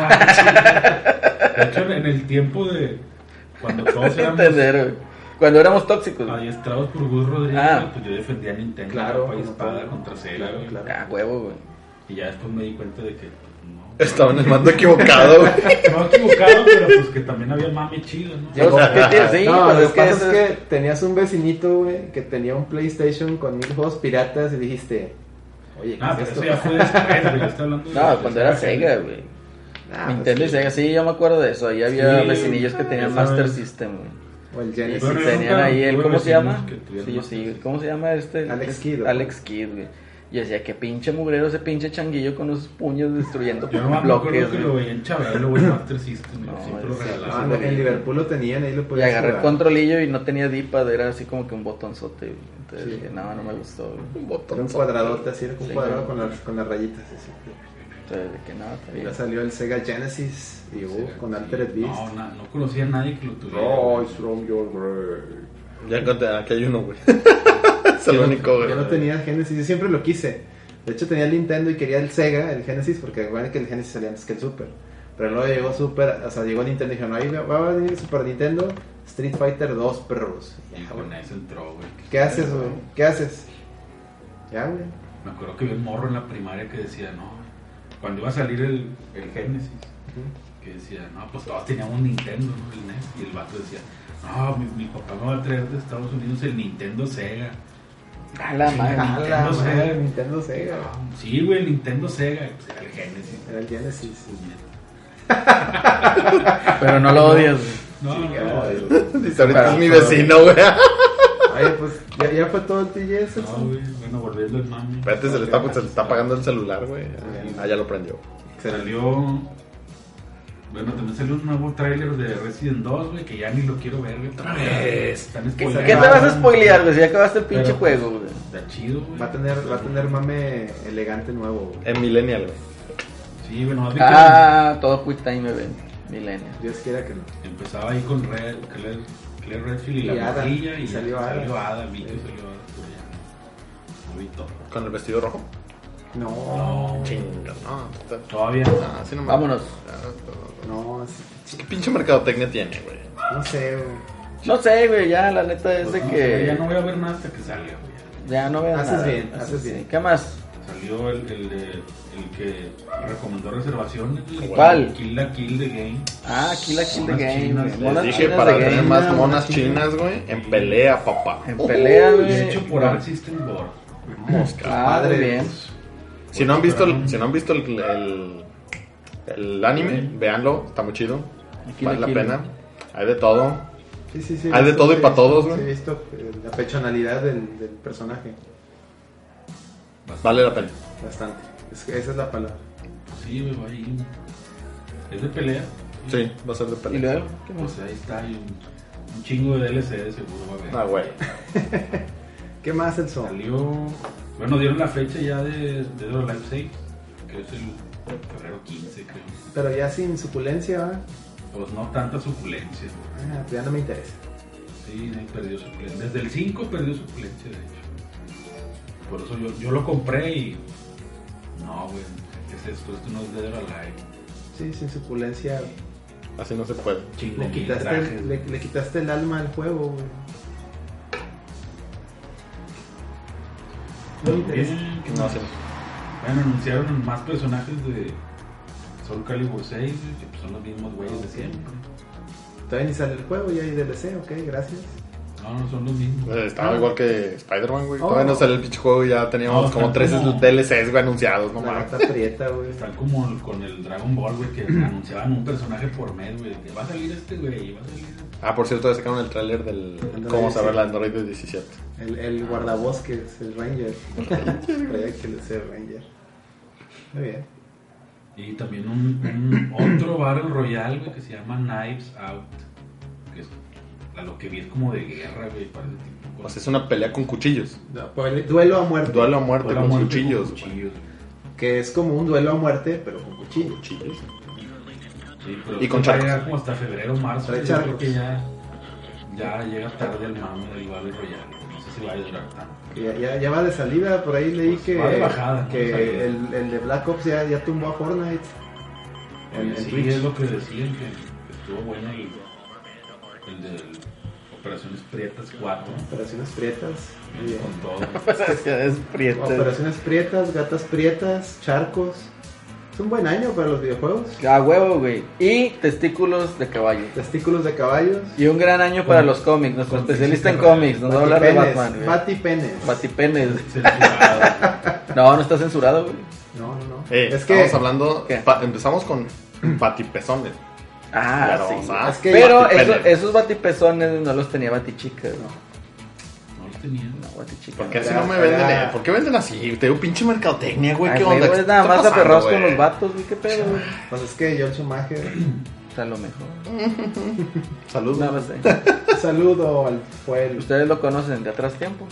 De hecho, en el tiempo de cuando todos éramos Entender, güey. Cuando éramos tóxicos. güey. adiestrados por Gus Rodríguez, Ah. pues yo defendía a Nintendo, Claro, capa y como espada todo. contra Sega, Claro, güey. claro. Ah, huevo, güey. Y ya después me di cuenta de que pues, no. Estaba en el mando equivocado, güey. No equivocado, pero pues que también había mame chido, ¿no? Llegó- ¿Qué tienes? Sí, no, pues lo es que que pasa eso es que tenías un vecinito, güey, que tenía un PlayStation con 1000 juegos piratas y dijiste, oye, ¿qué Ah, es pero esto? eso ya fue después, güey. Estoy hablando de No, cuando era Sega, güey. Ah, Nintendo pues y Sega, sí, yo me acuerdo de eso. Ahí había Sí, vecinillos que tenían esa Master vez. System, güey. O el Genesis. Bueno, yo Tenían nunca ahí el, tuve ¿cómo se vecinos llama? que tuvieran Sí, yo Master sí, System. ¿cómo se llama este? Alex Kidd, ¿o? Alex Kidd, güey. Yo decía, qué pinche mugrero ese pinche changuillo con los puños destruyendo Yo no me bloques, acuerdo que lo güey. veía en Chabelo, güey, Master System. No, Siempre lo sí, regalaban. Ah, en Liverpool lo tenían, ahí lo Y podías agarré el jugar. controlillo y no tenía D-pad, era así como que un botonzote, güey. Entonces Sí. dije, no me gustó, güey. Era un cuadradote, así era un Sí, cuadrado güey. con las rayitas. Así. Entonces dije, no, está Y bien. ya salió el Sega Genesis y con Altered Beast. No conocía a nadie que lo tuviera. Rise from your grave. Ya encontré, aquí hay uno, güey. Es el único, güey. Yo no tenía Genesis, yo siempre lo quise. De hecho tenía el Nintendo y quería el Sega, el Genesis, porque bueno que el Genesis salía antes que el Super. Pero luego llegó Super, o sea, llegó Nintendo y dijeron, ahí va a venir el Super Nintendo, Street Fighter 2, perros. Y con eso entró, güey. ¿Qué haces, güey? ¿Qué haces? Ya, güey. Me acuerdo que vi un morro en la primaria que decía, no, cuando iba a salir el Genesis, que decía, no, pues todos teníamos Nintendo, ¿no? El NES. Y el vato decía, no, mi papá me va a traer de Estados Unidos el Nintendo Sega. A la madre. A la Nintendo madre, Sega. Nintendo Sega. Sí, güey, el Nintendo Sega. Pues era el Genesis. Era el Genesis. Pero no lo odias, güey. No, no, Dice, ahorita es mi vecino, güey. Oye, pues ya fue todo el TGS. no, güey. Bueno, volviendo al mami. Espérate, se le está apagando el celular, güey. Ah, ya lo prendió. Salió. Bueno, también salió un nuevo tráiler de Resident 2, güey, que ya ni lo quiero ver, güey. Otra vez. Están ¿Qué spoileando. te vas a spoilear, güey? Si ya acabaste el pinche Pero- juego, güey. Está chido, güey. Va a tener mame elegante nuevo, güey. En Millennial, güey. Sí, bueno, más Ah, todo Quick Time Event. Millennials. Dios quiera que no. Empezaba ahí con Claire Redfield y Y la Ada, morrilla y y salió Ada. Vi que salió Ada por allá. No vi todo. Con el vestido rojo. No, Chinga, no. Todavía. Así no me- Vámonos. no, ¿Qué pinche mercadotecnia tiene, güey? no sé, güey. No sé, güey, ya la neta es de Pues no, que... ya no voy a ver nada hasta que salga, güey. Ya no veas Haces nada. bien, haces bien. ¿Qué más? Salió el que recomendó reservaciones. ¿Cuál? Kill la Kill the Game. Ah, Kill la Kill the Monas Game, chinas. güey. Les Monas Les dije chinas para de tener game. más Una monas china. chinas, güey. En pelea, papá. En pelea, güey. Hecho por Arc System Board. Mosca. Ah, Padre. muy bien. Si no han visto el anime, véanlo, está muy chido. Aquí Vale la Kill. pena. Hay de todo. Sí. Hay de todo y pa' todos, güey. Sí, he visto la personalidad del personaje. Vale la pena. Bastante. Es que esa es la palabra. Sí, güey, va ahí. Es de pelea. Sí, va a ser de ¿Y pelea. luego? ¿Qué más? Pues ahí está. Hay un chingo de DLC de seguro va a haber. Ah, güey. ¿Qué más el son? Salió. Bueno, dieron la fecha ya de los live saves. Que es el febrero 15, creo. Pero ya sin suculencia, ¿va? Pues no tanta suculencia, güey. Ah, ya no me interesa. Sí, perdió suculencia. Desde el 5 perdió suculencia, de hecho. Por eso yo lo compré y. No, güey. ¿Qué es esto? Esto no es Dead or Alive. Sí, sin suculencia. Así no se puede. Chingo Le mil quitaste, trajes. le quitaste el alma al juego, güey. No me interesa. Bien, ¿qué No, más? sí. Bueno, anunciaron más personajes de Soul Calibur 6, güey, que pues son los mismos güeyes de siempre. Todavía ni sale el juego, ya hay DLC, ok, gracias. No, son los mismos. Estaba igual que Spider-Man, güey. Oh. Todavía no salió el pinche juego y ya teníamos No, como están 3 como- DLCs, güey, anunciados, no La mames. gata prieta, güey. Están como con el Dragon Ball, güey, que anunciaban un personaje por mes, güey, que va a salir este güey, va a salir este. Ah, por cierto, ya sacaron el tráiler del Android cómo saber 17. la Android de 17. El guardabosques, el Ranger. Creía que le sea Ranger. Muy bien. Y también un otro Battle Royale, güey, que se llama Knives Out. Que es, a lo que vi es como de guerra, güey, parece tipo. O sea, es una pelea con cuchillos. No, pues, duelo a muerte. Duelo a muerte Duelo a con muerte cuchillos. con cuchillos. Que es como un duelo a muerte, pero con cuchillos. Cuchillos. Sí, pero Y con va a charcos. llegar como hasta febrero, marzo. Trae Yo creo charcos. que ya llega tarde el mame del Battle Royale. No sé si va a durar tanto. Ya va de salida, por ahí leí que, Va de bajada, ¿no? que De salida. el de Black Ops ya tumbó a Fortnite. En Sí, Twitch. es lo que decían, que estuvo bueno el de Operaciones Prietas 4. Operaciones prietas. Muy bien. Con todo. Es prieta. Operaciones prietas, gatas prietas, charcos. Es un buen año para los videojuegos. A huevo, güey. Y testículos de caballo. Testículos de caballos. Y un gran año para los cómics. Nuestro con especialista en física cómics. Nos va a hablar de Batman, güey. Batipenes. Batipenes. Censurado. No, no está censurado, güey. No. Es que estamos hablando. ¿Qué? Empezamos con patipezones. Ah, Claro, sí. o sea, es que Pero Batipenes. esos batipezones no los tenía Batichicas. No los tenían. No, Batichicas. ¿Por qué Era- así no me venden? era- ¿Por qué venden así? Te digo pinche mercadotecnia, güey. Ay, ¿Qué güey, onda? güey, ¿Qué es nada está más pasando, aferrados con güey? los vatos, güey. ¿Qué pedo, güey? Pues es que George Schumacher. O sea, lo mejor. Saludos. Nada más sé. Saludo al pueblo. ¿Ustedes lo conocen de atrás tiempo?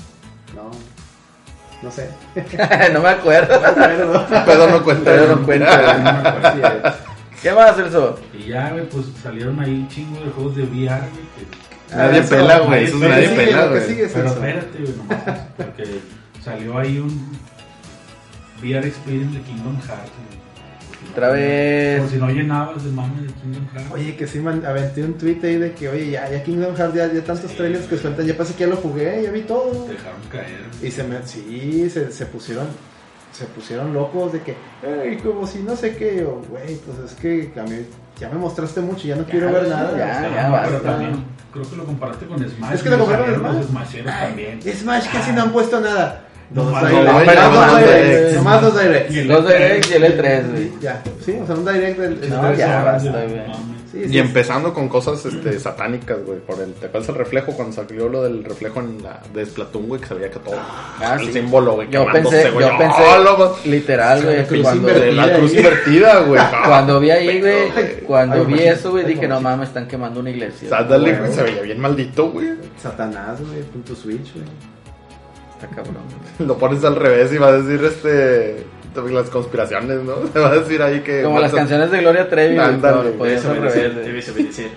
No sé. No me acuerdo. Acuerdo. Pero no cuenta. Pero no cuenta. No me acuerdo. Así es. ¿Qué más, Celso? Y ya, güey, pues salieron ahí un chingo de juegos de VR, güey. que- Nadie Eso, pela, güey. Eso lo que nadie sigue, pela, lo que güey. sigue es Pero eso. espérate, güey, nomás eso, porque salió ahí un VR Experience de Kingdom Hearts, güey. Otra vez. Por si no llenabas de mame de Kingdom Hearts. Oye, que sí, aventé un tweet ahí de que, oye, ya Kingdom Hearts, ya tantos Sí. trailers que sueltan, ya pasé que ya lo jugué, ya vi todo. Te dejaron caer. Y se pusieron locos de que, como si no sé qué, yo, güey, pues es que a mí ya me mostraste mucho, ya no quiero ver nada. ya, No, basta. pero también creo que lo comparaste con Smash. Es que lo güey, comparé con salieron los Smash. Smasheros Ay, también. Smash casi no han puesto nada. Nomás Direct, dos, nomás nomás dos dos Direct, Direct. nomás dos Direct. Y el Los E3, Direct y el E3, güey. Ya, sí, o sea, un Direct del... No, del- ya, horas de basta, güey. mame. Sí, Y sí, empezando con cosas satánicas, güey. ¿Te acuerdas el reflejo? Cuando salió lo del reflejo en la de Splatoon, güey, que se veía que todo. el sí. símbolo, güey. Yo quemándose, pensé, güey. yo pensé, literal, güey, La cruz cuando, De la cruz ahí. invertida, güey. cuando vi ahí, güey, cuando Ay, vi machito, eso, güey, ay, dije, no machito. mames, están quemando una iglesia. O sea, dale, Güey. güey, se veía bien maldito, güey. Satanás, güey, con tu Switch, güey. Está cabrón. Lo pones al revés y va a decir las conspiraciones, ¿no? Se va a decir ahí que... Como las canciones de Gloria Trevi, güey, Ándale, pero podías al revés, Te güey. ves obedecer.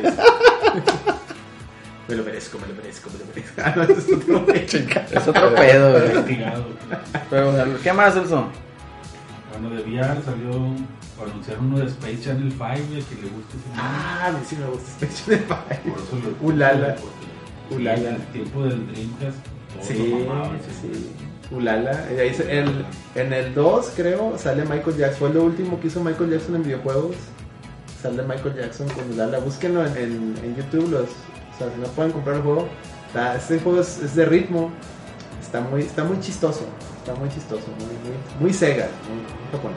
Me lo merezco. Ah, no, es otro Chica. Es otro pedo, güey. Castigado. Pero, bueno, ¿qué más, Elson? Bueno, de VR salió, anunciaron uno de Space Channel 5, güey, que le gusta ese nombre. Ah, a mí sí me gusta Space Channel 5. Por eso lo Ulala. porque Ulala. en el tiempo del Dreamcast, todos Sí, lo mamaban, sí. Ulala. En el 2, creo, sale Michael Jackson. Fue lo último que hizo Michael Jackson en videojuegos. Sale Michael Jackson con Ulala. Búsquenlo en YouTube. O sea, si no pueden comprar el juego. Este juego es de ritmo. Está muy chistoso. Está muy chistoso. Muy Sega. Muy japonés.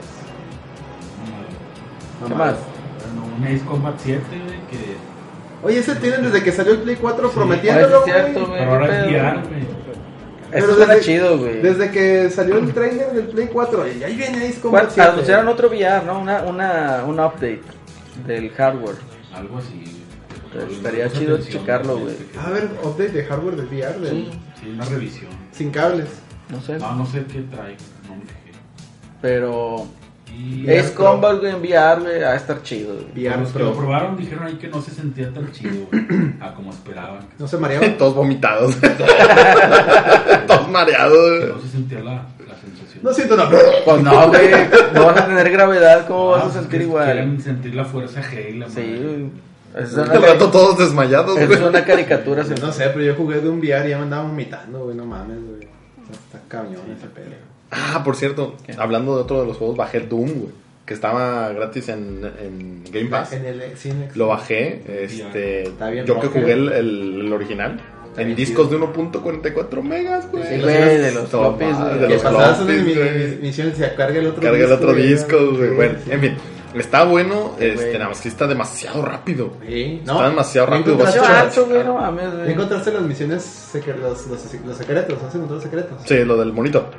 Mamador. ¿Qué Mamá. más? Bueno, un Ace Combat 7, güey, que... Oye, ese tienen desde que salió el Play 4 Sí, prometiéndolo, parece cierto, güey. güey. Pero ahora ¿qué es pedo? VR, güey. Eso suena chido, güey. Desde que salió el trailer del Play 4. Y ahí viene Ace Combat 7. Anunciaron otro VR, ¿no? Un update del hardware. Algo así, güey. Pero Estaría le puso chido atención, checarlo, güey. A ver, update de hardware de VR. Sí. Sí, una revisión. Sin cables. No sé. No sé qué trae, no me fijé. Pero Y VR Ace Pro. Combat, güey, en VR, güey, va a estar chido, güey. VR los que lo Pro. probaron dijeron ahí que no se sentía tan chido, güey, a como esperaban. No se mareaba. Todos vomitados. Todos mareados. Que no se sentía la sensación. No siento nada. Pues no, güey, no vas a tener gravedad, ¿cómo vas a sentir igual? Quieren sentir la fuerza G y la Sí, madre. güey. Es Al rato todos desmayados, es güey. una caricatura, sí. No sé, pero yo jugué de un VR y ya me andaba vomitando, güey. No mames, güey. Está cañón ese pedo. Ah, por cierto, ¿Qué? hablando de otro de los juegos, bajé el Doom, güey. Que estaba gratis en Game Pass. En el cine. Lo bajé. Está bien Yo que rocker. jugué el original. En bien discos chido. de 1.44 megas, güey. Sí, güey, de los floppies, güey. De Que los pasadas una de floppies, mis güey. misiones y se carga el otro Carga el otro disco, güey. Sí, Bueno, sí. en fin. Está bueno, güey. nada más que está demasiado rápido. Sí, Está demasiado ¿Ya rápido. encontraste Mucho Vas a- las- alto, güey, no mames, ¿Ya güey. encontraste las misiones, los secretos? ¿Has encontrado secretos? Sí, lo del monito.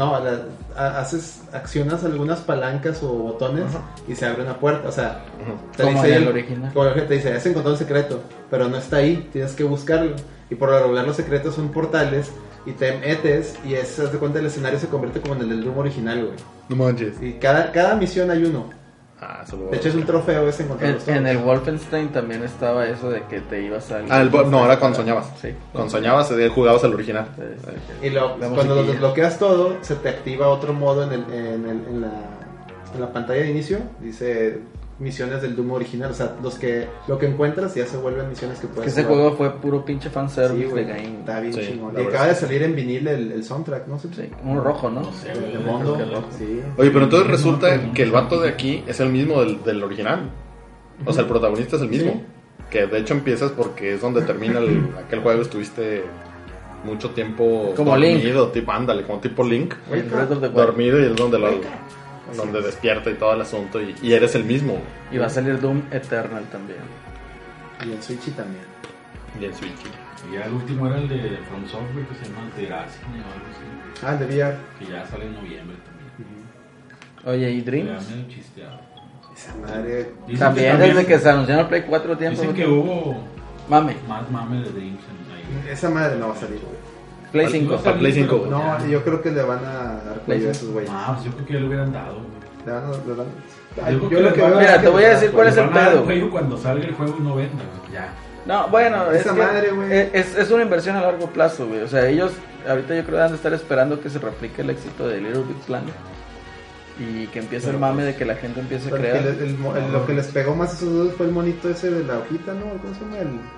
Accionas algunas palancas o botones y se abre una puerta. O sea, te Como dice en el ahí original. como que te dice, has encontrado un secreto, pero no está ahí, tienes que buscarlo. Y por lo regular los secretos son portales y te metes y haz de cuenta el escenario se convierte como en el del Doom original, güey. No manches. Y cada misión hay uno. Ah, eso lo De hecho es un trofeo ese encontrarlos En todos. el Wolfenstein también estaba eso de que te ibas al... No, era cuando soñabas. Sí. Cuando soñabas, jugabas al original. Sí. Y La cuando lo musiquilla. desbloqueas todo, se te activa otro modo en la pantalla de inicio. Dice misiones del Doom original. O sea, lo que encuentras ya se vuelven misiones que Que puedes ese jugar. juego fue puro pinche Sí, fanservice güey, de game. está bien Sí, chingón. la Y verdad acaba de es que salir en vinil el soundtrack, ¿no? Sí, un rojo, ¿no? De Mondo. Creo que rojo. Sí. Oye, pero entonces resulta que el vato de aquí es el mismo del original. O sea, el protagonista es el mismo. Que de hecho empiezas porque es donde termina aquel juego. Estuviste mucho tiempo Como dormido, tipo, ándale, como tipo Link. En Breath of the Wild. Dormido y es donde despierta y todo el asunto. Y eres el mismo. Y va a salir Doom Eternal también. Y en Switch también. Y en Switch. Y ya el último era el de From Software que se llama The Racing o algo así. Ah, el de VR. Que ya sale en noviembre también. Oye, ¿y Ya Dreams? medio chisteado. Esa madre. Dicen También que desde que se anunció el Play 4 tiempo. Dicen que hubo Mame, más mame de Dreams en ahí. Esa madre no va a salir, güey. Play Al- 5. al Play 5. pero No, ya. yo creo que le van a dar Play cuello a 5. esos güeyes. Ah, pues yo creo que ya lo hubieran dado. güey. Le van a- Yo creo que lo que le van veo a- es Mira, que te voy a le decir van cuál es el Van a dar pedo, cuello cuando salga el juego y no venda, güey. Ya. No, bueno, es, Esa que madre, güey. es una inversión a largo plazo, güey. O sea, ellos ahorita yo creo que van a estar esperando que se replique el éxito de Little Big Planet. Y que empiece el mame de que la gente empiece a Porque crear. lo que les pegó más a esos dos fue el monito ese de la hojita, ¿no? ¿Cómo se llama?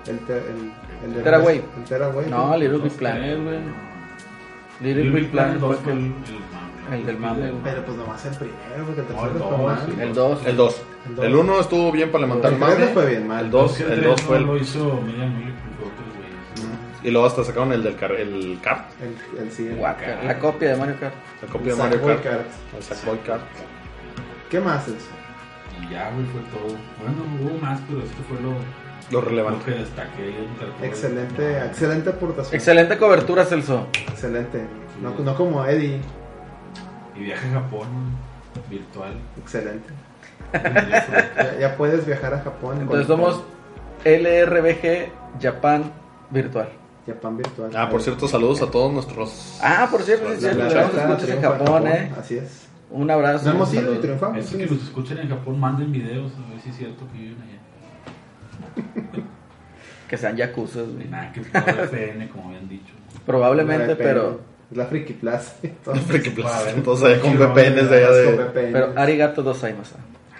El de Tearaway. El Tearaway. No, Little No Big sé. Planet, güey. Little Little Big Planet fue 2 fue el, mame. el del mame, güey. Pero pues nomás el primero, porque el No, tercero el fue dos, mal. sí. El 2. El 2. El dos. El 1 estuvo bien para levantar El el mame. tres no fue bien mal. El 2 El 2 fue lo el. hizo Mega Miller con otros güeyes. Y luego hasta sacaron el del el kart. El sí. Guaca, la copia de Mario Kart. La copia de Sackboy Mario Kart. Kart. El Sackboy Kart. ¿Qué más es? Y ya, güey, fue todo. Bueno, hubo más, pero esto fue lo Lo que relevante. destaqué. entre todo. Excelente aportación. Excelente cobertura, Celso. Excelente. No como Eddie. Y viaje a Japón virtual. Excelente. Y Ya puedes viajar a Japón. Entonces con- somos LRBG Japan virtual. Japón virtual. Ah, por cierto, saludos a todos nuestros. Ah, por cierto, sí, La- es cierto. la- Tenemos la- escuchas en triunfa Japón, Así es. Un abrazo. No hemos un ido y saludo. triunfamos. Es que los escuchan en Japón, manden videos, a ver si es cierto que viven allá. Que sean yakuzas, Y güey. nada, que todo VPN, como habían dicho. Probablemente, VPN. pero... Es la Friki Plus. Friki Plus. A ver, Entonces allá con chido, VPNs de allá Con de... VPN. Pero arigato gozaimasu.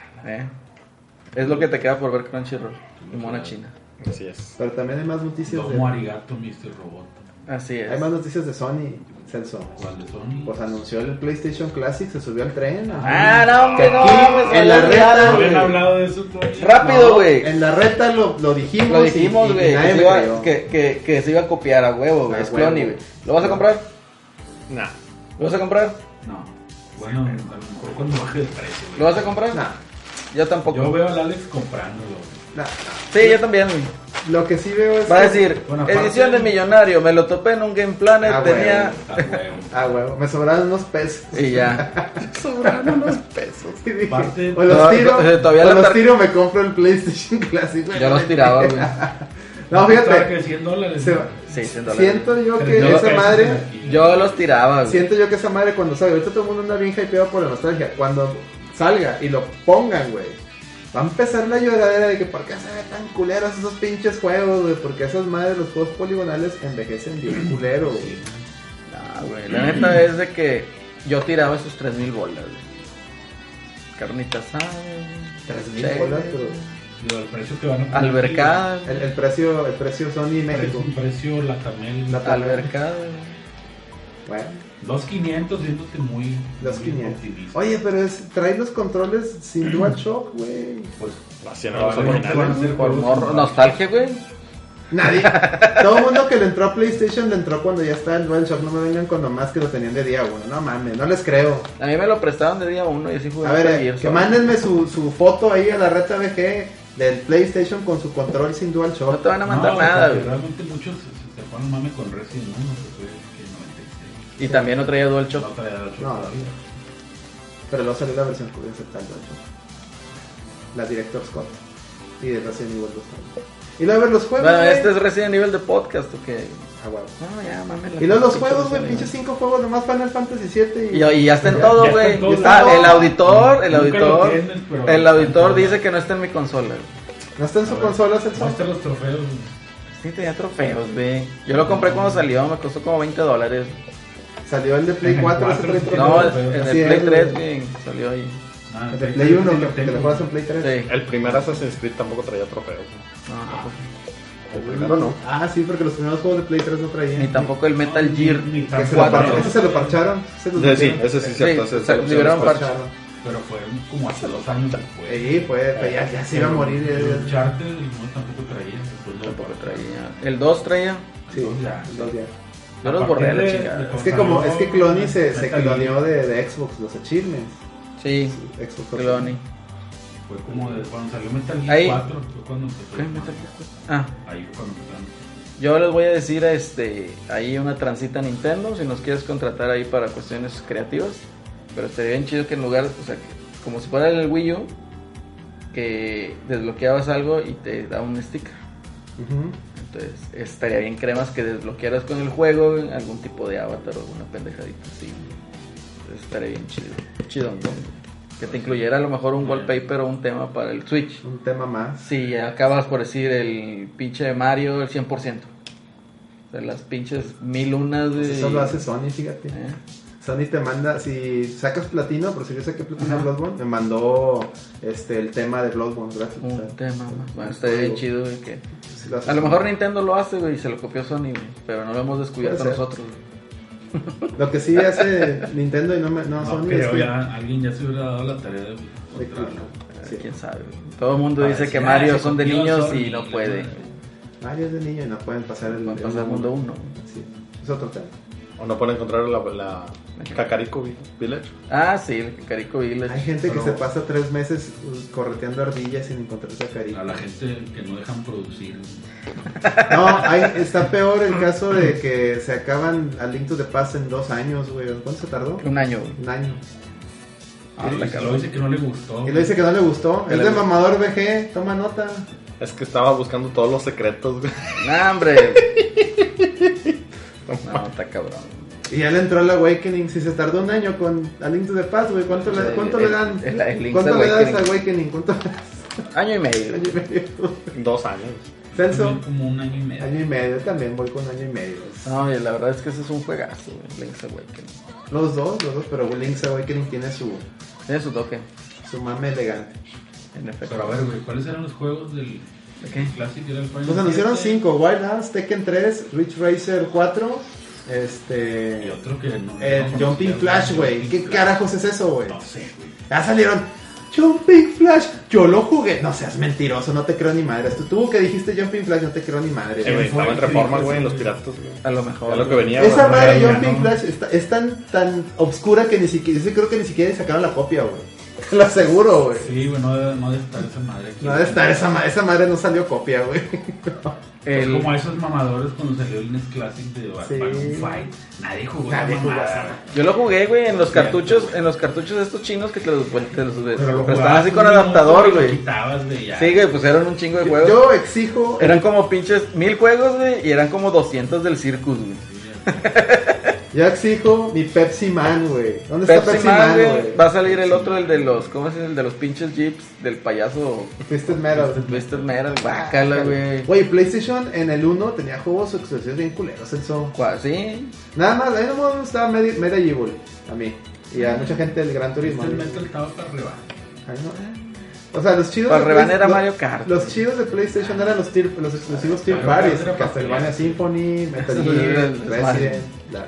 Es lo que te queda por ver Crunchyroll y Mona China. Así es. Pero también hay más noticias Domo de... arigato, Mr. Robot. Así es. Hay más noticias de Sony, Celso. ¿Cuál de Sony? Pues anunció el PlayStation Classic, se subió al tren. Ah, no, hombre, no, Aquí, mames, en la no, reta, no, ¿No habían güey. hablado de eso todavía? Rápido, No, güey. En la reta lo dijimos. Lo dijimos, y güey. nadie Que, me se iba- creyó. que se iba a copiar a huevo, güey. A Es Clony, huevo. güey. ¿Lo vas a comprar? Nah. ¿Lo vas a comprar? No. Bueno, a lo mejor cuando baje de precio. güey. ¿Lo vas a comprar? Nah, Yo tampoco. Yo veo al Alex comprándolo. nah. Sí, yo también, güey. Lo que sí veo es Va a que- decir, Bueno, aparte- edición de millonario, me lo topé en un Game Planet, Ah, tenía... A huevo. Ah, huevo, me sobraron unos pesos. Y ya. Sobraron unos pesos. Y dije, Aparte- o los tiro, Todavía o la los tar- tiro, me compro el PlayStation Classic. güey. Yo los tiraba, güey. No, Estaba fíjate. que $100. se- ¿no? Sí, $100. Siento yo que 32 esa pesos madre... aquí. Yo los tiraba, güey. Siento yo que esa madre cuando salga, ahorita todo el mundo anda bien hypeado por la nostalgia. Cuando salga y lo pongan, güey, va a empezar la lloradera de que por qué se ven tan culeros esos pinches juegos, güey. Porque esas madres, los juegos poligonales envejecen bien culero, güey. No, güey. La neta es de que yo tiraba esos 3,000 bolas, güey. Carnita asada, güey. 3,000 bolas, pero Digo, el precio que van a poner. Albercada, el precio Sony México. Un precio Latamel. albercada, güey. Bueno, 2,500 viéndote muy. 2,500. optimista. Oye, pero trae los controles sin DualShock, güey. Pues Así eran los probablemente van a originales. ser Por juegos morro, con- nostalgia, güey. Nadie. Todo el mundo que le entró a PlayStation le entró cuando ya está el DualShock. No me vengan con nomás que lo tenían de día uno. No mames, no les creo. A mí me lo prestaron de día 1 y así jugué. A ver, Metal Gear que Solid. mándenme su foto ahí a la reta VG del PlayStation con su control sin No DualShock. te van a mandar No, nada, porque güey. realmente muchos se ponen mame con Resident 1, que fue que 96. Y también no traía DualShock. No traía DualShock No, todavía. pero luego salió la versión que aceptar DualShock. La Director's Cut. Y de Resident Evil 2 también. Y luego a ver los juegos. Bueno, güey. este es Resident Evil de podcast, ¿o qué? Ah, huevo. No, ya, mames. Y luego los juegos, güey, pinches 5 juegos, nomás Final Fantasy 7 Y ya está en Ya- todo, ya está güey. en todo. Ah, Ya está el auditor, el Nunca lo auditor. tienes, pero- El auditor dice que no está en mi consola, güey. ¿No está en su consola, Celso? Muestra los trofeos. güey. Sí, tenía trofeos, güey. Yo lo compré cuando salió, me costó como $20. Salió el de Play En el 4, ese 4, trae No, trofeos. en el Así Play es, 3, güey. güey, salió ahí. Ah, El de sí, Play sí, 1, sí, que tengo. lo juegas en Play 3. Sí. El primer Assassin's Creed tampoco traía trofeos. No, tampoco. El primero no. Ah, sí, porque los primeros juegos de Play 3 no traían. Ni tampoco el Metal Gear. Ni Que tan se lo cuatro. ese se lo parcharon. Se lo Sí, metieron. ese sí es cierto. Sí, ese se es liberaron opción. parche. Pero fue como hace 2 años después. Sí, pues ya se iba a morir. El ya. Charter no tampoco traía. Después lo Tampoco traía. traía. El 2 traía. Sí, Entonces ya. los días. Yo los borré a la chingada. Es que Clony se cloneó de Xbox, los achievements. Sí, Xbox Clony. Fue como de cuando salió Metal Gear Ahí. 4. Fue cuando empezó. ¿Qué? Metal Gear 4? Ah. Ahí fue cuando empezaron. Yo les voy a decir ahí una transita Nintendo, si nos quieres contratar ahí para cuestiones creativas. Pero estaría bien chido que en lugar, o sea, que como si fuera el Wii U, que desbloqueabas algo y te da un sticker. Ujú. Entonces estaría bien cremas que desbloquearas con el juego algún tipo de avatar o alguna pendejadita así. Entonces estaría bien chido. Chidón, que te incluyera a lo mejor un wallpaper o un tema para el Switch. Un tema más. Si acabas por decir el pinche de Mario el 100%. O sea, las pinches 1000 unas de... Eso lo hace Sony, fíjate. Sony te manda, si sacas platino, por si yo saqué platino Ajá. Bloodborne, me mandó el tema de Bloodborne gratis. o Un sea, tema más. Bueno, estaría bien chido, güey, que... si lo hace A lo Sony. mejor Nintendo lo hace, güey, y se lo copió Sony, güey. Pero no lo hemos descubierto Puede ser. nosotros, güey. Lo que sí hace Nintendo y no No, Sony creo es que- ya alguien ya se hubiera dado la tarea de encontrarlo. Sí. Quién sabe, güey. Todo el mundo Para dice decir, que Mario se son de copió niños Sony, y no la puede. madre. Mario es de niño y no pueden pasar el Van a pasar mundo 1. Sí, es otro tema. O no pueden encontrar la Kakariko Village. Ah, sí, el Carico Village. Hay gente que Pero- se pasa 3 meses correteando ardillas sin encontrar esa A carita. la gente que no dejan producir. No, está peor el caso de que se acaban a Link to the Past en 2 años, güey. ¿Cuánto se tardó? Un año, güey. Un año. Ah, Y está lo cabrón. dice que no le gustó. Y le dice que no le gustó. Es de mamador VG, toma nota. Es que estaba buscando todos los secretos, güey. No, hombre. No, está cabrón. Y ya le entró el Awakening. Si se tardó un año con A Link to the Past, güey, ¿cuánto le dan? el Link's ¿Cuánto le das a Awakening. Awakening? ¿Cuánto le das? Año y medio. Año y medio. 2 años. Celso, Como un año y medio. año y medio. También voy con año y medio. No, y la verdad es que ese es un juegazo, güey, Link's Awakening. Los dos, pero Link's Awakening tiene su Tiene su toque, mame elegante. en efecto. Pero a ver, güey, ¿cuáles eran los juegos del ¿De qué? Classic? Era el Final Pues anunciaron 7, 5: Wild Arms, Tekken 3, Ridge Racer 4, Y otro que no. el no Jumping conocía, Flash, güey. Jumping ¿Qué Flash. carajos es eso, güey? No sé, güey. Ya salieron. Jumping Flash, yo lo jugué. No seas mentiroso, no te creo ni madre. Tú que dijiste Jumping Flash, no te creo ni madre. Sí, güey, estaba en Reforma, güey, en los Sí, piratas, güey. A lo mejor. Ya lo que venía, Esa güey. madre ya, Jumping ¿no? Flash es tan obscura que ni siquiera, yo creo que ni siquiera sacaron la copia, güey. Te lo aseguro, güey. Sí, güey, no debe estar esa madre aquí. No debe estar, esa madre no salió copia, güey. Es El- como esos mamadores cuando salió el NES Classic de Sí. Balloon Fight. Nadie jugó Nadie esa jugó mamada. esa. Yo lo jugué, güey, en los Sí, cartuchos, güey. en los cartuchos estos chinos que te los Pero lo estaban jugabas así un con minuto adaptador, y lo güey. quitabas, güey, ya. Sí, güey, pues eran un chingo de juegos. Yo exijo. Eran como pinches 1000 juegos, güey, y eran como 200 del Circus, güey. Yo exijo mi Pepsi Man, güey. ¿Dónde está Pepsi Pepsi Man, Man, güey. güey? Va a salir el otro, el de los, ¿cómo es? El de los pinches jeeps del payaso Twisted Metal. Twisted Metal, guácala, güey. Güey, PlayStation en el 1 tenía juegos exclusivos bien culeros, Celso. Sí, Nada más, a mí no me gustaba Medieval, a mí. Y a mucha gente del Gran Turismo. Este Metal estaba para arriba. Ay, no. O sea, los chidos Para de reban era los- Mario Kart. Los chidos de PlayStation eran los exclusivos Tier Mario Kart Parties. era para Castlevania pelear. Symphony, Metal Sí, Gear, el Resident.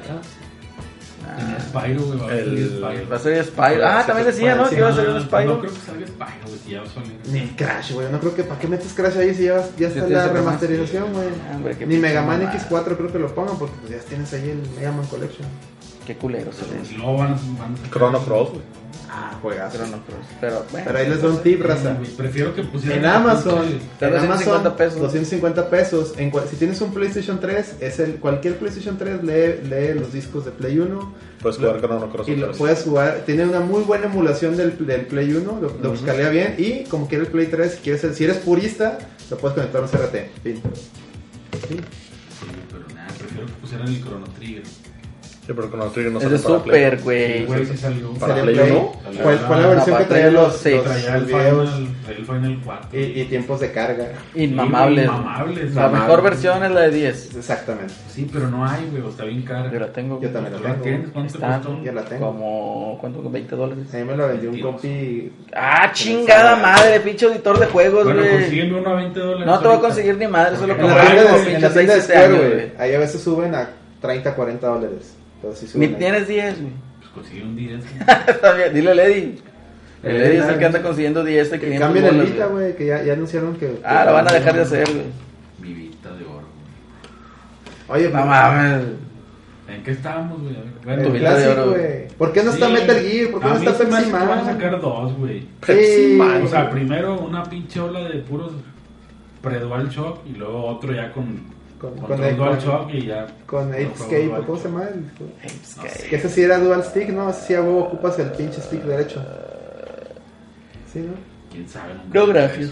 Tenía Spyro, güey, va a salir Spyro. va a salir Spyro. Ah, también decía, ¿no? Sí, Que iba a salir un No Spyro. creo que salga Spyro, güey, si ya va a salir. Ni Crash, güey. No creo que. ¿Para qué metes Crash ahí si ya está tienes la el remasterización, güey? Ah, hombre, qué Ni pinche Mega Man mamada. X4 creo que lo pongan porque pues ya tienes ahí el Mega Man Collection. Qué culero se Y ve. luego van a Chrono Cross, güey. Ah, juegazo. Chrono Cross. Pero bueno. Pero ahí les doy un tip, raza. Güey, prefiero que pusieran En Amazon, Está en 250 Amazon, pesos. 250 pesos. Si tienes un PlayStation 3, cualquier PlayStation 3 lee los discos de Play 1 Puedes jugar Chrono Cross y otra lo vez. puedes jugar. Tiene una muy buena emulación del Play 1, lo escalea bien. Y como quiere el Play 3, si eres purista, lo puedes conectar a un CRT. Fin. Sí. Sí, pero nada, prefiero que pusieran el Chrono Trigger. Sí, pero Chrono Trigger no Es sale de para Play. Super, güey. Güey, sí salió. ¿Para Salió en Play 1? ¿Cuál la versión para que traía Play los, sí. Traía el videos Final 4. y tiempos de carga? Inmamables. Inmamables. La Mamable. mejor versión es la de 10. Exactamente. Sí, pero no hay, güey, o está bien cara. Yo la tengo. Yo también la ¿Tú la tengo. tienes? ¿Cuánto te Está costó? Ya la tengo. como, ¿cuánto? $20. A mí me lo vendió un Mentiroso. compi. Ah, chingada madre, pinche auditor de juegos, Bueno, güey. consígueme uno a $20. No te voy a ahorita. conseguir ni madre, solo En En como la tienda algo, de, en pinche la tienda de 6-7 Square, años, güey. güey. Ahí a veces suben a 30, $40. Pero sí suben Ni ahí. tienes 10, güey. Pues consigue un 10. Está bien, dile a Lady. El Lady es el que anda consiguiendo 10 de Que 500 cambien el bolas, Vita, güey. güey, que ya anunciaron que... Ah, lo van a dejar de hacer, güey. Mi Vita de oro. Oye, No mames. ¿En qué estábamos, güey? A ver, el bueno, tu Vita de clásico, oro. güey. ¿Por qué no está sí. Metal Gear? ¿Por qué A no mí está se me hace Pepsi que van a Man? sacar dos, güey. Sí, Man. O sea, primero una pinche ola de puros pre-Dual Shock y luego otro ya con el- Dual Shock y ya. con otro Apescape, Dual ¿cómo se Shock. llama? No sé. Que ese sí era Dual Stick, ¿no? Ese sí a huevo ocupas el pinche stick derecho. Sí, ¿no? ¿Quién sabe? No, gracias.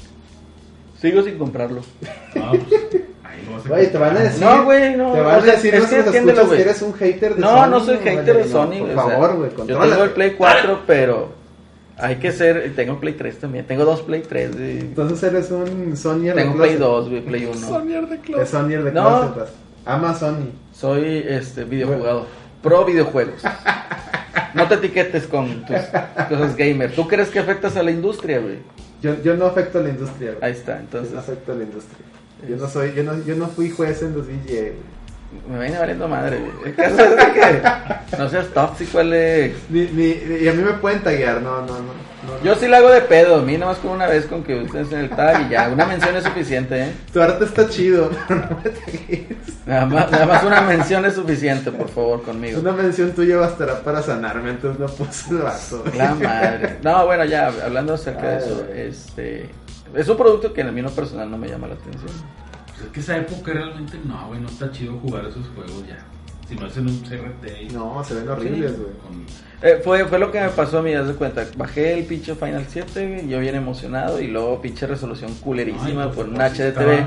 Sigo sin comprarlo. No, pues, ahí lo vas a Güey, te van a decir... No, güey, no. Te van a O sea, decir es los que que nos entiéndelo, escuchas güey. que eres un hater de No, Sony. no soy hater de Sony, Por güey. favor, güey, Yo controla. tengo el Play 4, pero hay que ser. Tengo Play 3 también. Tengo dos Play 3. Güey. Entonces eres un Sonyer de Tengo Play closet. 2, güey, Play 1. Sonier de Es Closet. Sonyer de No. closet, pues. Ama Sony. Soy videojugador. Pro videojuegos. No te etiquetes con tus cosas gamer. ¿Tú crees que afectas a la industria, güey? Yo no afecto a la industria, güey. Ahí está, Yo entonces. no afecto a la industria. Yo no fui juez en los VGA, güey. Me viene valiendo madre, güey. El caso es de que no seas tóxico, Alex. Y a mí me pueden taguear, no. Yo sí la hago de pedo. A mí nada más con una vez con que ustedes en el tag y ya. Una mención es suficiente, ¿eh? Tu arte está chido, pero no me tagues. Nada más una mención es suficiente, por favor, conmigo. Una mención tuya bastará para sanarme, entonces no puse el vaso. La madre. No, bueno, ya, hablando acerca de eso, es un producto que en el mío personal no me llama la atención. Pues es que esa época realmente no, güey, no está chido jugar esos juegos ya. Si no hacen un CRT y No, se ven horribles, güey. con... Fue lo que me pasó a mí, haz de cuenta. Bajé el pinche Final 7, güey, yo bien emocionado, y luego pinche resolución culerísima Ay, por un pues, HDTV.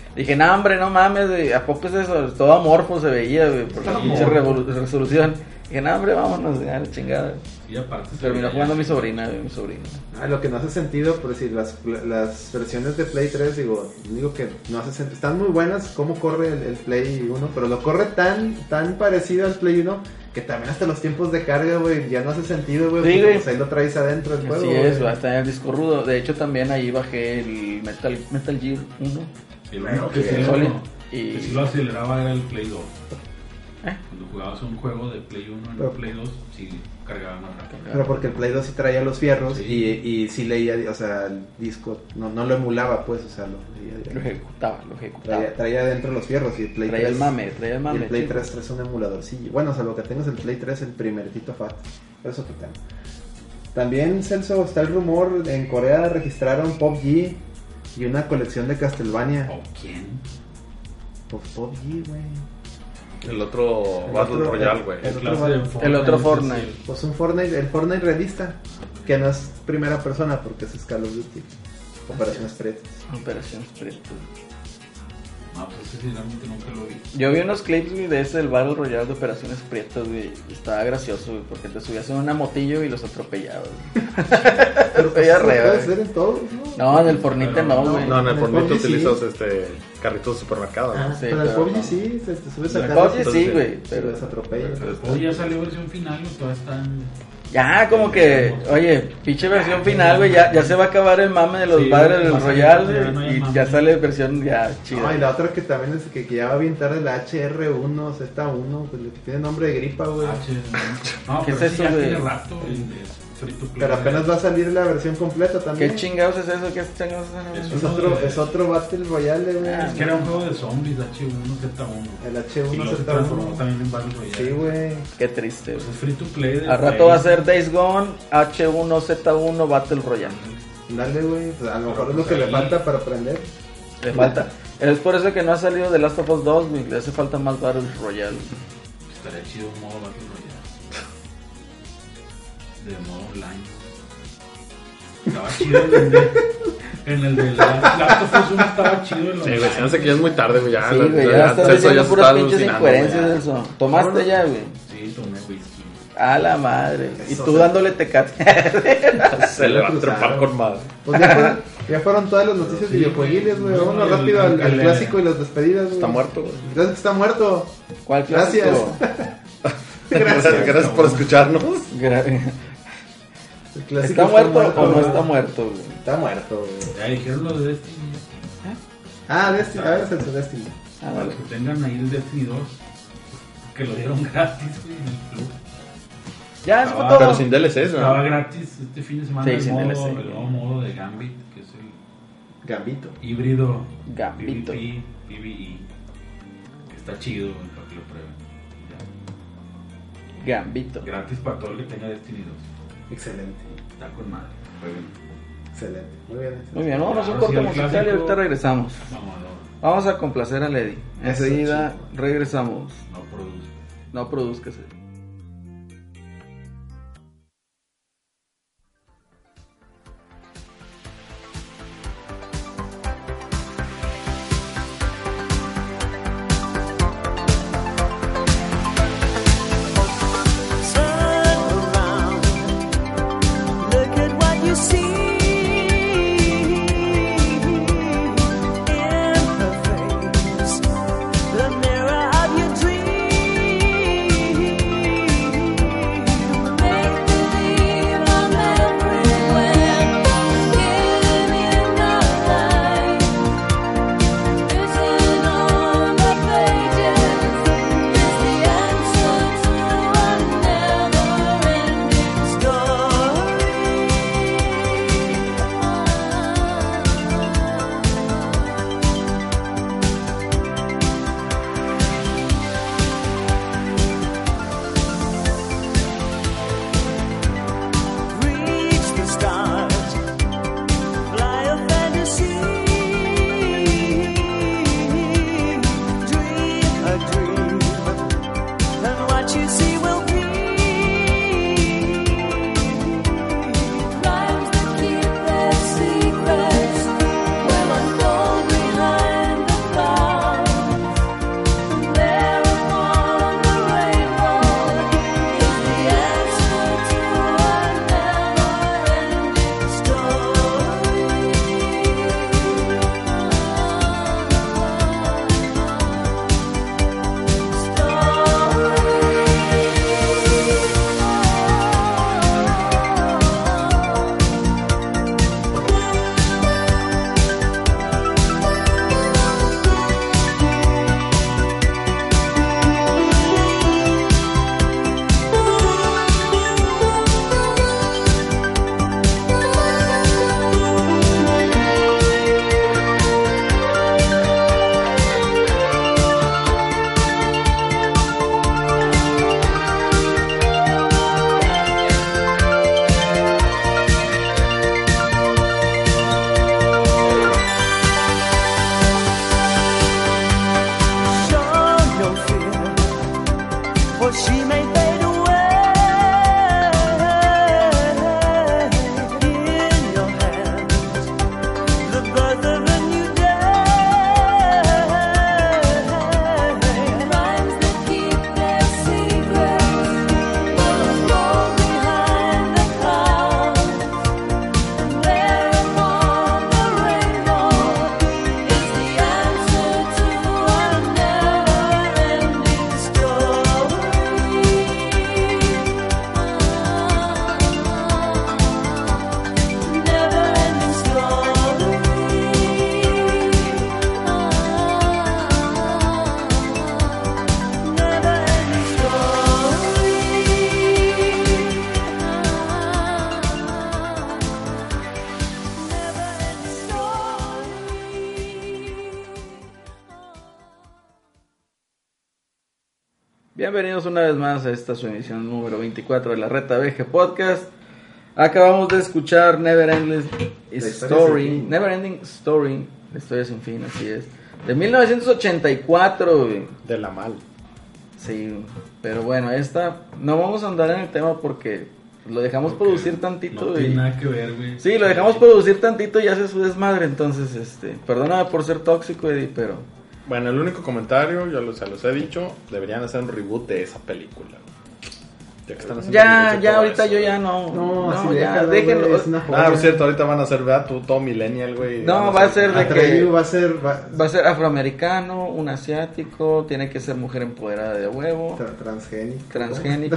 Dije, no, hombre, no mames, güey, ¿a poco es eso? Todo amorfo se veía, güey, por la pinche resolución. Dije, no, hombre, vámonos, ya, la chingada. Y aparte Terminó jugando mi sobrina, güey, mi sobrina. Lo que no hace sentido, por decir, las versiones de Play 3, digo que no hace sentido. Están muy buenas cómo corre el Play 1, pero lo corre tan parecido al Play 1 que también hasta los tiempos de carga, güey, ya no hace sentido, güey, Sí, porque güey. pues ahí lo traes adentro del juego. Así es, güey. va a estar en el disco rudo. De hecho, también ahí bajé el Metal Gear 1. El único que Solid. que sí lo aceleraba era el Play 2. ¿Eh? Cuando jugabas un juego de Play 1 en Pero- el Play 2, sí cargaba más rápido. Pero porque el Play 2 sí traía los fierros Sí. y sí leía, o sea, el disco no lo emulaba, pues, o sea, lo leía. Lo ejecutaba. Traía adentro los fierros y el Play Traía 3. el mame, Y el Play chico. 3 trae un emuladorcillo. Bueno, o sea, lo que tengo es el Play 3, el primeritito fat. Pero es otro tema. También, Celso, está el rumor, en Corea registraron PUBG y una colección de Castlevania. ¿O quién? Pues PUBG, güey. El otro El Battle otro- Royale, güey. el otro Clase Battle- de El otro es Fortnite. Pues un Fortnite, el Fortnite revista, que no es primera persona porque es Call of Duty. Operaciones Prietas. Operación Sprint. No, pues ese sí, realmente nunca lo vi. Yo vi unos clips, güey, de ese del Battle Royale de Operaciones Prietas, güey. y Estaba gracioso, güey, porque te subías en una motillo y los atropellabas. Güey. Pero pues, Atropella eso re, puede güey. ser en todos, ¿no? No, en el Fornite no, güey. No, en el En el Fortnite PUBG sí. utilizas carritos de supermercado, ¿no? Ah, Sí, pero el pero PUBG no. sí, te subes En a el carros PUBG y sí, te- güey, te pero... desatropellan. Hoy ya salió versión final, o todavía están. Ya, como que, oye, pinche versión final, güey, ya se va a acabar el mame de los Sí, padres güey, del va a salir, Royal, ya no hay güey, y mame. ya sale versión ya chida. No, y la otra que también es que ya va bien tarde, la HR1, Z1, pues que tiene nombre de gripa, güey. No, ¿Qué pero es ese eso, ya güey? tiene rato, el de Free to Play. Pero apenas va a salir la versión completa también. ¿Qué chingados es eso? ¿Qué chingados es Es eso? Es otro Battle Royale, güey. Ah, Es que era un juego de zombies, H1Z1. El Y luego se transformó H1Z1. también en Battle Royale. Sí, güey. Qué triste, Pues güey. es free to play. de Al rato Play. va a ser Days Gone, H1Z1 Battle Royale. Dale, güey. Pues a lo mejor Pero es lo que pues le ahí- falta para aprender. Le falta. Es por eso que no ha salido The Last of Us 2, güey. Le hace falta más Battle Royale. Estaría chido un modo Battle Royale. De modo online. Estaba chido en el de Last of Us 1 estaba chido el Sí, güey, online. se me hace que ya es muy tarde, güey. Ya, Sí, güey, ya estás Celso diciendo se puras está pinches alucinando, incoherencias güey. de eso. ¿Tomaste ya, güey? Sí, tomé whisky. A la madre. Y Eso, tú sí. dándole tecate. Se le va a trepar con madre. Pues ya fueron todas las noticias Sí, videojueguiles, güey. güey. Vámonos No, rápido al el- clásico y las despedidas, güey. Está muerto, güey. Gracias que está muerto. ¿Cuál Gracias. clásico? Gracias por escucharnos. Gra- El clásico ¿Está muerto o no güey. está muerto, güey? Está muerto, güey. Ya dijeron lo de Destiny. Ah, Destiny. A ver, es el Destiny. Ah, Para vale. los que tengan ahí el Destiny 2. Que lo dieron gratis, güey, en el club. Ya, eso fue Ah, todo. Pero sin DLCs, Estaba ¿no? gratis este fin de semana Sí, el, sin modo, DLC. el nuevo modo de Gambit, que es el Gambito. híbrido Gambito. PvP, PvE. Que está chido, güey, para que lo prueben. Gambito. Ya. Gratis para todo el que tenga Destiny 2. Excelente. Está con madre. Jueguen. Excelente. Muy bien. Muy bien, vámonos a un Ahora sí, corte el musical y clásico. ahorita regresamos. Mamador. Vamos a complacer a Lady. Eso, Enseguida regresamos. No produce. No produzcase. Turn around, look at what you see. In her face, the mirror of your dreams. Bienvenidos una vez más a esta su emisión número 24 de la Reta VG Podcast. Acabamos de escuchar Never Ending Story, la historia sin fin, así es, de 1984, güey. De la mal. Sí, pero bueno, esta no vamos a andar en el tema porque lo dejamos producir tantito. No tiene nada que ver, güey. Sí, lo dejamos producir tantito y hace su desmadre, entonces, perdóname por ser tóxico, Eddie, pero... Bueno, el único comentario, se los he dicho, deberían hacer un reboot de esa película. Ya que están haciendo reboots de Ya, todo ahorita eso, yo güey. ya no. No, así ya, déjalo, déjenlo. güey, es una joya. Ah, por cierto, ahorita van a ser, vea, tú, todo millennial, güey. No, Van va a ser de Atreyu que va a ser va a ser afroamericano, un asiático, tiene que ser mujer empoderada de huevo, transgénico. transgénico,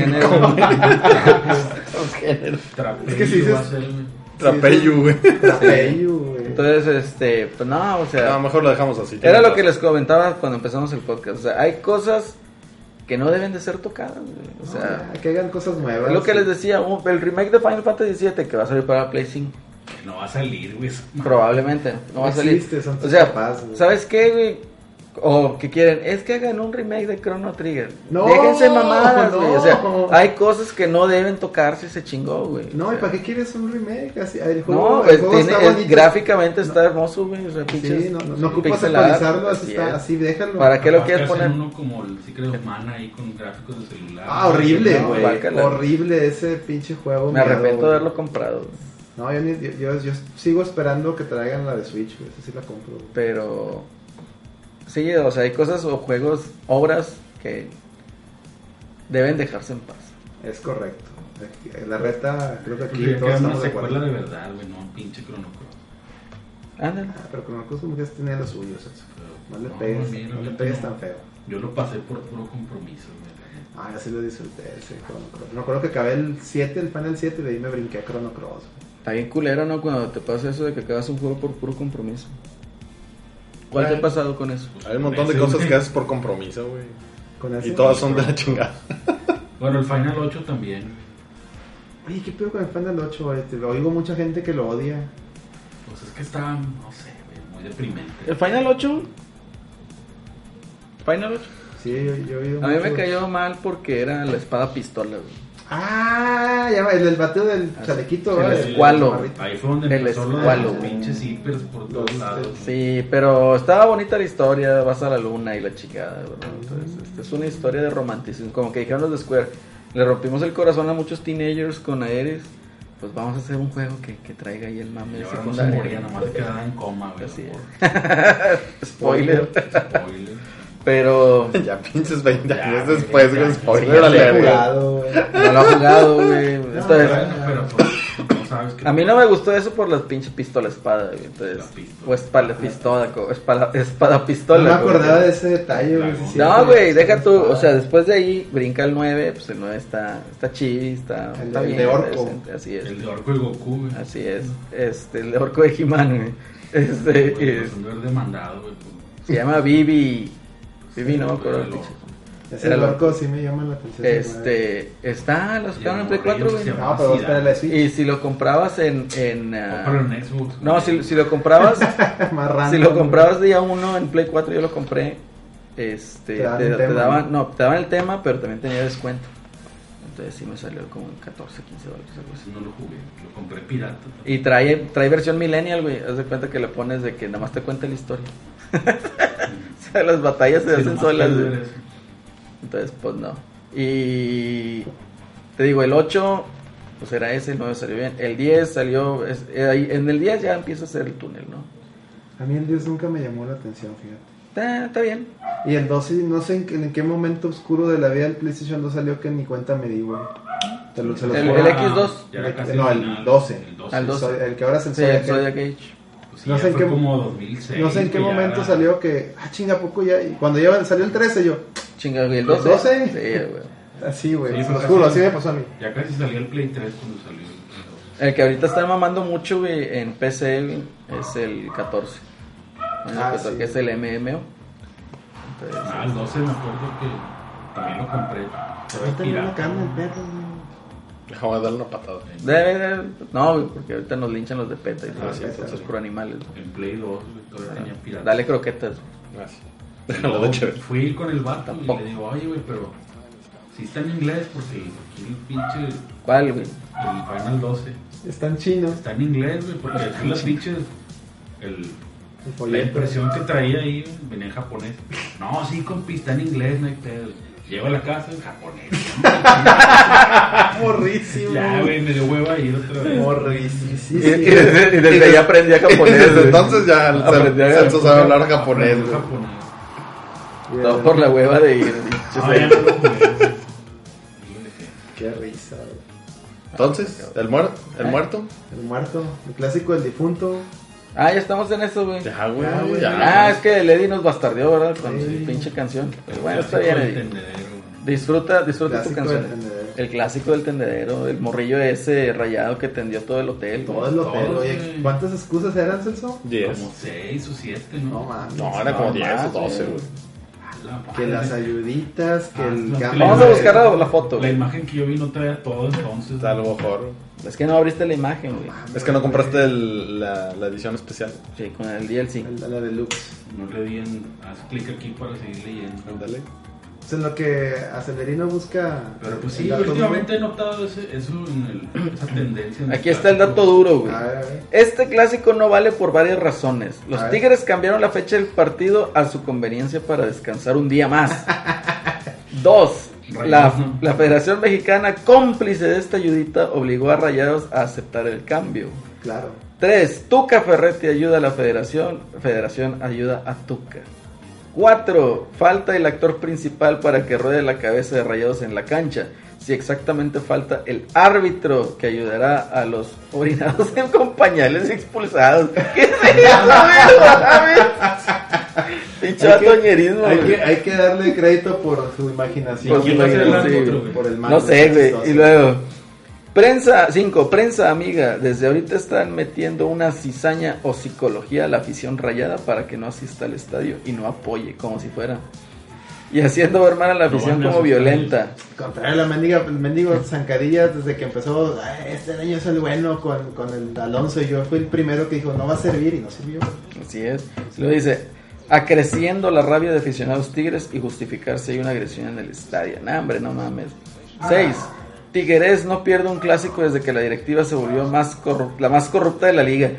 transgénero. Trapillo Es que si va a dices- ser, güey. Trapeyu, güey. Atreyu, güey. Entonces, pues no, o A sea, lo mejor lo dejamos así. era tienes lo que razón. les comentaba cuando empezamos el podcast. O sea, hay cosas que no deben de ser tocadas, güey. O sea, Que hagan cosas nuevas. es lo que les decía, el remake de Final Fantasy VII que va a salir para Play 5. Que no va a salir, güey. Probablemente, no va a salir. existe, son O tus sea, papás, güey. ¿sabes qué, güey? O que quieren, es que hagan un remake de Chrono Trigger. No, Déjense mamadas, güey. O sea, no. hay cosas que no deben tocarse y se chingó, güey. No, O ¿y sea, para qué quieres un remake? Así, el No, juego, pues, el juego está bonito. gráficamente está hermoso, güey. O sea, pinches Sí, no ocupas pixel art, actualizarlo, así, es. así déjalo. ¿Para qué lo Capaz que quieres hacen poner? uno como el Secret of Mana ahí con gráficos de celular. Ah, horrible, No, güey. guácala. Horrible ese pinche juego. Me arrepiento de güey. haberlo comprado, güey. No, yo sigo esperando que traigan la de Switch, güey. Esa sí la compro, güey. Pero sí, o sea, hay cosas o juegos, obras que deben dejarse en paz. Es correcto. La reta, creo que aquí Aquí todos una estamos de secuela acuerdo. de verdad, güey, no un pinche Chrono Cross. Ándale. Ah, pero con Marcos como que tenía lo suyo, Celso. No le No, pegues, mira, no le ahorita pegues no. tan feo. Yo lo pasé por puro compromiso, güey. Ah, ya sí lo disfruté ese Chrono Cross. Me acuerdo que acabé el 7, el Final 7, y de ahí me brinqué a Chrono Cross. güey. Está bien culero, ¿no? Cuando te pasa eso de que acabas un juego por puro compromiso. ¿Cuál te ha Bueno. pasado con eso? Hay un montón de Ese, cosas güey. que haces por compromiso, güey. Con ese. Y todas son de la chingada. Bueno, el Final 8 también. Oye, ¿qué pedo con el Final 8, güey? Te oigo mucha gente que lo odia. Pues es que está, no sé, güey, muy deprimente. ¿El Final 8? ¿Final 8? Sí, yo he oído A mí me mucho- cayó mal porque era la espada pistola, güey. Ah, ya va, el del bateo del chalequito, el ¿verdad? escualo. chamarrito. Ahí fue donde El empezó lo de escualo, los güey. pinches hippers por todos Los- lados. Sí, pero estaba bonita la historia, vas a la luna y la chingada, ¿verdad? Entonces, es una historia de romanticismo, como que dijeron los de Square, le rompimos el corazón a muchos teenagers con Aeris, pues vamos a hacer un juego que traiga ahí el mame Y de ahora no se secundaria. moría, nomás se quedaba en coma, güey. Así por- Spoiler. Spoiler. Pero Ya pinches 20 Ya, años güey, después, ya, güey. ya, Spoiler Ya lo he alert, güey. jugado, güey. no lo he jugado, güey. Entonces, Bueno, pero pues, no sabes que... a mí no me gustó eso por las pinches pistola espada, güey. Entonces, La pistola. o espada pistola, espada pistola. No me güey. acordaba de ese detalle, güey. sí, No, cierto. güey, deja tú, o sea, después de ahí brinca el 9, pues el 9 está chido, está El está de bien, Orco. decente, así es. El de Orco y Goku, güey. Así es. El de Orco de He-Man, güey. Pues, un ver demandado, güey. Se llama Vivi. Vivi, no me acuerdo. Pero- Ese Era loco sí me llama la atención. Está, lo sacaron en Play Y 4, el güey. morrillo No, pero espera la Switch. Y si lo comprabas en Pero en Xbox. no, si lo comprabas, Más random. si lo comprabas día 1 en Play 4, yo lo compré. Te daban el tema, daban, no, te daban el tema, pero también tenía descuento. Entonces sí me salió como en 14, 15 dólares, algo así. No lo jugué, lo compré pirata. Y trae versión millennial, güey. Haz de cuenta que le pones de que nada más te cuenta la historia. O sea, las batallas se Sí, hacen nomás solas, puedes güey. ver eso. Entonces, pues no. Y te digo, el 8, pues era ese, el 9 salió bien. El 10 salió, en el 10 ya empieza a ser el túnel, ¿no? A mí el 10 nunca me llamó la atención, fíjate. Está bien. Y el 12, no sé en qué momento oscuro de la vida del PlayStation 2 salió que ni cuenta me di, güey. Se los El juro. X2. Ya era casi No, el final. 12. El 12. Al 12. El que ahora es el Sí, Zodiac el Zodiac Age. Age. Pues sí, No ya sé en fue qué- como 2006. No sé en qué que ya momento era- salió que, chinga, poco ya. Y cuando ya salió el 13, yo, Chinga, güey, el 12. 12? Sí, güey. así, güey. Sí, Se pues los juro, así- así me pasó a mí. Ya casi salió el Play 3 cuando salió el 2. El que ahorita están mamando mucho, güey, en PC, güey, es el 14. Sí. Que es el MMO. Entonces, Ah, el 12 me acuerdo que también lo compré. Pero es Ahorita le una pirata. carne al perro, güey. Vamos a darle una patada. no, güey, porque ahorita nos linchan los de PETA y todo Ah, eso, sí, entonces sí. por animales. En Play 2 güey, todavía tenía pirata. Dale croquetas. Gracias. Déjalo Luego de chévere. fui con el vato Tampoco. y le digo, oye, güey, pero si está en inglés porque aquí el pinche, ¿Cuál, güey? el Final 12 Están chinos. está en inglés, güey, porque aquí los pinches, El la folleto. impresión que traía ahí venía en japonés. No, sí, compi, está en inglés, no hay pedo. Llego a la casa en japonés. Morrísimo. Ya, güey, me dio hueva ir otra vez. Morrísimo. Y desde ahí aprendí a Y japonés. desde güey. entonces ya Aprendí a Celso sabe hablar japonés, güey. Japonés. Todo por la hueva de ir. No, ya no lo jugué, güey. Qué risa, güey. Entonces, ¿el muerto? El muerto. El clásico del difunto. Ah, ya estamos en eso, güey. Ya, güey, Ya, güey. ya. Ah, es que el Eddie nos bastardeó, ¿verdad? Con Sí. su pinche canción. Pero bueno, está Clásico bien, del Eddie. tendedero. Disfruta tu Clásico canción. del tendedero. El clásico del tendedero, el morrillo ese rayado que tendió todo el hotel. güey. Todo el hotel, Todo, oye. güey. ¿Cuántas excusas eran, Celso? 10. Como 6 o 7, ¿no? No mames. No, era como No, 10 más, o 12, güey. güey. A la madre. Que las ayuditas, que Ah, el no, que cambio Vamos a de- buscar la foto. La güey. imagen que yo vi no traía todo entonces. A lo mejor. Es que no abriste la imagen, güey. Es que no compraste la edición especial. Sí, con el DLC. La deluxe. No le di en. Haz clic aquí para seguir leyendo. Ándale. Es en lo que Acelerino busca. Pero pues el sí, dato últimamente he notado eso esa tendencia. en Aquí los está el dato duro, güey. duro. A ver. Este clásico no vale por varias razones. Los A ver. Tigres cambiaron la fecha del partido a su conveniencia para descansar un día más. 2. Rayados, ¿no? La Federación Mexicana, cómplice de esta ayudita, obligó a Rayados a aceptar el cambio. Claro. 3. Tuca Ferretti ayuda a la Federación ayuda a Tuca. 4. Falta el actor principal para que ruede la cabeza de Rayados en la cancha. Si exactamente falta el árbitro que ayudará a los orinados con pañales expulsados. ¿Qué es eso, güey? Pinche Hay que- atoñerismo, güey. Hay que darle crédito por su imaginación. Por su ¿Quién va a ser el imaginación, árbitro, sí, güey? Por el mal No sé, güey. chistoso. Y luego, prensa amiga, desde ahorita están metiendo una cizaña o psicología a la afición rayada para que no asista al estadio y no apoye como si fuera. Y haciendo ver mal a la No afición van a como sus violenta. Contrario a la mendiga, el mendigo Zancadillas, desde que empezó, "Ay, este año es el bueno con el Alonso", y yo fui el primero que dijo, no va a servir, y no sirvió. Así es. Lo dice, acreciendo la rabia de aficionados tigres y justificar si hay una agresión en el estadio. Nah, hombre, no mames. 6. Tigres no pierde un clásico desde que la directiva se volvió la más corrupta de la liga.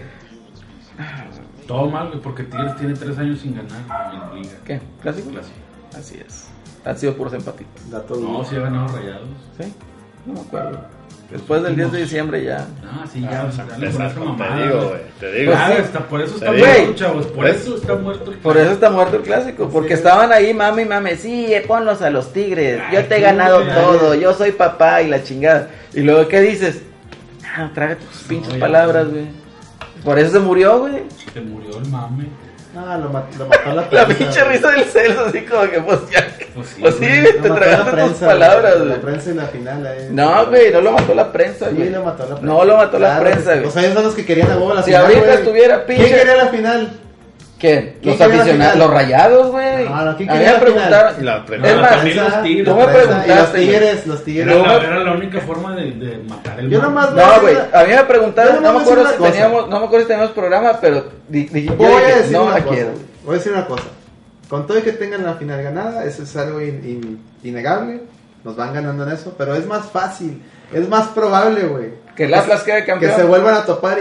Todo mal, güey, porque Tigres tiene 3 años sin ganar en la liga. ¿Qué? ¿Clásico? Clásico. Así es. Han sido puros empatitos. Dato No, duro. sí ha ganado Rayados. ¿Sí? No me acuerdo. Después del 10 de diciembre ya. Ah, sí, ya. dale con esa Te mamada, digo, güey. güey. Te digo. Claro, sí. por eso está Te digo. muerto, chavos. Por ¿Ves? eso está muerto el Por eso está muerto el clásico. Porque estaban ahí, mame y mame. Sí, ponlos a los tigres. Yo te he Ay, ganado qué todo. Yo soy papá y la chingada. Y luego, ¿qué dices? Ah, traga tus pinches ya. palabras, güey. Por eso se murió, güey. Se murió el mame. No, lo mató la La prensa. pinche risa del Celso, así como que, pues ya. Pues sí, Pues sí, güey. güey, Lo te mató tragaste la tus prensa, palabras, La güey. prensa en la final, No, güey, no lo mató la prensa, Sí, güey. lo mató la prensa. No lo mató la Claro, prensa, güey. O sea, ellos son los que querían a huevo la Si final, ahorita güey. estuviera ¿Quién pinche. quería la final? ¿Quién? ¿Quién Los quería la aficionados, final? los rayados, güey. No, ¿quién A mí quería me la final? preguntaron. La Es primera. más, también los tigres, tú me la prensa, preguntaste, y los tigres. No, Era la única forma de matar el Yo mame. nomás No, güey, a mí me preguntaron, Yo no me nomás voy a acuerdo decir si una teníamos, no me acuerdo si teníamos programa, pero yo Voy a dije, decir no una la cosa. quiero. Voy a decir una cosa. Con todo y que tengan la final ganada, eso es algo innegable. Nos van ganando en eso, pero es más fácil, es más probable, güey. Que el Atlas quede Que campeón. se vuelvan a topar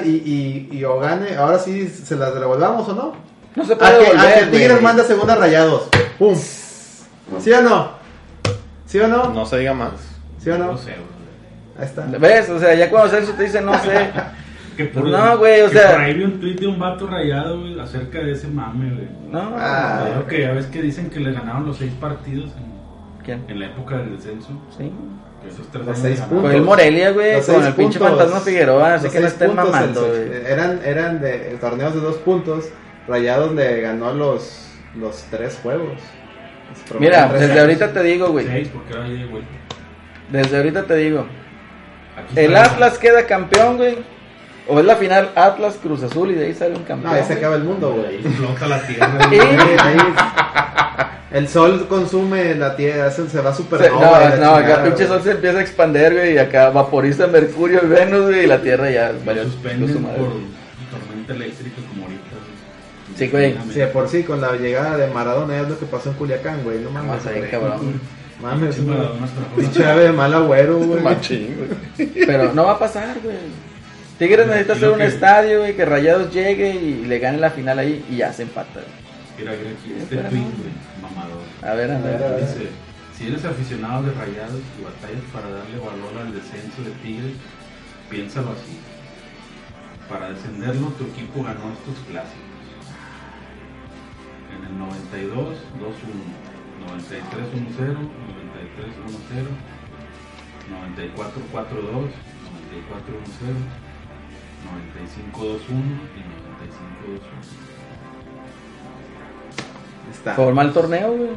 y o gane. Ahora sí se las devolvamos o no. No se A puede que volver, Tigres güey. manda segunda Rayados. ¡Pum! ¿Sí o no? ¿Sí o no? No se diga más. ¿Sí o No no? sé, güey. Ahí está. ¿Ves? O sea, ya cuando Celso te dice no sé. Que por, No, güey, o que sea- por ahí vi un tweet de un vato rayado, güey, acerca de ese mame, güey. No. Ah. Creo que ya ves que dicen que le ganaron los 6 partidos ¿Quién? en la época del descenso. Sí. Que esos 3 Los años 6 ganaron. Fue el Morelia, güey, Los con 6 el pinche puntos. fantasma Figueroa, así Los que no 6 estén puntos, mamando, Celso. güey. Eran de torneos de 2 puntos. Rayados le ganó los 3 juegos. Mira, Tres desde años. ahorita te digo, güey. 6 porque era ahí de vuelta. Desde ahorita te digo. Aquí El está. Atlas queda campeón, güey. O es la final Atlas Cruz Azul y de ahí sale un campeón. No, ahí se güey. acaba el mundo, güey. Explota la tierra. Y- güey. El sol consume la tierra, se va super No, acá pinche sol se empieza a expander, güey, y acá vaporiza Mercurio y Venus, güey, y la Tierra ya Lo valió suspenden su por madre. tormenta eléctrica como ahorita. güey. Sí, güey. Si de por sí con la llegada de Maradona es lo que pasó en Culiacán, güey. No mames, Más ahí, güey. cabrón. Mames, Sí, Maradona está jugando. pinche ave de mal agüero, güey. Machín, güey. Pero no va a pasar, güey. Tigres necesita Y hacer lo un que- estadio, güey, que Rayados llegue y le gane la final ahí y ya se empata, güey. Mira aquí, este Espera, tweet, no. güey, mamador. A ver, Dice, si eres aficionado de Rayados y batallas para darle valor al descenso de Tigres, piénsalo así. Para descenderlo, tu equipo ganó estos clásicos. En el 92, 2-1. 93, 1-0. 93, 1-0. 94, 4-2. 94, 1-0. 95, 2-1. Y 95, 2-1. Está. Fue un mal torneo, güey.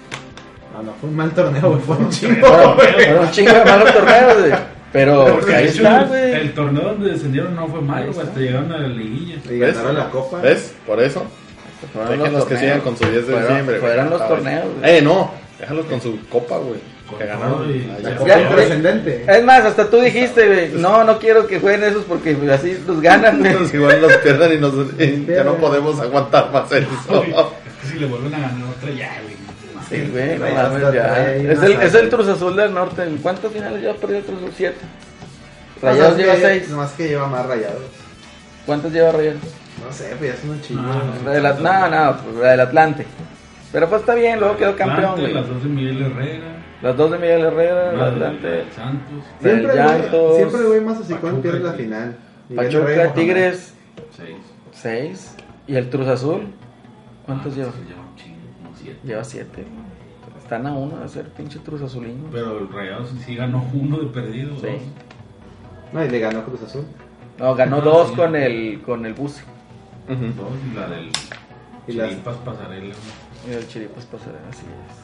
No fue un mal torneo, güey. Fue un chingo. Fueron un chingo de malos torneos, güey. Pero Porque ahí de hecho, está, güey. el torneo donde descendieron no fue malo, Ahí güey, está. hasta llegaron a la liguilla. Y ganaron la copa. ¿Ves? Por eso. Fueron Déjenlos que torneos. sigan con su 10 de Fueron- diciembre, güey. Fueron los Ah, torneos, güey. No. Déjalos con su copa, güey. Con Que todo ganaron. y- allá. La Ya, copa ya, trascendente. Es más, hasta tú dijiste, güey, no quiero que jueguen esos porque así los ganan, güey. Entonces, igual nos pierdan y ya no podemos aguantar más eso. Es que si le vuelven a ganar otra, ya, güey. Sí, güey, no Rayados mames, está ya. ahí, Es no el, sabe. es el Cruz Azul del Norte. ¿Cuántas finales lleva perdido el Cruz Azul? 7. Nomás Rayados que- lleva 6. Nomás que lleva más rayados. ¿Cuántas lleva Rayados? No sé, pues ya es un chingo. No, Pues la del Atlante. Pero pues está bien, luego quedó campeón, Atlante, güey. Las dos de Miguel Herrera. Las dos de Miguel Herrera, el La Atlante. del Santos. Siempre, del Llantos. güey, siempre el güey más hocicón Pachuca, pierde la sí. final. Miguel Herrera y Pachuca, Mohamed. Tigres, 6. 6. ¿Y el Cruz Azul? ¿Cuántos lleva? Lleva un chingo, como 7. Lleva 7. Están a 1 de ser pinche Cruz Azulino. Pero el Rayados sí ganó uno de perdido. Sí. dos. No, y le ganó Cruz Azul. No, ganó Ah, 2 sí. con el Buce. Ujú. Dos, y la del Y las- Chiripas Pasarela. güey. Y el Chiripas pasará, así es.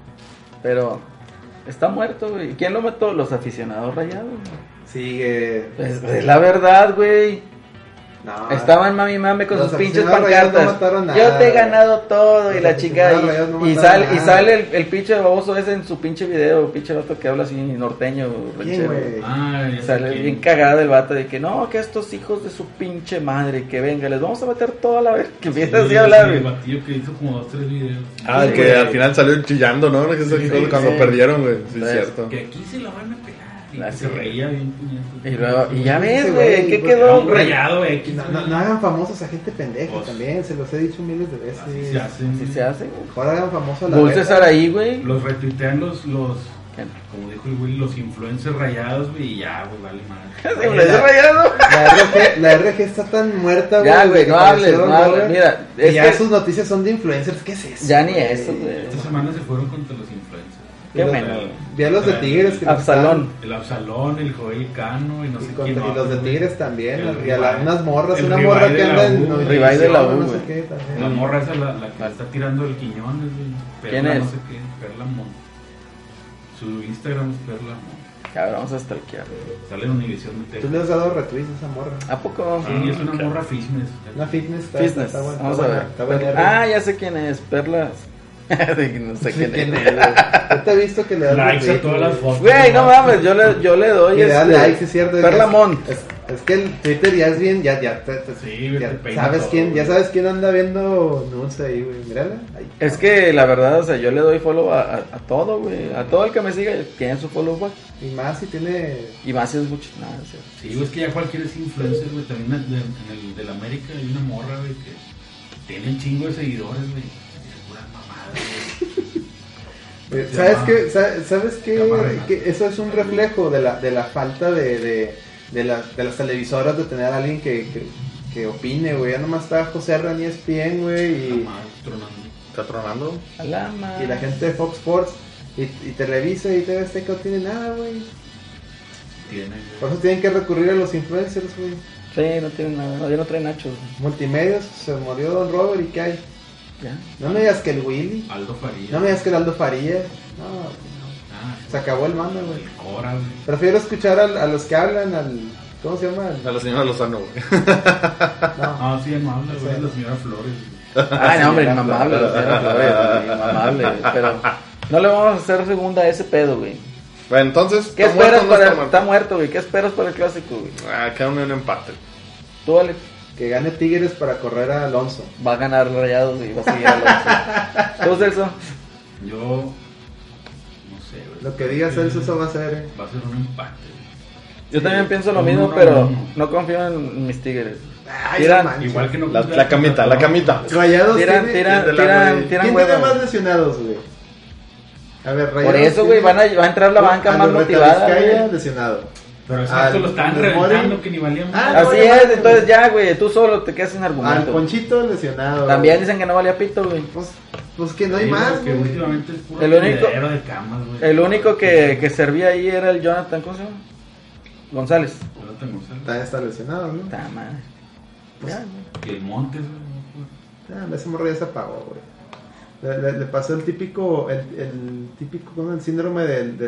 Pero está muerto, güey. ¿Quién lo mató? Los aficionados Rayados. Sigue. Es la verdad, güey. No. Estaban mame con Los sus pinches aficionados Rayados no pancartas. mataron Yo nada. te he ganado todo y Los la chica. aficionados Rayados no Y mataron sale, y nada. sale el pinche baboso ese en su pinche video. Pinche vato que habla así norteño, ¿Quién, ranchero. güey? Ah, ya sé Sale quién. bien cagada el vato de que no, que estos hijos de su pinche madre, que venga, les vamos a meter toda la vez. Que empieza así a hablar, Sí, el güey. batillo que hizo como 2-3 videos. Ah, el Sí, que güey. al final salió chillando, ¿no? Que Sí, cuando sí. perdieron, güey. Sí, Pues, cierto. Que aquí se la van a pegar. Y Así se es. reía bien puñetas. Y luego, y ya ves, Ese güey, güey, ¿qué pues, Era quedó, un güey? rayado, güey. No hagan famosos a gente pendeja Pues, también, se los he dicho miles de veces. Así se hace. Así se hace, güey. Mejor hagan famoso a la Dulce verga. Saraí, güey. Los retuitean los, ¿Quién? como dijo el güey, los influencers rayados, güey, y ya, güey, vale madre. Se me hizo rayado. La RG está tan muerta, Ya, güey, que no hables, apareció no hables. Robert, Mira, y es ya que sus noticias son de influencers. ¿Qué es eso? ya ni eso, güey. Esta semana se fueron contra los influencers. Qué Los- bueno. Vi a los de Tigres. Que Absalón. El Absalón, el Joel Cano y no sé Y, quién. y los otro, de güey. Tigres también. El Y a Ribay. unas morras. El Una Ribay morra de que la anda en. U, Ribay de la U, no sé güey. qué también. La morra esa, la que le está tirando el Quiñones, güey. Perla, ¿Quién es? no sé qué, Perla Mon. Su Instagram es Perla Mon. Cabrón, vamos a stalkear. Sale en Univisión de Tú Texas. le has dado retweets a esa morra. ¿A poco? Sí, es una ok. morra fitness. Una fitness. Fitness. Está buena. Vamos a ver. Está buena. Ah, ya sé quién es. Perlas. No sé quién ¿Quién es. es, güey? Yo te he visto que le das Likes a retweet, todas las güey. fotos. Güey, no mames, yo le doy Y le das likes, es cierto. Perla es- Mont. Es que el Twitter ya es bien, ya Sí, ya te peina sabes todo, quién, ya güey. sabes quién anda viendo nudes ahí, güey. Mírala. Ahí. Es que la verdad, o sea, yo le doy follow a todo, güey. A todo el que me siga tiene su follow back. Y más si tiene. Y más si es mucho. Nada, es cierto. Sí, güey, es que ya cualquiera es influencer, güey. También en el del América hay una morra, güey, que tiene un chingo de seguidores, güey. Es pura mamada, güey. Se ¿Sabes llama- qué? ¿Sabes qué? se llama Renato. Que eso es un reflejo de la falta de las televisoras de tener a alguien que opine, güey. Ya nomás está José Arran y ESPN, güey. Mamá, tronando. ¿Está tronando? Alama. Y la gente de Fox Sports y Televisa y TV Azteca no tiene nada, güey. Tiene, Por güey. eso tienen que recurrir a los influencers, güey. Sí, no tiene nada. No, ya no trae nachos. Multimedios, se murió Don Robert y ¿qué hay? Ya. No me digas que el Willy. Aldo Farías. No me digas que el Aldo Farías. No, Ah, se acabó el mando, güey. el Cora, güey. Prefiero escuchar a los que hablan, al. ¿Cómo se llama? A la señora Lozano, güey. No. Ah, sí, no habla, güey. Sí. La señora Flores, güey. Ay, no, hombre, Sí, inmamable, la señora Flores, güey, inmamable. Pero no le vamos a hacer segunda a ese pedo, güey. Bueno, entonces. ¿Qué ¿está esperas muerto o no para está está muerto, güey? ¿Qué esperas para el clásico, güey? Ah, queda un empate. Tú, Alex. Que gane Tigres para correr a Alonso. Va a ganar Rayados y va a seguir Alonso. ¿Tú, Celso? Yo. No sé, güey. Lo que diga Celso, eso va a ser. Va a ser un empate. Yo también pienso lo No, mismo, no, pero no. no confío en mis Tigres. Ay, Tiran- no manches. Igual que no. La camita. Rayados Tiran tiene- hueva. ¿Quién tiene más lesionados, güey? A ver, Rayados. Por eso, güey, va a entrar la banca más motivada, Vizcaya, güey. lesionado. Pero exacto, Al- lo estaban al reventando Mori- que ni valían Ah, más. no, Así ya es, vale, entonces güey. ya, güey, tú solo te quedas sin Al argumento. Ponchito lesionado. También dicen que no valía pito, güey. Pues que no hay Sí, más, porque güey. últimamente es puro El único- tiradero de camas, güey. El único que servía ahí era el Jonathan, ¿cómo se llama? González. Jonathan González. También está lesionado, ¿no? Ta madre. Ya, güey. Y el Montes, güey. Ese morro ya se apagó, güey. Le pasó el típico, el típico, ¿cómo? El síndrome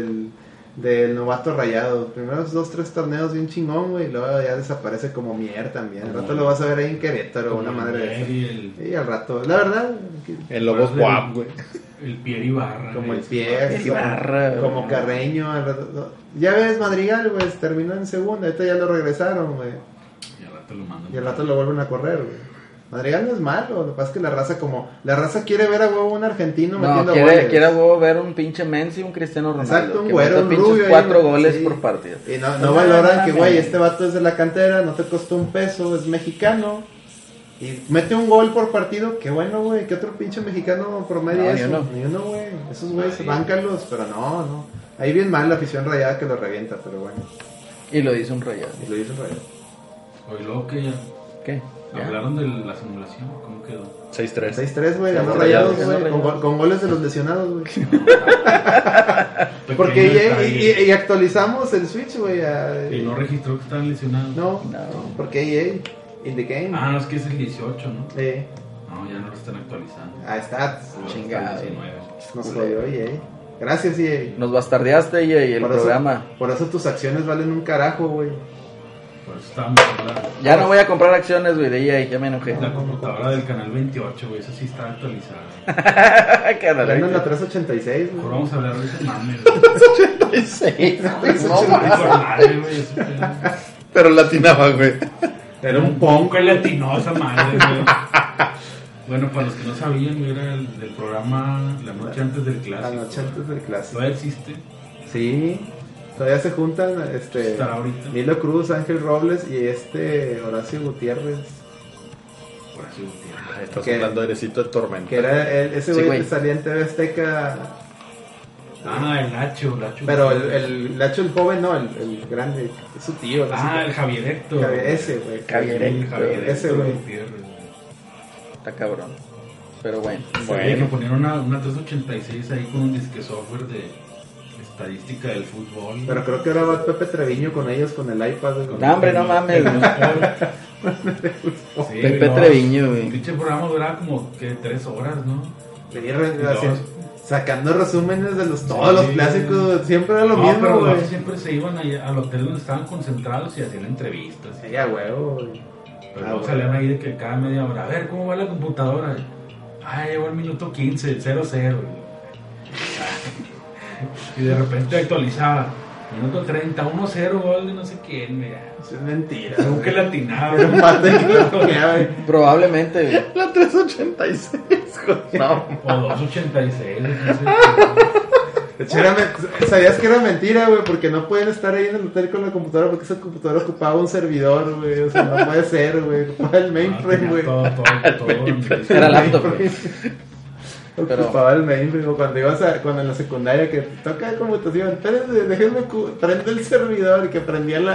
del novato rayado. Primeros 2-3 torneos bien chingón, güey, y luego ya desaparece como Mier también. Al rato lo vas a ver ahí en Querétaro, una madre de Mier esas. y el, Y al rato, la verdad, El Lobos Guap, güey. el Pierre Ibarra. como güey. el pie, Ibarra, como güey. Carreño, al rato, ya ves Madrigal, güey, terminó en segunda, ahorita ya lo regresaron, güey. Y al rato lo mandan. Y al rato lo vuelven a correr, güey. Madrigal no es malo, lo que pasa es que la raza quiere ver a huevo un argentino No, metiendo quiere goles. a huevo ver un pinche Messi y un Cristiano Ronaldo. Exacto, un que güero, meta un pinches rubio. ahí, 4 goles sí. por partido. Y no valoran que, mames. güey, este vato es de la cantera, no te costó un peso, es mexicano. Y mete un gol por partido, qué bueno, güey. ¿Qué otro pinche mexicano promedio No, eso? ni uno. Ni uno, güey. Esos güeyes, báncalos, pero no. Ahí bien mal la afición rayada que lo revienta, pero bueno. Y lo dice un Rayado. Y lo hizo rayado. Oye, luego que ya ¿Qué? Ya. hablaron de la simulación, ¿cómo quedó? 6-3. 6-3, güey, ganó 6-3, rayados, ganó güey. Rayados. Con goles de los lesionados, güey. Pequeño Porque detalle. y actualizamos el Switch, güey. Y no registró que estaban lesionados. No, No. porque EA, in the game. Ah, no, es que es el 18, ¿no? No, ya no lo están actualizando. ahí está. Chingado. Hasta el 19. Nos jodió EA. Gracias, EA. Nos bastardeaste y el Por eso- programa. Por eso tus acciones valen un carajo, güey. Por eso estábamos hablando. Ya no voy a comprar acciones, güey, de EA, ya me enojé. La computadora del canal 28, güey, esa sí está actualizada. Carnal, Bueno, en la 386, Ahora güey. vamos a hablar de ese mame, güey. No, Con madre, güey, eso fue- pero latinaba, güey. Era un ponco el latino esa madre, güey. Bueno, para los que no sabían, güey, era el del programa La Noche Antes del La Clásico. noche antes del clásico. Todavía existe. Sí. Todavía se juntan Estará ahorita. Nilo Cruz, Ángel Robles y Horacio Gutiérrez. Por así decirlo. Estás ¿Qué? hablando de Erecito de Tormenta. Que era ese Sí, güey güey. que salía en TV Azteca. Ah, el Lacho. Pero el Lacho, el joven, no, el grande. Es su tío. no sé Ah, qué. el Javier Héctor. Ese, güey. Javier El Héctor. Javier Ese, Héctor güey. Gutiérrez, güey. Está cabrón. Pero bueno. Sabía que ponían una 386 ahí con un disque software de estadística del fútbol. Pero creo que ahora va Pepe Treviño con ellos, con el iPad. güey. No, hombre, no mames, güey. Sí, Pepe no, Treviño, güey. El pinche programa duraba como que 3 horas, ¿no? Venía Dos. sacando resúmenes de todos los Sí. clásicos. Siempre era lo No, mismo, pero los güey. vatos siempre se iban allá al hotel donde estaban concentrados y hacían entrevistas. Sí, a huevo, güey. Pero Ah, luego bueno. salían ahí de que cada media hora, a ver, ¿cómo va la computadora? Ah, llegó el minuto 15, 0-0. Y de repente actualizaba, minuto 30, 1-0, gol de no sé quién, mira. Eso es mentira. Según que güey. latinaba. Era un empate que no tenía, güey. Probablemente, güey. La 386, güey. No. O 286, no sé. De hecho, sabías que era mentira, güey, porque no pueden estar ahí en el hotel con la computadora porque esa computadora ocupaba un servidor, güey. O sea, no puede ser, güey. Ocupaba el mainframe, güey. Todo. Era laptop, güey. Pero- Ocupaba el mainframe, o cuando ibas cuando en la secundaria que toca computación, espérense, déjenme prende el servidor y que prendía el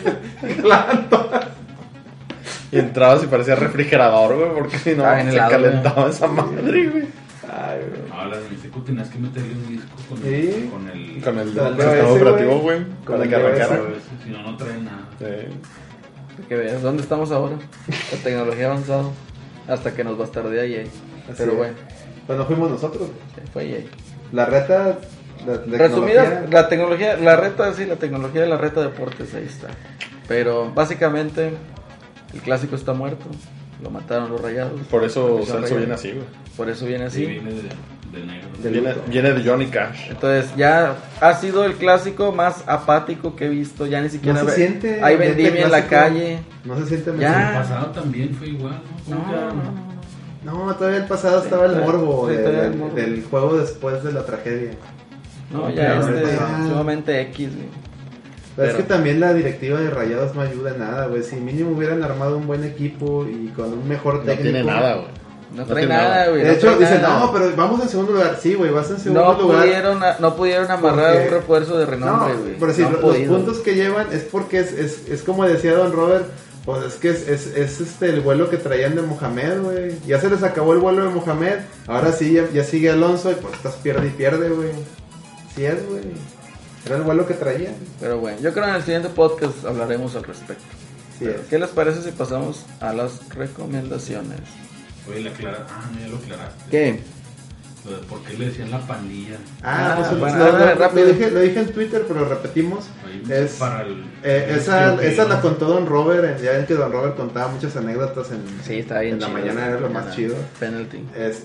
Y entrabas y parecía refrigerador, güey, porque si no Ah, en se helado, calentaba esa madre, güey. Ay, güey. No, las de mi secu tenías que meterle un disco con Sí. con el Con el Con el sistema DOS, operativo, güey. güey. Con Para el que DOS, arrancara. güey. Si no, no trae nada. Sí. Que veas dónde estamos ahora. La tecnología ha avanzado. Hasta que nos bastardea EA. Pero es. bueno, Pues no fuimos nosotros, güey. fue EA. La reta. Resumida, la tecnología, la reta, sí, la tecnología de la reta deportes, ahí está. Pero básicamente, el clásico está muerto. Lo mataron los Rayados. Por eso Afición Celso Rayada. viene así, güey. Por eso viene Sí, así. viene de De negro. Viene de Johnny Cash. Entonces ya ha sido el clásico más apático que he visto. Ya ni siquiera No se siente hay ambiente vendimia en la clásico. calle. No se siente Ya. El pasado también fue igual, ¿no? No, ¿Cómo quedaron? No, todavía el pasado estaba el morbo, Sí, todavía el del, morbo. del juego después de la tragedia. no, ya No, este ya. sumamente X, güey. Pero es Pero- que también la directiva de Rayados no ayuda en nada, güey. Si mínimo hubieran armado un buen equipo y con un mejor No técnico. tiene nada, güey. No trae tiene nada, güey. De no hecho, trae dicen, nada. no, pero vamos en segundo lugar. Sí, güey, vas en segundo No lugar. no pudieron amarrar Porque- un refuerzo de No, renombre, güey. por decir, No han los podido. puntos que llevan es porque es como decía Don Robert, pues es que es el vuelo que traían de Mohamed, güey. Ya se les acabó el vuelo de Mohamed, ahora sí, ya sigue Alonso y pues estás pierde y pierde, güey. Sí es, güey. Era el vuelo que traían. Pero bueno, yo creo que en el siguiente podcast hablaremos al respecto. Sí Pero, es. ¿qué les parece si pasamos a las recomendaciones? Oye, la aclara... Ah, no, ya lo aclaraste. ¿Qué? Lo de por qué le decían la pandilla. Pues bueno, lo rápido. lo dije en Twitter, pero lo repetimos. Ahí Es, para el... esa la contó Don Robert. Ya ven que Don Robert contaba muchas anécdotas Sí, está bien en la chido. mañana, era lo más Mañana. chido. Penalty.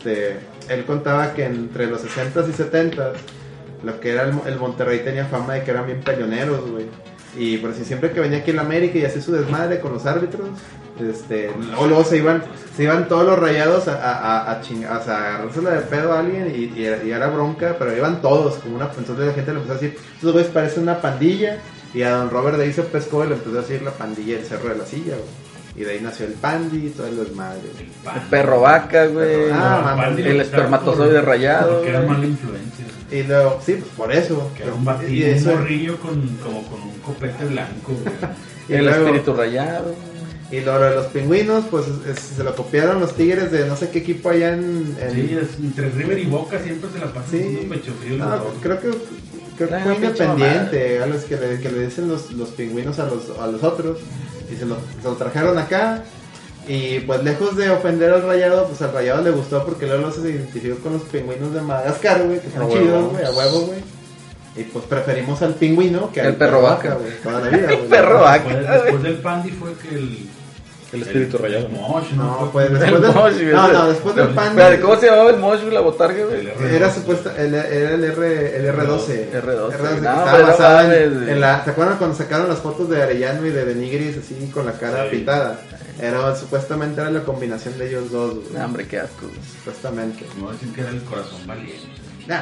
Él contaba que entre los 60s y 70s, lo que era el Monterrey tenía fama de que eran bien peleoneros, güey. Y por si siempre que venía aquí en América y hacía su desmadre con los árbitros, luego se iban todos los Rayados a agarrársela de pedo a alguien y era bronca, pero iban todos, como entonces la gente le empezó a decir, estos güeyes parecen una pandilla, y a Don Robert de ahí se pescó y le empezó a decir la pandilla del Cerro de la Silla, güey. Y de ahí nació el Pandi y todo el desmadre, güey. El perro vaca, güey. Ah, el espermatozoide rayado. Que era güey. mala influencia. Y luego, sí, pues por eso. Que era un Y batido, eso- un morrillo como con un copete blanco, güey. y El luego- espíritu rayado. Y lo de los pingüinos, pues se lo copiaron los Tigres de no sé qué equipo allá en... Sí, entre River y Boca siempre se la pasan Sí. haciendo pecho frío. No, los dos. creo que fue pinche independiente a los que le dicen los pingüinos a los otros. Y se lo trajeron acá. Y pues lejos de ofender al Rayado, pues al Rayado le gustó porque luego se identificó con los pingüinos de Madagascar, güey, que A están huevo. chidos, güey, a huevo, güey. Y pues preferimos al pingüino que El al perro vaca. güey, toda la vida, güey. Perro vaca. Después del Pandi fue que El espíritu rayado. Mosh, No, pues El después del... Mosh, güey. No, después del Pandi... Espérate, ¿cómo se llamaba el Mosh, la botarga, güey? Era supuesta, era el R12. R12. que No, estaba pero no basada mames, güey. en la... ¿Se acuerdan cuando sacaron las fotos de Arellano y de Denigris así con la cara Sí. pintada? Supuestamente era la combinación de ellos dos, güey. No, hombre, qué asco, güey. Supuestamente. No, decir que era el corazón valiente. Nah,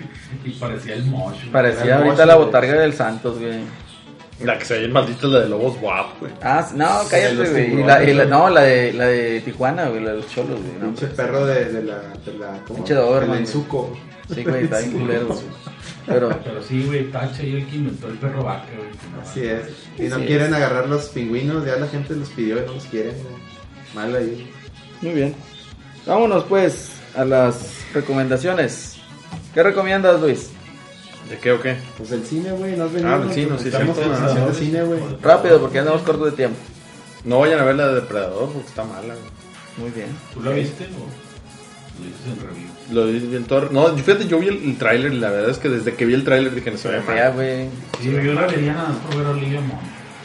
Y parecía el Mosh. güey. Parecía Era el ahorita Mosh, la güey. botarga del Santos, güey. La que se ve maldita es la de Lobos WAP, güey. Ah, no, Sí, cállate, los güey. Y tiburones, la de Tijuana, güey, la de los cholos, güey. No, pinche hombre, perro de la ¿cómo? Pinche Doberman, El güey. Enzuko. Sí, güey, está bien culero, güey. Pero, Pero sí, güey, Tacha y el que inventó el perro vaca, güey. Así es. Y no Así quieren agarrar los pingüinos, ya la gente los pidió y no los quieren, güey. Mal ahí. muy bien. Vámonos, pues, a las recomendaciones. ¿Qué recomiendas, Luis? ¿De qué o qué? Pues del cine, güey, no has venido. Ah, del cine, sí, Estamos cierto. en sesión de cine, güey. Rápido, porque andamos cortos de tiempo. No vayan a ver la de Depredador porque está mala, güey. Muy bien. ¿Tú lo viste o lo dices en review? Lo vi bien todo. No, fíjate, yo vi el tráiler y la verdad es que desde que vi el tráiler dije, no se ve Fea, mal. güey. Sí, yo la vería nada más por ver a Olivia Munn.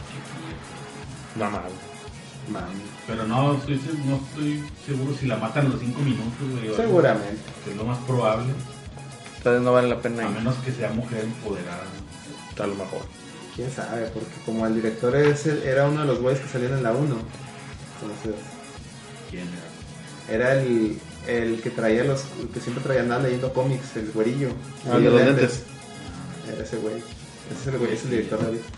Va mal. Mami. Pero no estoy seguro si la matan a los 5 minutos, güey. o algo, Seguramente. que es lo más probable. Entonces no vale la pena A ir. menos que sea mujer empoderada. A lo mejor. Quién sabe, porque como el director era uno de los güeyes que salían en la 1. Entonces, ¿Quién era? era el que traía el que siempre traía nada leyendo cómics, el güerillo. Ah, el de los lentes. Era ese güey. Ese es el güey, es el director de ahorita.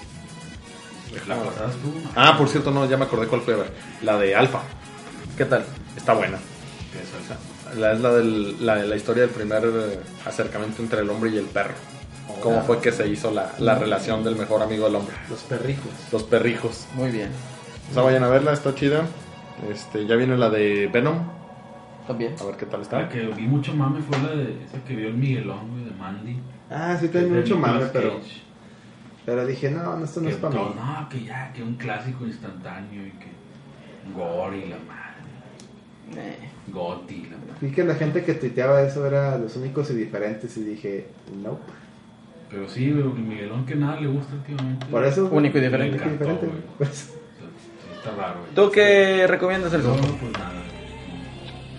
¿La pasabas tú? Ah, por cierto, no, ya me acordé cuál fue, güey. La de Alpha. ¿Qué tal? Está buena. ¿Qué es esa? Es la historia del primer acercamiento entre el hombre y el perro. Cómo fue que se hizo la relación del mejor amigo del hombre. Los perrijos. Los perrijos. Muy bien. O sea, vayan a verla, está chida. Ya viene la de Venom. También. A ver qué tal La está. que vi mucho mame fue la de esa que vio el Miguelón, güey, de Mandy. Ah, sí, Que tengo es de mucho Nicolas mame, pero Cage. dije, no, esto no Que es para mí. todo- No, que un clásico instantáneo y que gore y la madre. Gotti, la madre. Vi que la gente que tuiteaba eso era los únicos y diferentes y dije, nope. Pero sí, güey, el Miguelón que nada le gusta últimamente. Por eso. Único y diferente. Único y diferente. güey. Por eso. O sea, sí está raro, güey. ¿Tú qué recomiendas, el No, pues nada.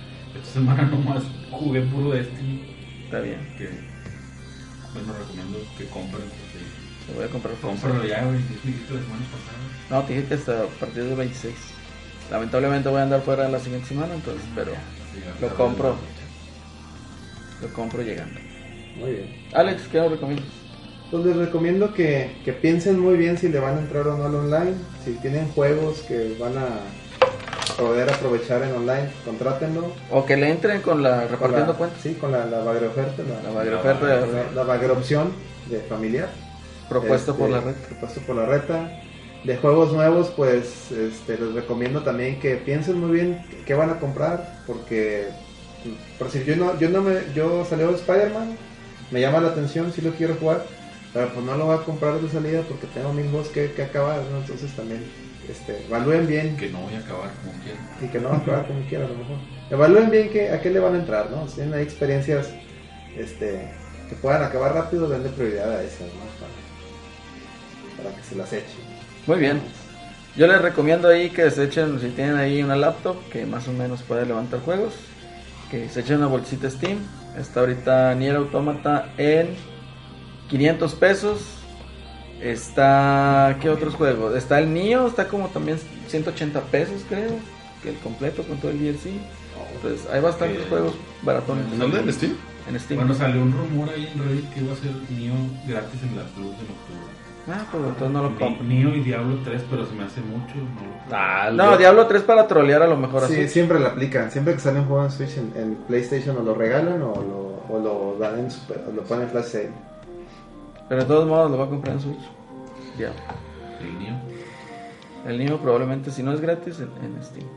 esta semana nomás jugué puro Destiny. Está bien. Que bueno, recomiendo que compren. Te voy a comprar Forza. Cómpralo ya, güey. 10 minutos la semana pasada. No, te dije que hasta a partir del 26. Lamentablemente voy a andar fuera la siguiente semana, entonces, pero Sí, lo compro. Lo compro llegando. Muy bien. Alex, ¿qué nos recomiendas? Pues les recomiendo que piensen muy bien si le van a entrar o no al online. Si tienen juegos que van a poder aprovechar en online, contrátenlo. O que le entren con la repartiendo cuentas. Sí, con la bagre oferta, La bagre oferta la bagre opción de familiar. propuesto por la red. Propuesto por la reta. De juegos nuevos, pues les recomiendo también que piensen muy bien qué van a comprar, porque por si yo salió Spider-Man, me llama la atención, si lo quiero jugar, pero pues no lo voy a comprar de salida porque tengo mil juegos que acabar, ¿no? Entonces también evalúen bien Que no voy a acabar como quiera. y que no va a acabar como quiera a lo mejor. Evalúen bien a qué le van a entrar, ¿no? Si tienen ahí experiencias que puedan acabar rápido, denle prioridad a esas, ¿no? Para que se las echen. Muy bien. Yo les recomiendo ahí que se echen, si tienen ahí una laptop que más o menos puede levantar juegos, que se echen una bolsita Steam. Está ahorita Nier Automata en 500 pesos. Está, ¿qué otros juegos? Está el Nioh, está como también 180 pesos creo, que el completo con todo el DLC. Entonces hay bastantes juegos baratones ¿En dónde? ¿En Steam? en Steam. Bueno, salió un rumor ahí en Reddit que iba a ser Nioh gratis en la Plus en octubre. Ah, pues entonces no lo compro. Nioh y Diablo 3, pero se me hace mucho. No, Diablo 3 para trolear a lo mejor Sí, así. siempre lo aplican. Siempre que sale un juego en Switch en PlayStation o lo regalan o lo dan o lo ponen en flash sale. Pero de todos modos lo va a comprar en Switch. Diablo. El Nioh. El Nioh probablemente si no es gratis en Steam.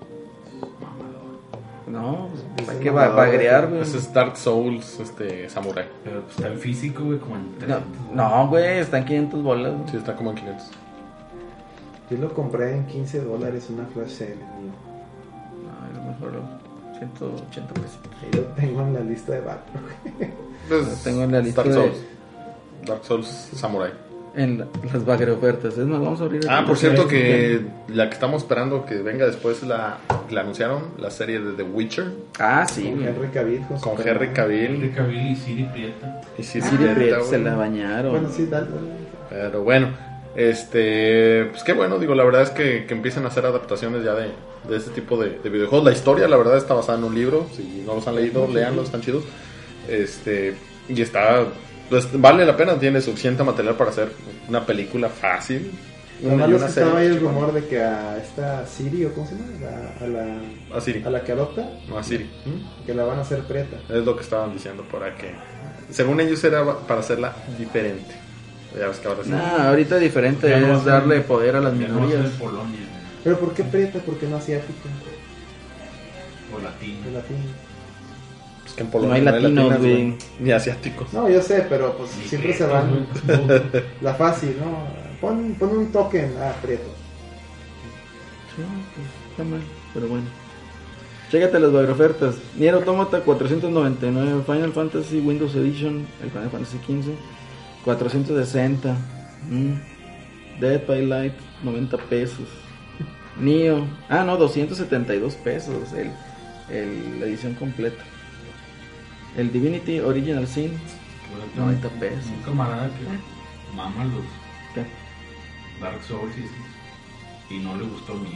No, pues, hay que bagrear, güey. Ese es Dark Souls, Samurai. Pero pues está en físico, güey, como en 300. No, güey, están 500 bolas. güey. Sí, está como en 500. Yo lo compré en $15 una flash sale. Mío. No, a lo mejor 180 pesos. Ahí lo tengo en la lista de backlog. Pues, Lo tengo en la lista Dark de- Souls. Dark Souls Samurai. En las bagre ofertas. Es más, vamos a abrir. Ah, aquí. por cierto que la que estamos esperando que venga después la anunciaron, la serie de The Witcher Ah, sí, Con güey. Henry Cavill. con Superman. Henry Cavill Henry Cavill y Siri Prieta. y sí, Siri neta, Priet güey. se la bañaron. Bueno, sí, dale. Pero bueno, pues qué bueno, digo, la verdad es que empiecen a hacer adaptaciones ya de este tipo de videojuegos. La historia, la verdad, está basada en un libro, si no los han leído, léanlos, están chidos. Y está, pues vale la pena, tiene suficiente material para hacer una película fácil. Lo malo es que serie estaba ahí el chingona. rumor de que a esta Siri, o ¿cómo se llama? A Siri, A la que adopta, no a Siri. que la van a hacer prieta. Es lo que estaban diciendo, para que, según ellos era para hacerla diferente. Ya ves que ahora sí. Nah, ahorita diferente Ya no va a es ser- darle poder a las Ya no va a ser minorías. en Polonia, güey, ¿Pero por qué prieta? ¿Por qué no asiático? o latino. De latino. Pues que en No Polonia hay latinos, latinas, güey. Ni asiáticos. No, yo sé, pero pues Ni siempre se prieto, van güey. la fácil, ¿no? Pon un token, prieto. Sí, pues, está mal, pero bueno. Chécate las bagre ofertas. Nier Automata 499, Final Fantasy Windows Edition, el Final Fantasy 15, 460. Dead by Light, 90 pesos. Nioh, 272 pesos la edición completa. El Divinity Original Sin, 90 pesos. Un camarada que mama los ¿Qué? Dark Souls y así, y no le gustó el mío.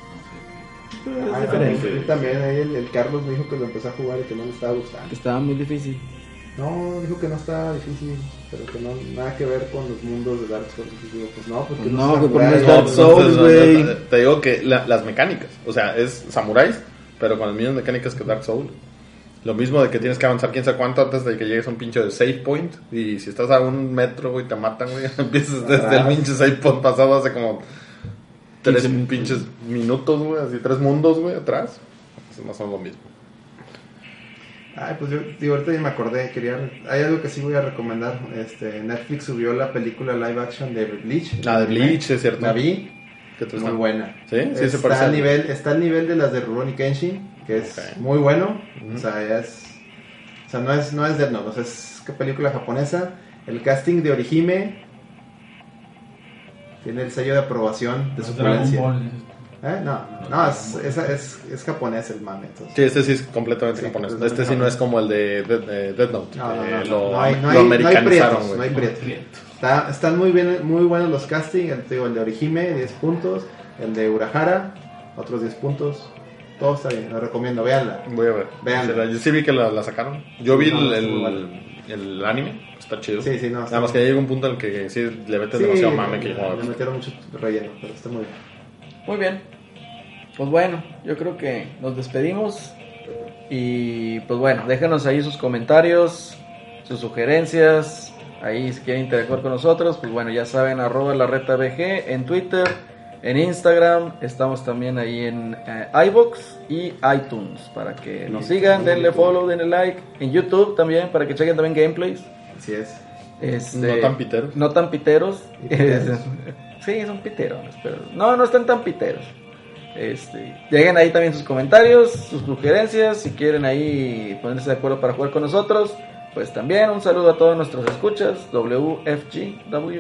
No sé Es diferente. También ahí el Carlos me dijo que lo empezó a jugar y que no le estaba gustando. Que estaba muy difícil. No, dijo que no estaba difícil, pero que no nada que ver con los mundos de Dark Souls. Y digo, pues no, porque Pues los no, güey, samuráis- porque es Dark Souls, güey. Te digo que las mecánicas, o sea, es samuráis, pero con las mismas mecánicas que Dark Souls. Lo mismo de que tienes que avanzar quién sabe cuánto antes de que llegues a un pinche save point. Y si estás a 1 metro, güey, te matan, güey. Empiezas desde el pinche save point pasado hace como 3 15 minutos. pinches minutos, güey. Así 3 mundos, güey, atrás. Es más o menos lo mismo. Ay, pues yo digo, ahorita ya me acordé, hay algo que sí voy a recomendar. Netflix subió la película live action de Bleach. La de Bleach, es cierto. La vi, ¿Qué tal muy está? buena. ¿Sí? Sí, se parece Está al- al nivel de las de Rurouni Kenshin, que es Ok. muy bueno. Ujú. O sea, no es Death Note, o sea, es que película japonesa. El casting de Orihime tiene el sello de aprobación de qué. Dragon suculencia. Ball, No, es japonés el mame. Entonces. Sí, este sí es completamente Sí, japonés. completamente Este sí no es japonés. como el de Death Note. No hay Lo americanizaron, prietos, no hay güey. prietos. Están muy buenos los castings. El de Orihime, 10 puntos. El de Urahara, otros 10 puntos. Todo está bien, lo recomiendo, véanla. Voy a ver. Véanla. Yo sí vi que la sacaron. Yo vi No, está muy bueno. el anime. Está chido. Sí, no. Nada más que ya llega un punto en el que sí le meten demasiado mame que yo le metieron mucho relleno, pero está muy bien. Muy bien. Pues bueno, yo creo que nos despedimos. Y pues bueno, déjenos ahí sus comentarios, sus sugerencias. Ahí si quieren interactuar con nosotros, pues bueno, ya saben, @larretabg en Twitter, en Instagram. Estamos también ahí en iVoox y iTunes para que nos sigan, denle follow, denle like. En YouTube también para que chequen también gameplays. Así es. No tan piteros. No tan piteros. Y piteros. Sí, son piteros, pero no están tan piteros. Lleguen ahí también sus comentarios, sus sugerencias, si quieren ahí ponerse de acuerdo para jugar con nosotros, pues también un saludo a todos nuestros escuchas, WFG,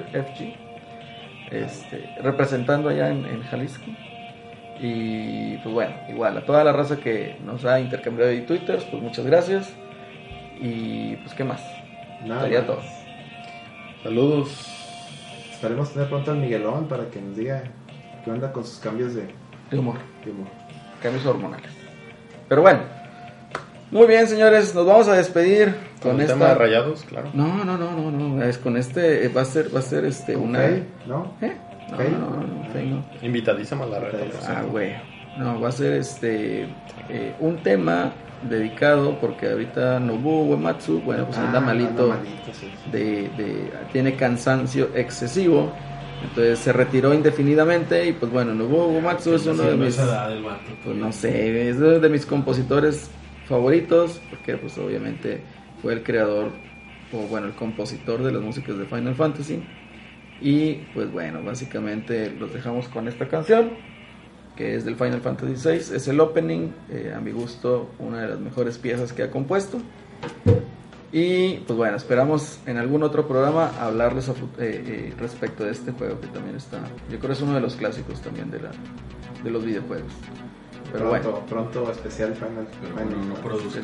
representando allá en Jalisco. Y pues bueno, igual a toda la raza que nos ha intercambiado de Twitter, pues muchas gracias. Y pues qué más, Nada sería más. todo. Saludos. Esperemos tener pronto al Miguelón para que nos diga qué onda con sus cambios de Humor. humor. Cambios hormonales. Pero bueno, muy bien, señores, nos vamos a despedir Con con el esta. tema de rayados, claro. No, es con va a ser una. Ok, ¿no? No, Ok. no, Fey no. Invitadísima la red. Ah, güey. No, va a ser un tema dedicado porque ahorita Nobuo Uematsu, bueno, pues anda malito, Sí. tiene cansancio excesivo. Entonces se retiró indefinidamente y pues bueno, Nobuo Uematsu es uno de Siendo mis, esa edad del vato. pues no sé, es uno de mis compositores favoritos porque pues obviamente fue el creador o bueno, el compositor de las músicas de Final Fantasy. Y pues bueno, básicamente los dejamos con esta canción que es del Final Fantasy VI, es el opening, a mi gusto una de las mejores piezas que ha compuesto. Y pues bueno, esperamos en algún otro programa hablarles respecto de este juego que también está, yo creo es uno de los clásicos también de los videojuegos. Pero Pronto especial Final. Pero bueno, no produce.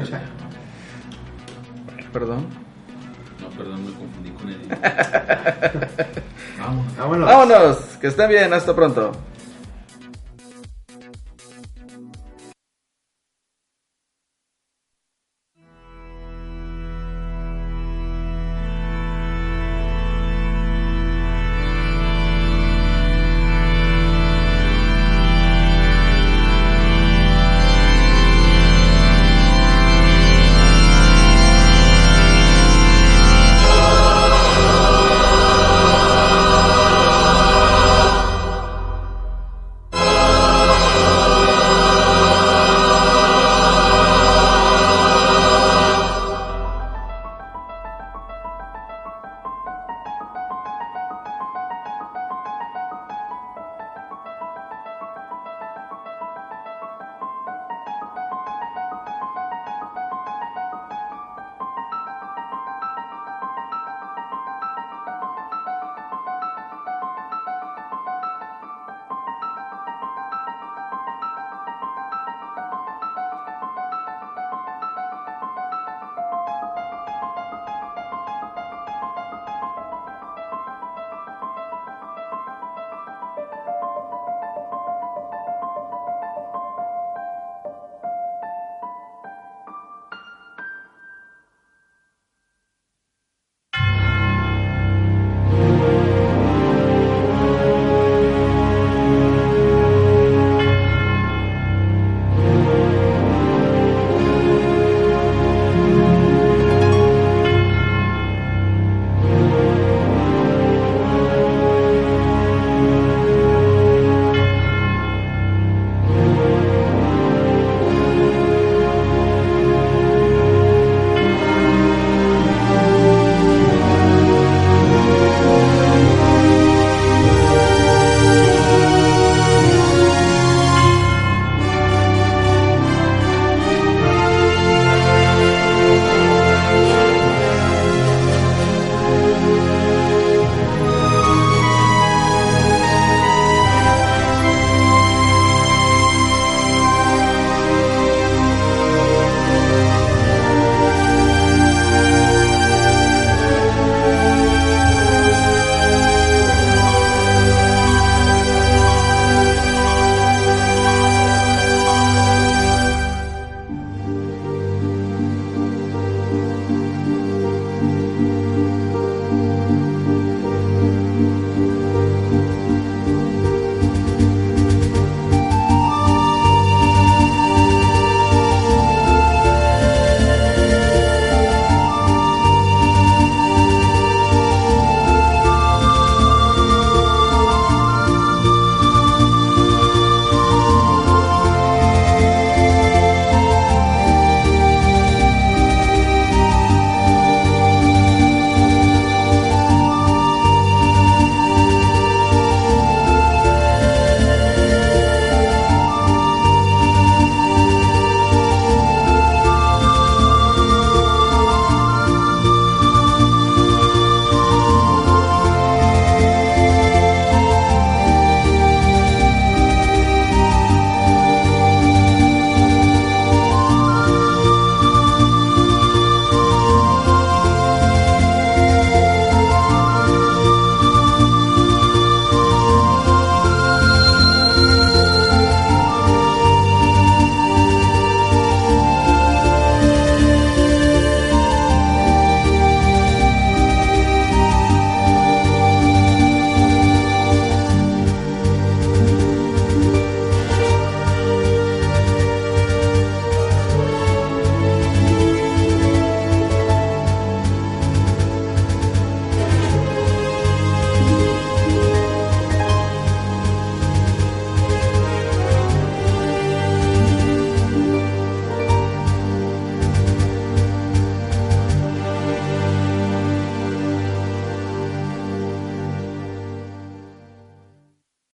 Perdón. No, perdón, me confundí con él. Vámonos. Vámonos. Vámonos, que estén bien, hasta pronto.